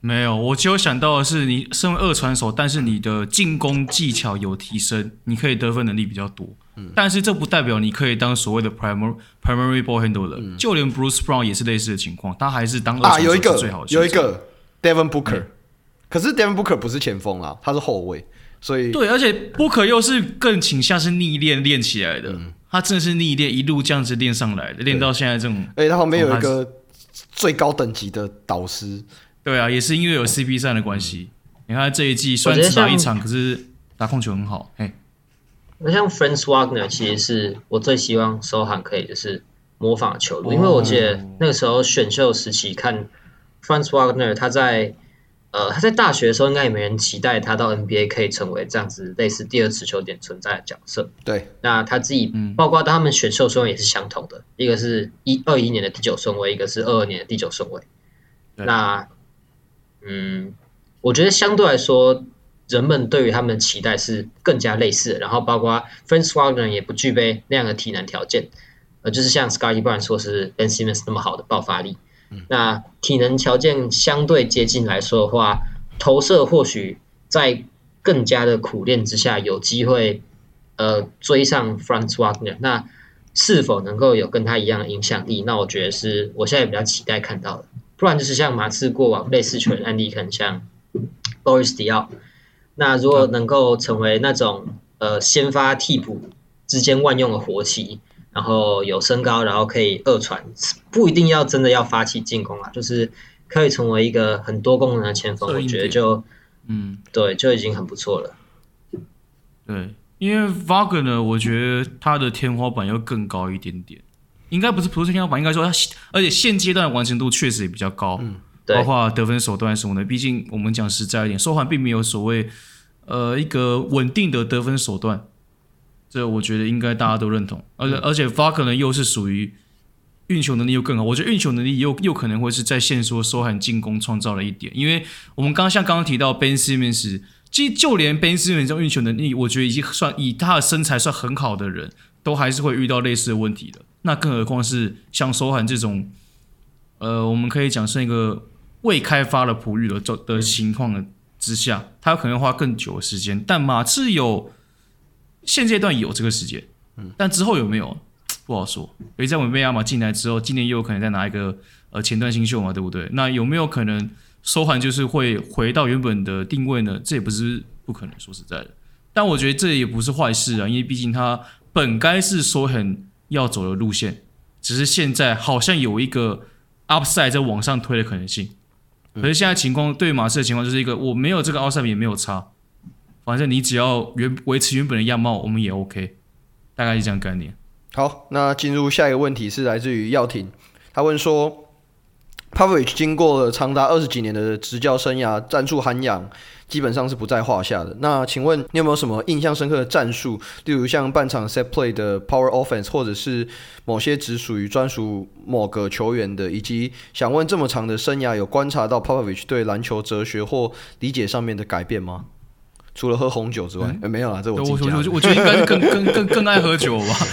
没有，我只有想到的是，你身为二传手，但是你的进攻技巧有提升，你可以得分能力比较多。嗯，但是这不代表你可以当所谓的 primary primary ball handler、嗯。就连 Bruce Brown 也是类似的情况，他还是当二传手是最好的、啊。 有一个，有一个 Devin Booker，、嗯、可是 Devin Booker 不是前锋啦，他是后卫，所以对，而且 Booker 又是更倾向是逆练练起来的、嗯，他真的是逆练，一路这样子练上来的，练到现在这种。 而且他旁边有一个最高等级的导师。 对啊，也是因为有 C P 三的关系。你看这一季虽然只打一场，可是打控球很好。嘿， 那像 Franz Wagner 其实是我最希望收喊可以就是模仿的球路，因为我记得那个时候选秀时期看 Franz Wagner， 他在呃他在大学的时候应该也没人期待他到 N B A 可以成为这样子类似第二持球点存在的角色。 对， 那他自己包括他们选秀顺位也是相同的，一个是一二一年的第九顺位，一个是二二年的第九顺位。那嗯，我觉得相对来说，人们对于他们的期待是更加类似的。然后包括 Franz Wagner 也不具备那样的体能条件，呃，就是像 Scottie Barnes 说是 Ben Simmons 那么好的爆发力。嗯、那体能条件相对接近来说的话，投射或许在更加的苦练之下，有机会呃追上 Franz Wagner。那是否能够有跟他一样的影响力？那我觉得是我现在比较期待看到的。不然就是像马刺过往类似球员案例，可能像 Boris Diaw， 那如果能够成为那种呃先发替补之间万用的活棋，然后有身高，然后可以二传，不一定要真的要发起进攻啊，就是可以成为一个很多功能的前锋，我觉得就嗯对就已经很不错了。 对，因为 Wagner 我觉得他的天花板要更高一点点。应该不是不是天花板，应该说他，而且现阶段的完成度确实也比较高，嗯，包括得分手段什么的。毕竟我们讲实在一点，收环并没有所谓呃一个稳定的得分手段，这我觉得应该大家都认同。而且、嗯、而且 Wagner 呢又是属于运球能力又更好，我觉得运球能力又又可能会是在线说收环进攻创造了一点，因为我们刚像刚刚提到 Ben Simmons， 其实就连 Ben Simmons 这种运球能力，我觉得已经算以他的身材算很好的人，都还是会遇到类似的问题的。那更何况是像收涵这种，呃，我们可以讲是一个未开发的璞玉的的情况之下，他有可能花更久的时间。但马刺有现阶段有这个时间，但之后有没有不好说。因为在文贝亚马进来之后，今年又有可能再拿一个呃前段新秀嘛，对不对？那有没有可能收涵就是会回到原本的定位呢？这也不是不可能，说实在的。但我觉得这也不是坏事啊，因为毕竟他本该是收涵要走的路线，只是现在好像有一个 upside 在往上推的可能性。可是现在情况对马刺的情况就是一个我没有这个 upside 也没有差，反正你只要原维持原本的样貌，我们也 OK， 大概是这样概念。 好，那进入下一个问题是来自于耀廷，他问说 Popovich 经过了长达二十几年的执教生涯，战术涵养基本上是不在话下的。那请问你有没有什么印象深刻的战术，例如像半场 set play 的 power offense， 或者是某些只属于专属某个球员的，以及想问这么长的生涯有观察到 Popovich 对篮球哲学或理解上面的改变吗？除了喝红酒之外，嗯欸、没有啦，这我自己讲的。 我我觉得应该是更更更更爱喝酒吧。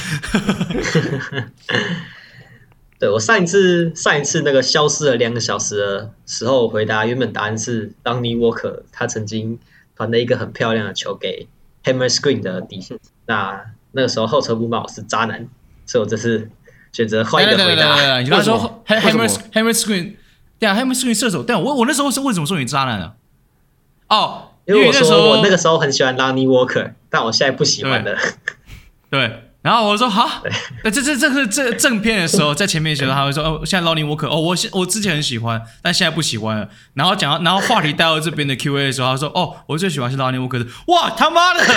对，我上一次上一次那个消失了两个小时的时候，我回答原本答案是 Lonnie Walker， 他曾经传了一个很漂亮的球给 Hammer Screen 的底线。那那个时候后车不骂我是渣男，所以我这次选择换一个回答。 你刚才说 Hammer Hammer Screen， 对啊 ，Hammer Screen 射手，对啊，我我那时候是为什么说你渣男啊？哦， 因为我说我那个时候很喜欢 Lonnie Walker， 但我现在不喜欢了。 对。对然后我说好，这这这是这正片的时候，在前面的时候他会说哦，现在 Lonnie Walker 哦，我我之前很喜欢，但现在不喜欢了。然后讲，然后话题带到这边的 Q A 的时候，他说哦，我最喜欢是 Lonnie Walker 的，哇他妈的，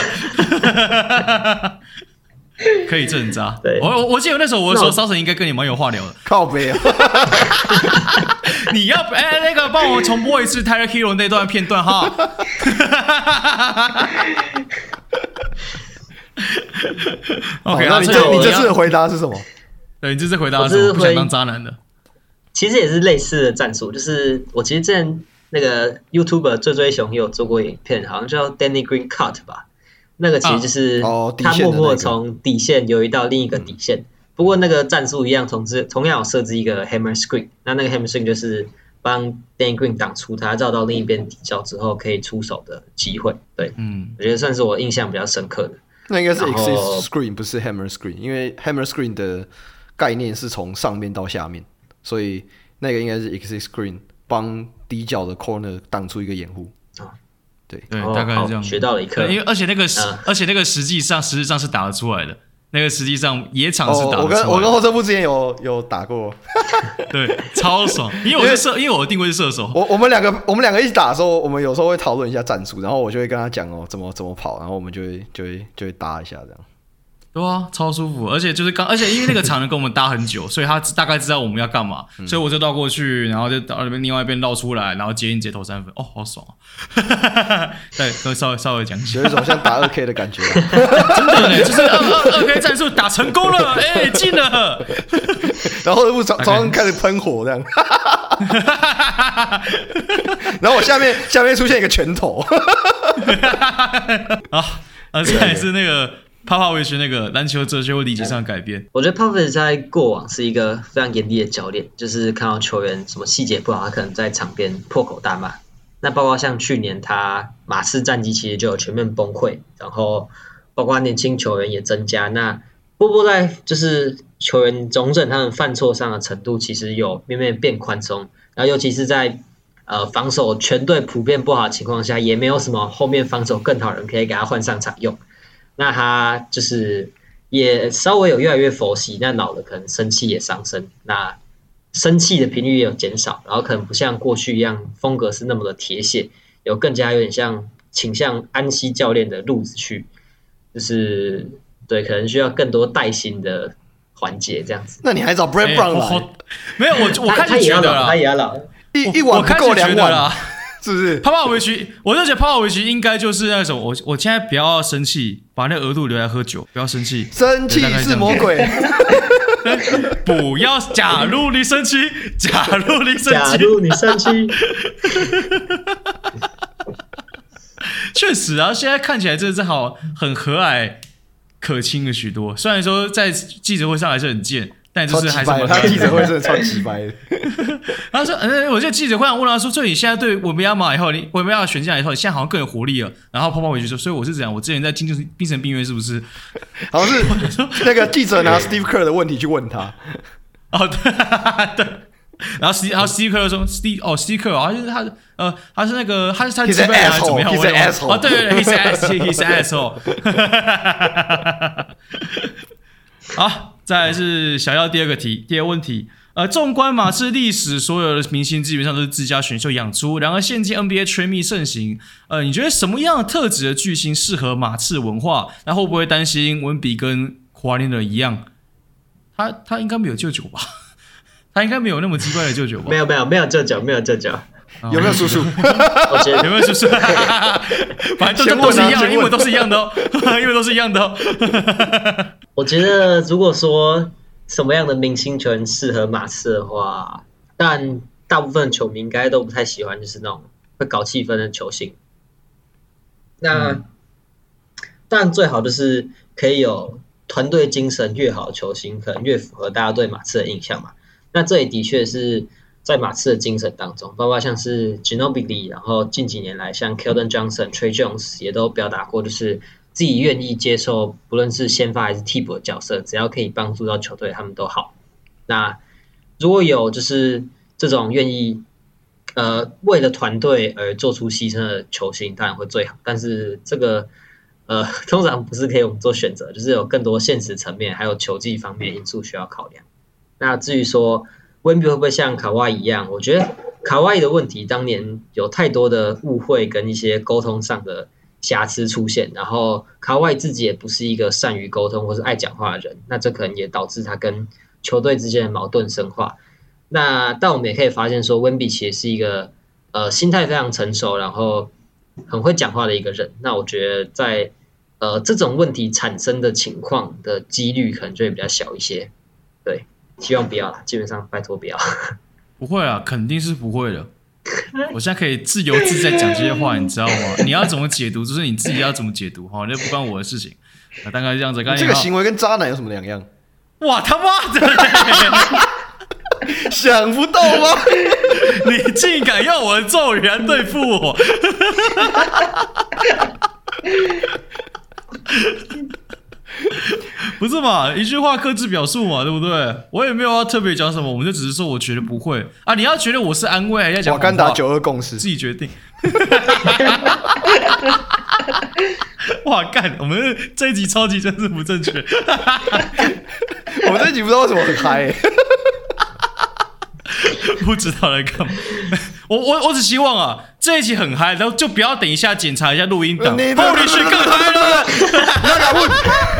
可以这很渣。我我我记得那时候我说烧神应该跟你蛮有话聊的， 靠北啊。 你要哎、欸、那个帮我重播一次 Tyler Hero 那段片段哈。OK， 那你这你这次的回答是什么？ 对，你这次回答是什么？不想当渣男的。 其实也是类似的战术，就是我其实之前那个 YouTuber 追追熊也有做过影片，好像叫 Danny Green Cut 吧。那个其实就是他默默从底线游移到另一个底线。不过那个战术一样，同同样有设置一个 Hammer Screen， 那那个 Hammer Screen 就是帮 Danny Green 挡出他绕到另一边底角之后可以出手的机会。对，嗯，我觉得算是我印象比较深刻的。 那应该是 exit screen 不是 hammer screen， 因为 hammer screen 的概念是从上面到下面，所以那个应该是 exit screen 帮底角的 corner 挡出一个掩护。对对，大概是这样。 学到了一课。 因为而且那个、嗯、而且那个实际上实际上是打得出来的。那个实际上野场是打得出来的、哦、我跟我跟后撤步之前有有打过， 对，超爽。因为我是射，因为我的定位是射手。 我我们两个我们两个一起打的时候，我们有时候会讨论一下战术，然后我就会跟他讲哦怎么怎么跑，然后我们就会就会就会搭一下这样。 对啊，超舒服，而且就是刚，而且因为那个场人跟我们搭很久，所以他大概知道我们要干嘛，嗯、所以我就绕过去，然后就到那边另外一边绕出来，然后接应直接投三分，哦，好爽啊！对，稍微稍微讲一下， 有一种像打二 K 的感觉、啊， 真的嘞，就是二 K 战术打成功了，哎、欸，进了， 然后从从上开始喷火这样，然后我下面下面出现一个拳头， 啊，啊，再来是那个。Popovich 那个篮球哲学或理解上的改变， 我觉得 Popovich 在过往是一个非常严厉的教练，就是看到球员什么细节不好，他可能在场边破口大骂。那包括像去年他马刺战绩其实就有全面崩溃，然后包括年轻球员也增加。那波波在就是球员容忍他们犯错上的程度，其实有慢慢变宽松，然后尤其是在呃防守全队普遍不好的情况下，也没有什么后面防守更好的人可以给他换上场用。那他就是也稍微有越来越佛系，那老了可能生气也上升，那生气的频率也有减少，然后可能不像过去一样风格是那么的铁血，有更加有点像倾向安西教练的路子去，就是对，可能需要更多带薪的环节这样子。 那你还找 Brett Brown 来、 欸？没有，我我开始觉得了， 他也要老， 一一碗不够两碗了。是不是？ 泡泡维奇，我就觉得泡泡维奇应该就是那种我我现在不要生气，把那额度留来喝酒，不要生气。 生气是魔鬼。 不要，假如你生气，假如你生气， 假如你生气。 确实啊，现在看起来真的是好很和蔼可亲了许多。虽然说在记者会上还是很贱。但就是还是他记者会真的超级白的。 他说：“嗯，我记得记者会上问他说，所以你现在对文贝亚马以后，你文贝亚选进来以后，你现在好像更有活力了。”然后泡泡回去说：“所以我是怎样？我之前在精神精神病院是不是？ 好像是那个记者拿 Steve Kerr 的问题去问他。 哦，对对。然后 Steve 然后 Steve Kerr 说 Steve 哦 Steve Kerr 好像是他呃他是那个他是他是西班牙还是怎么样？ 哦，对对对 ，he's an he's an asshole。好。”再来是小耀第二个题，第二个问题，呃，纵观马刺历史，所有的明星基本上都是自家选秀养出。然而，现今 N B A 吹密盛行，呃，你觉得什么样的特质的巨星适合马刺文化？那会不会担心文比跟华联的一样？他他应该没有舅舅吧？他应该没有那么奇怪的舅舅吧？ 没有没有没有舅舅，没有舅舅。 有没有叔叔？ 我觉得有没有叔叔？反正都是一样的，英文都是一样的哦，英文都是一样的哦。 我觉得，如果说什么样的明星球员适合马刺的话，但大部分球迷应该都不太喜欢，就是那种会搞气氛的球星。那、嗯、当然最好就是可以有团队精神越好的球星，可能越符合大家对马刺的印象嘛。那这也的确是在马刺的精神当中，包括像是 Ginobili， 然后近几年来像 Keldon Johnson、Trey Jones 也都表达过，就是自己愿意接受不论是先发还是替补的角色，只要可以帮助到球队，他们都好。那如果有就是这种愿意呃为了团队而做出牺牲的球星，当然会最好。但是这个呃通常不是可以我们做选择，就是有更多现实层面还有球技方面因素需要考量。那至于说温比会不会像卡哇伊一样，我觉得卡哇伊的问题当年有太多的误会跟一些沟通上的瑕疵出现，然后卡哇伊自己也不是一个善于沟通或是爱讲话的人，那这可能也导致他跟球队之间的矛盾深化。那但我们也可以发现说，温比其实是一个呃心态非常成熟，然后很会讲话的一个人。那我觉得在呃这种问题产生的情况的几率可能就会比较小一些。对，希望不要啦，基本上拜托不要。 不会啊，肯定是不会的。我现在可以自由自在讲这些话，你知道吗？你要怎么解读，就是你自己要怎么解读，哈，那不关我的事情。那大概这样子。 这个行为跟渣男有什么两样？ 哇他妈的！ 想不到吗？ 你竟敢用我的咒语来对付我！不是嘛？一句话克制表述嘛，对不对？我也没有要特别讲什么，我们就只是说我觉得不会啊。你要觉得我是安慰，还是讲瓦干达九二共识， 自己决定。哇干！我们这一集超级真是不正确。 我们这一集不知道为什么很嗨、欸。 不知道在干嘛。我我我只希望啊，这一集很嗨，然后就不要等一下检查一下录音档，后面去更嗨了。 那敢问？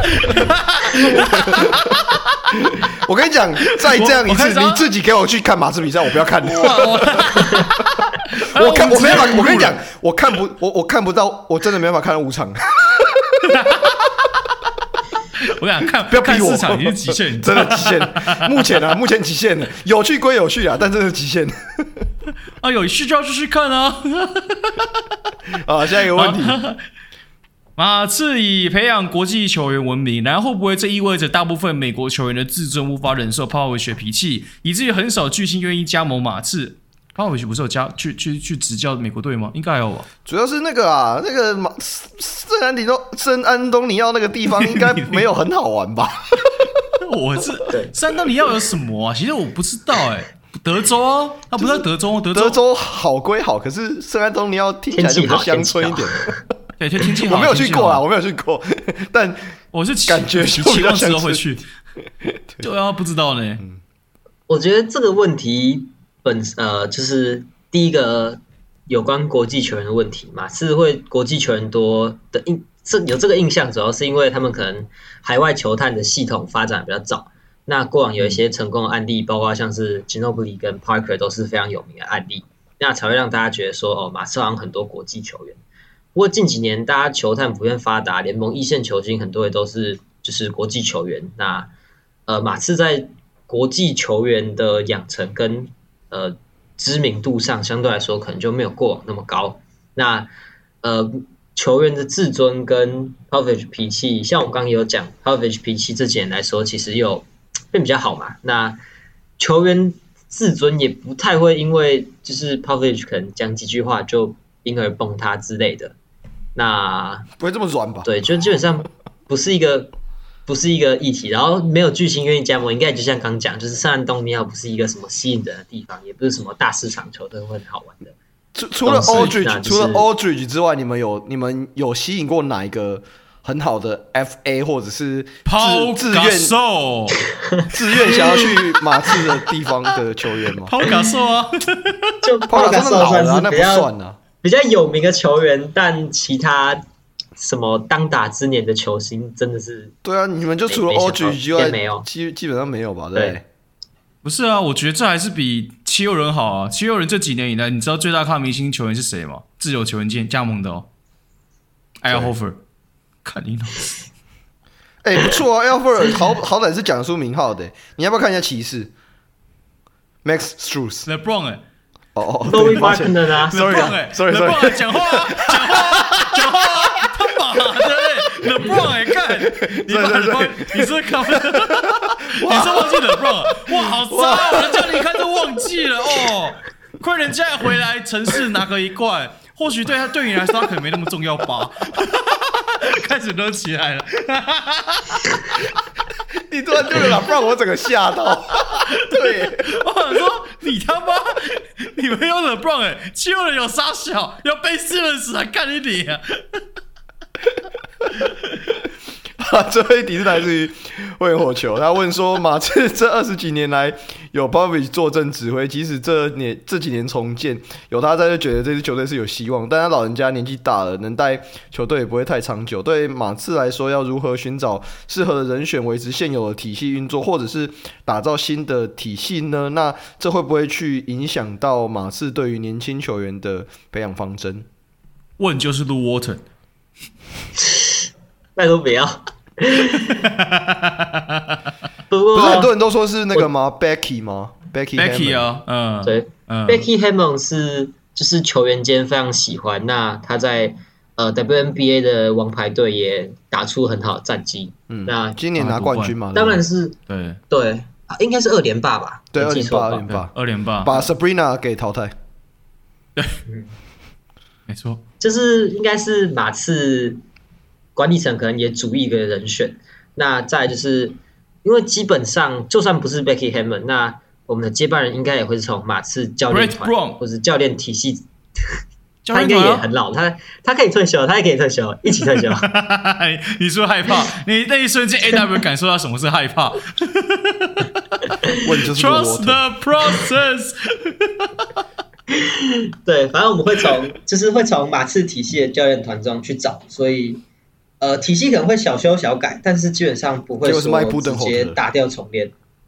我跟你讲，再这样一次，你自己给我去看马刺比赛，我不要看。我看我没办法，我跟你讲，我看不我我看不到，我真的没办法看到五场。 我想看， 不要逼我， 市场已经极限， 真的极限。目前啊，目前极限了，有趣归有趣啊，但真的极限。 啊，有趣就要继续看啊！ 啊，下一个问题， 马刺以培养国际球员闻名，然后会不会这意味着大部分美国球员的自尊无法忍受泡泡学脾气，以至于很少巨星愿意加盟马刺？泡泡不是有加去去去执教美国队吗？应该有吧。 主要是那个啊，那个马圣安迪诺圣安东尼奥那个地方应该没有很好玩吧？ 我是圣安东尼奥有什么啊？其实我不知道哎、欸。德州啊，他不是在德州，德州德州好归好，可是圣安东尼奥听起来就比较乡村一点。 对，天气好， 我没有去过啊，我没有去过，但我是感觉期望之后会去。对啊，不知道呢。 嗯、我觉得这个问题本呃，就是第一个有关国际球员的问题嘛，是会国际球员多的印，这有这个印象，主要是因为他们可能海外球探的系统发展比较早。那过往有一些成功的案例，包括像是 Ginobili 跟 Parker 都是非常有名的案例，那才会让大家觉得说，哦，马刺好像很多国际球员。不过近几年大家球探普遍发达，联盟一线球星很多也都是就是国际球员。那呃，马刺在国际球员的养成跟呃知名度上，相对来说可能就没有过往那么高。那呃，球员的自尊跟 Popovich 脾气，像我刚刚有讲 ，Popovich 脾气这几年来说，其实有变比较好嘛。那球员自尊也不太会因为就是 Popovich 可能讲几句话就因而崩塌之类的。那不会这么软吧？ 对，就基本上不是一个不是一个议题。然后没有巨星愿意加盟，应该就像刚讲，就是圣安东尼奥不是一个什么吸引人的地方，也不是什么大市场球队会很好玩的。 除除了 Aldridge， 除了 Aldridge 之外，你们有你们有吸引过哪一个很好的 F A 或者是自自愿自愿想要去马刺的地方的球员吗？ 抛卡索啊， 就抛卡索算是比较算啊， 比较有名的球员，但其他什么当打之年的球星真的是对啊，你们就除了 Aldridge 之外， 没有， 基基本上没有吧？对。 对不是啊，我觉得这还是比七六人好啊。七六人这几年以来，你知道最大咖明星球员是谁吗？自由球员加加盟的哦 ，Al Horford， 看你老师， 哎、欸，不错啊 ，Al Horford 好好歹是讲出名号的。你要不要看一下骑士 ？Max Strus，LeBron 哎、欸， 哦哦 ，Bobby Martin 啊 ，Sorry 哎 ，Sorry，Sorry， 讲话啊，讲话啊，讲话啊，他妈的嘞 ，LeBron 哎，看你把 LeBron， 你是看不？你是忘记了 LeBron？ 哇，好糟！人家你看就忘记了哦，亏人家回来城市拿个一冠，或许对他对你来说他可能没那么重要吧。开始热起来了， 你突然对了，不然我整个吓到。对， 我想说你他妈，你们有 LeBron 哎、欸，七六人有傻小，要被四人死还干你脸啊！ 最后一题是来自于会员火球，他问说：马刺这二十几年来有 Popovich 坐镇指挥，即使这年这几年重建，有他在就觉得这支球队是有希望，但他老人家年纪大了，能带球队也不会太长久。对马刺来说，要如何寻找适合的人选，维持现有的体系运作，或者是打造新的体系呢？那这会不会去影响到马刺对于年轻球员的培养方针？ 问就是 Lou Walton， 拜托不要。 不过不是很多人都说是那个吗 ？Becky 吗 ？Becky Becky 啊，嗯， 对，嗯 ，Becky Hammon 是就是球员间非常喜欢，那他在呃 W N B A 的王牌队也打出很好的战绩，嗯，那今年拿冠军嘛， 当然是对对， 应该是二连霸吧？ 对，二连霸， 二连霸， 二连霸， 把 Sabrina 给淘汰。 对，嗯，没错， 就是应该是马刺管理层可能也主意一个人选。那再来就是因为基本上就算不是 Becky Hammon， 那我们的接班人应该也会是从马刺教练团或是教练体系。他应该也很老，他他可以退休，他也可以退休，一起退休。 你说害怕？你那一瞬间 A W 感受到什么是害怕？ 问就是 Trust the process 。 对，反正我们会从就是会从马刺体系的教练团中去找，所以呃体系可能会小修小改，但是基本上不会说直接打掉重练。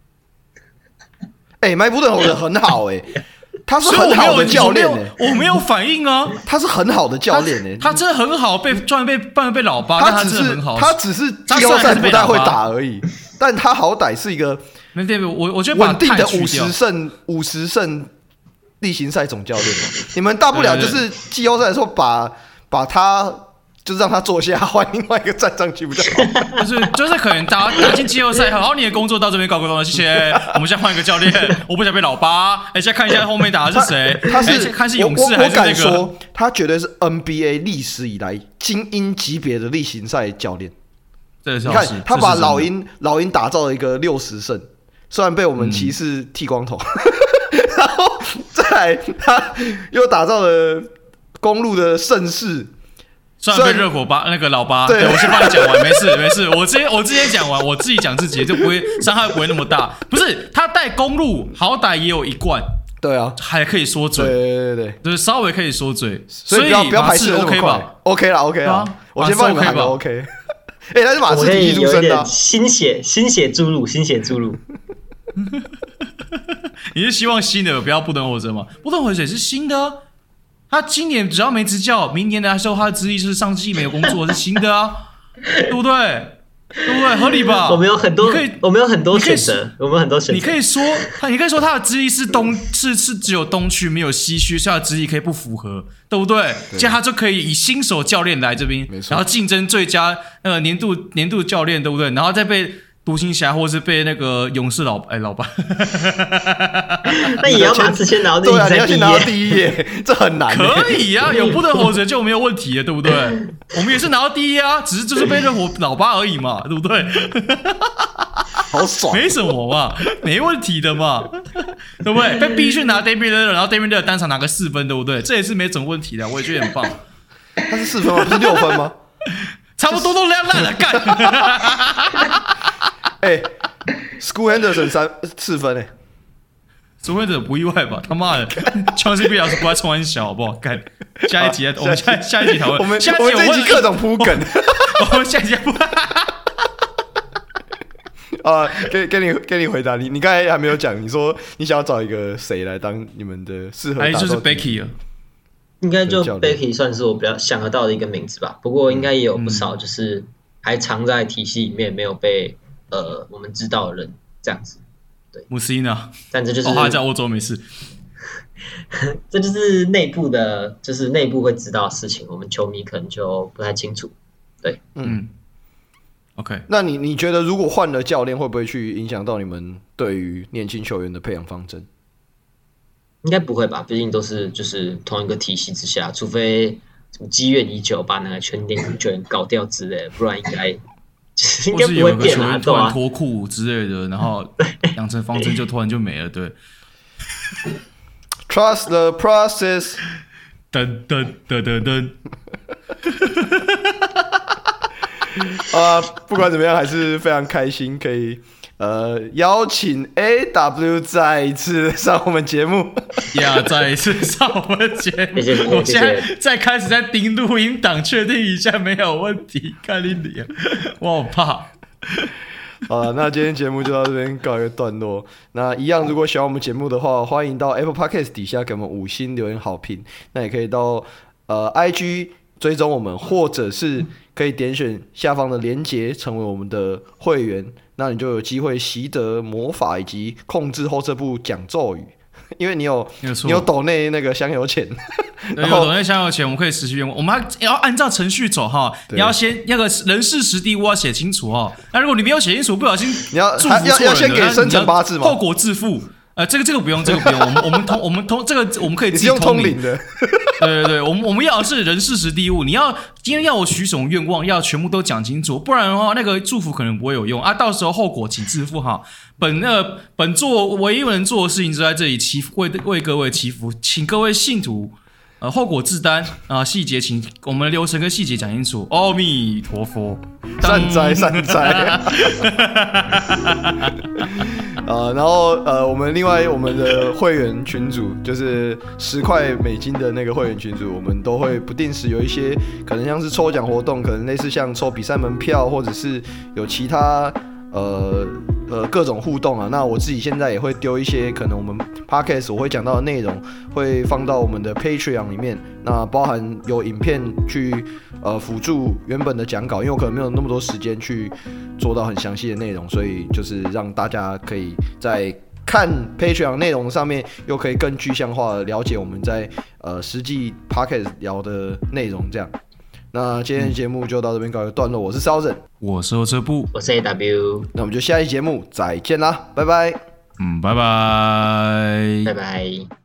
哎、欸，麦布登侯的很好哎、欸。他是很好的教练、欸、 我没有反应啊。 他是很好的教练、欸、 他, 他真的很好，被突然被突然被老八， 他只是他真的很好， 他只是季后赛不太会打而已，但他好歹是一个没对我我觉得稳定的五十胜五十胜例行赛总教练嘛。你们大不了就是季后赛的时候把把他。就是让他坐下，换另外一个站上去不就好？ 就是就是可能打打进季后赛，好，你的工作到这边告个段落，谢谢。我们现在换一个教练，我不想被老八。哎、欸，现在看一下后面打的是谁？ 他是、 欸、看是勇士还是那个？ 我敢说，他绝对是 N B A 历史以来精英级别的例行赛教练。 你看，他把老鹰老鹰打造了一个六十胜，虽然被我们骑士剃光头，嗯、然后再来他又打造了公路的盛世。 虽然被热火八那个老八，对, 对我先帮你讲完，没事没事，我之前我之前讲完，我自己讲自己就不会伤害不会那么大。不是他带公路，好歹也有一冠， 对啊， 还可以说嘴， 对对对， 就是稍微可以说嘴， 所以不要不要排斥 OK 吧 ？OK 啦 OK 啦，我先帮你们喊个 OK。哎，他是马刺体系出身的、啊， 新血新血注入新血注入。 你是希望新的不要不登火者吗？不登火者也是新的、啊。他今年只要没执教，明年的时候他的资历是上季没有工作是新的啊，对不对？对不对？合理吧？ 我们有很多，可以，我们有很多选择，我们有很多选择。 你可以说，你可以说他的资历是东是是只有东区没有西区，所以他的资历可以不符合，对不对？这样他就可以以新手教练来这边，然后竞争最佳那个年度年度教练，对不对？然后再被独行侠或是被那个勇士老哎老板， 那也要马刺先拿到第一页， 对啊，你要先拿到第一页，这很难、欸。 可以啊，有不得火者就没有问题了，对不对？我们也是拿到第一啊，只是就是被热火老八而已嘛，对不对？ 好爽， 没什么嘛，没问题的嘛，对不对？被逼去拿 Damian Lillard， 然后 Damian Lillard 单场拿个四分，对不对？这也是没什么问题的，我也觉得很棒。 他是四分吗？不是六分吗？ 差不多都烂烂了，干。 哎、欸、，School Henderson 三四分哎、欸， School Henderson 不意外吧？他妈的 ，Chauncey Billups 老师不爱冲很小，好不好？干，下一集我们下下一集讨论， 我们下一集我们这一集各种铺梗， 我们下一集不。 啊，给给你给你回答，你你刚才还没有讲，你說你想要找一个谁来当你们的适合打？哎， 就是 Becky 了。 应该就 Becky 算是我比较想得到的一个名字吧。不过应该也有不少就是还藏在体系里面没有被呃我们知道的人这样子。对， 穆斯呢？ 但这就是、 哦、他在欧洲没事。 这就是内部的，就是内部会知道的事情，我们球迷可能就不太清楚。对， 嗯。OK， 那你你觉得如果换了教练，会不会去影响到你们对于年轻球员的培养方针？ 应该不会吧，毕竟都是就是同一个体系之下，除非什么积怨已久，把那个全年球员搞掉之类的，不然应该应该不会变啊， 突然脱裤之类的，然后养成方针就突然就没了，对。 Trust the process。 噔噔噔噔噔。 啊、呃，不管怎么样，还是非常开心，可以呃邀请 A W 再一次上我们节目， 呀，再一次上我们节目。 謝謝， 我现在再开始在盯录音档，确定一下没有问题。看你脸，我好怕。 好了，那今天节目就到这边告一个段落。那一样，如果喜欢我们节目的话，欢迎到 Apple Podcast 底下给我们五星留言好评。那也可以到呃 I G 追踪我们，或者是可以点选下方的连结成为我们的会员，那你就有机会习得魔法以及控制后撤步讲咒语， 因为你有你有抖内那个香油钱， 有抖内香油钱，我们可以持续愿望。我们要按照程序走哈，你要先那个人事时地物要写清楚哈。那如果你没有写清楚，不小心你要祝福错人要要先给生辰八字吗？ 后果自负。呃，这个这个不用，这个不用，我们我们通我们通这个我们可以自己通灵的。 对对对，我们我们要的是人事时地物。你要今天要我许什么愿望，要全部都讲清楚，不然的话，那个祝福可能不会有用啊。到时候后果请自负哈。本那个本座唯一能做的事情就在这里祈福，为为各位祈福，请各位信徒呃后果自担啊，细节请我们的流程跟细节讲清楚。阿弥陀佛， 善哉善哉。呃，然后呃，我们另外我们的会员群组，就是十块美金的那个会员群组，我们都会不定时有一些可能像是抽奖活动，可能类似像抽比赛门票，或者是有其他呃呃各种互动啊。那我自己现在也会丢一些可能我们 podcast 我会讲到的内容，会放到我们的 Patreon 里面，那包含有影片去呃辅助原本的讲稿，因为我可能没有那么多时间去做到很详细的内容，所以就是让大家可以在看 Patreon 内容上面，又可以更具象化的了解我们在呃实际 podcast 聊的内容。这样，那今天的节目就到这边告一个段落。我是烧人， 我是欧车布， 我是 A W， 那我们就下期节目再见啦，拜拜。 嗯，拜拜， 拜拜。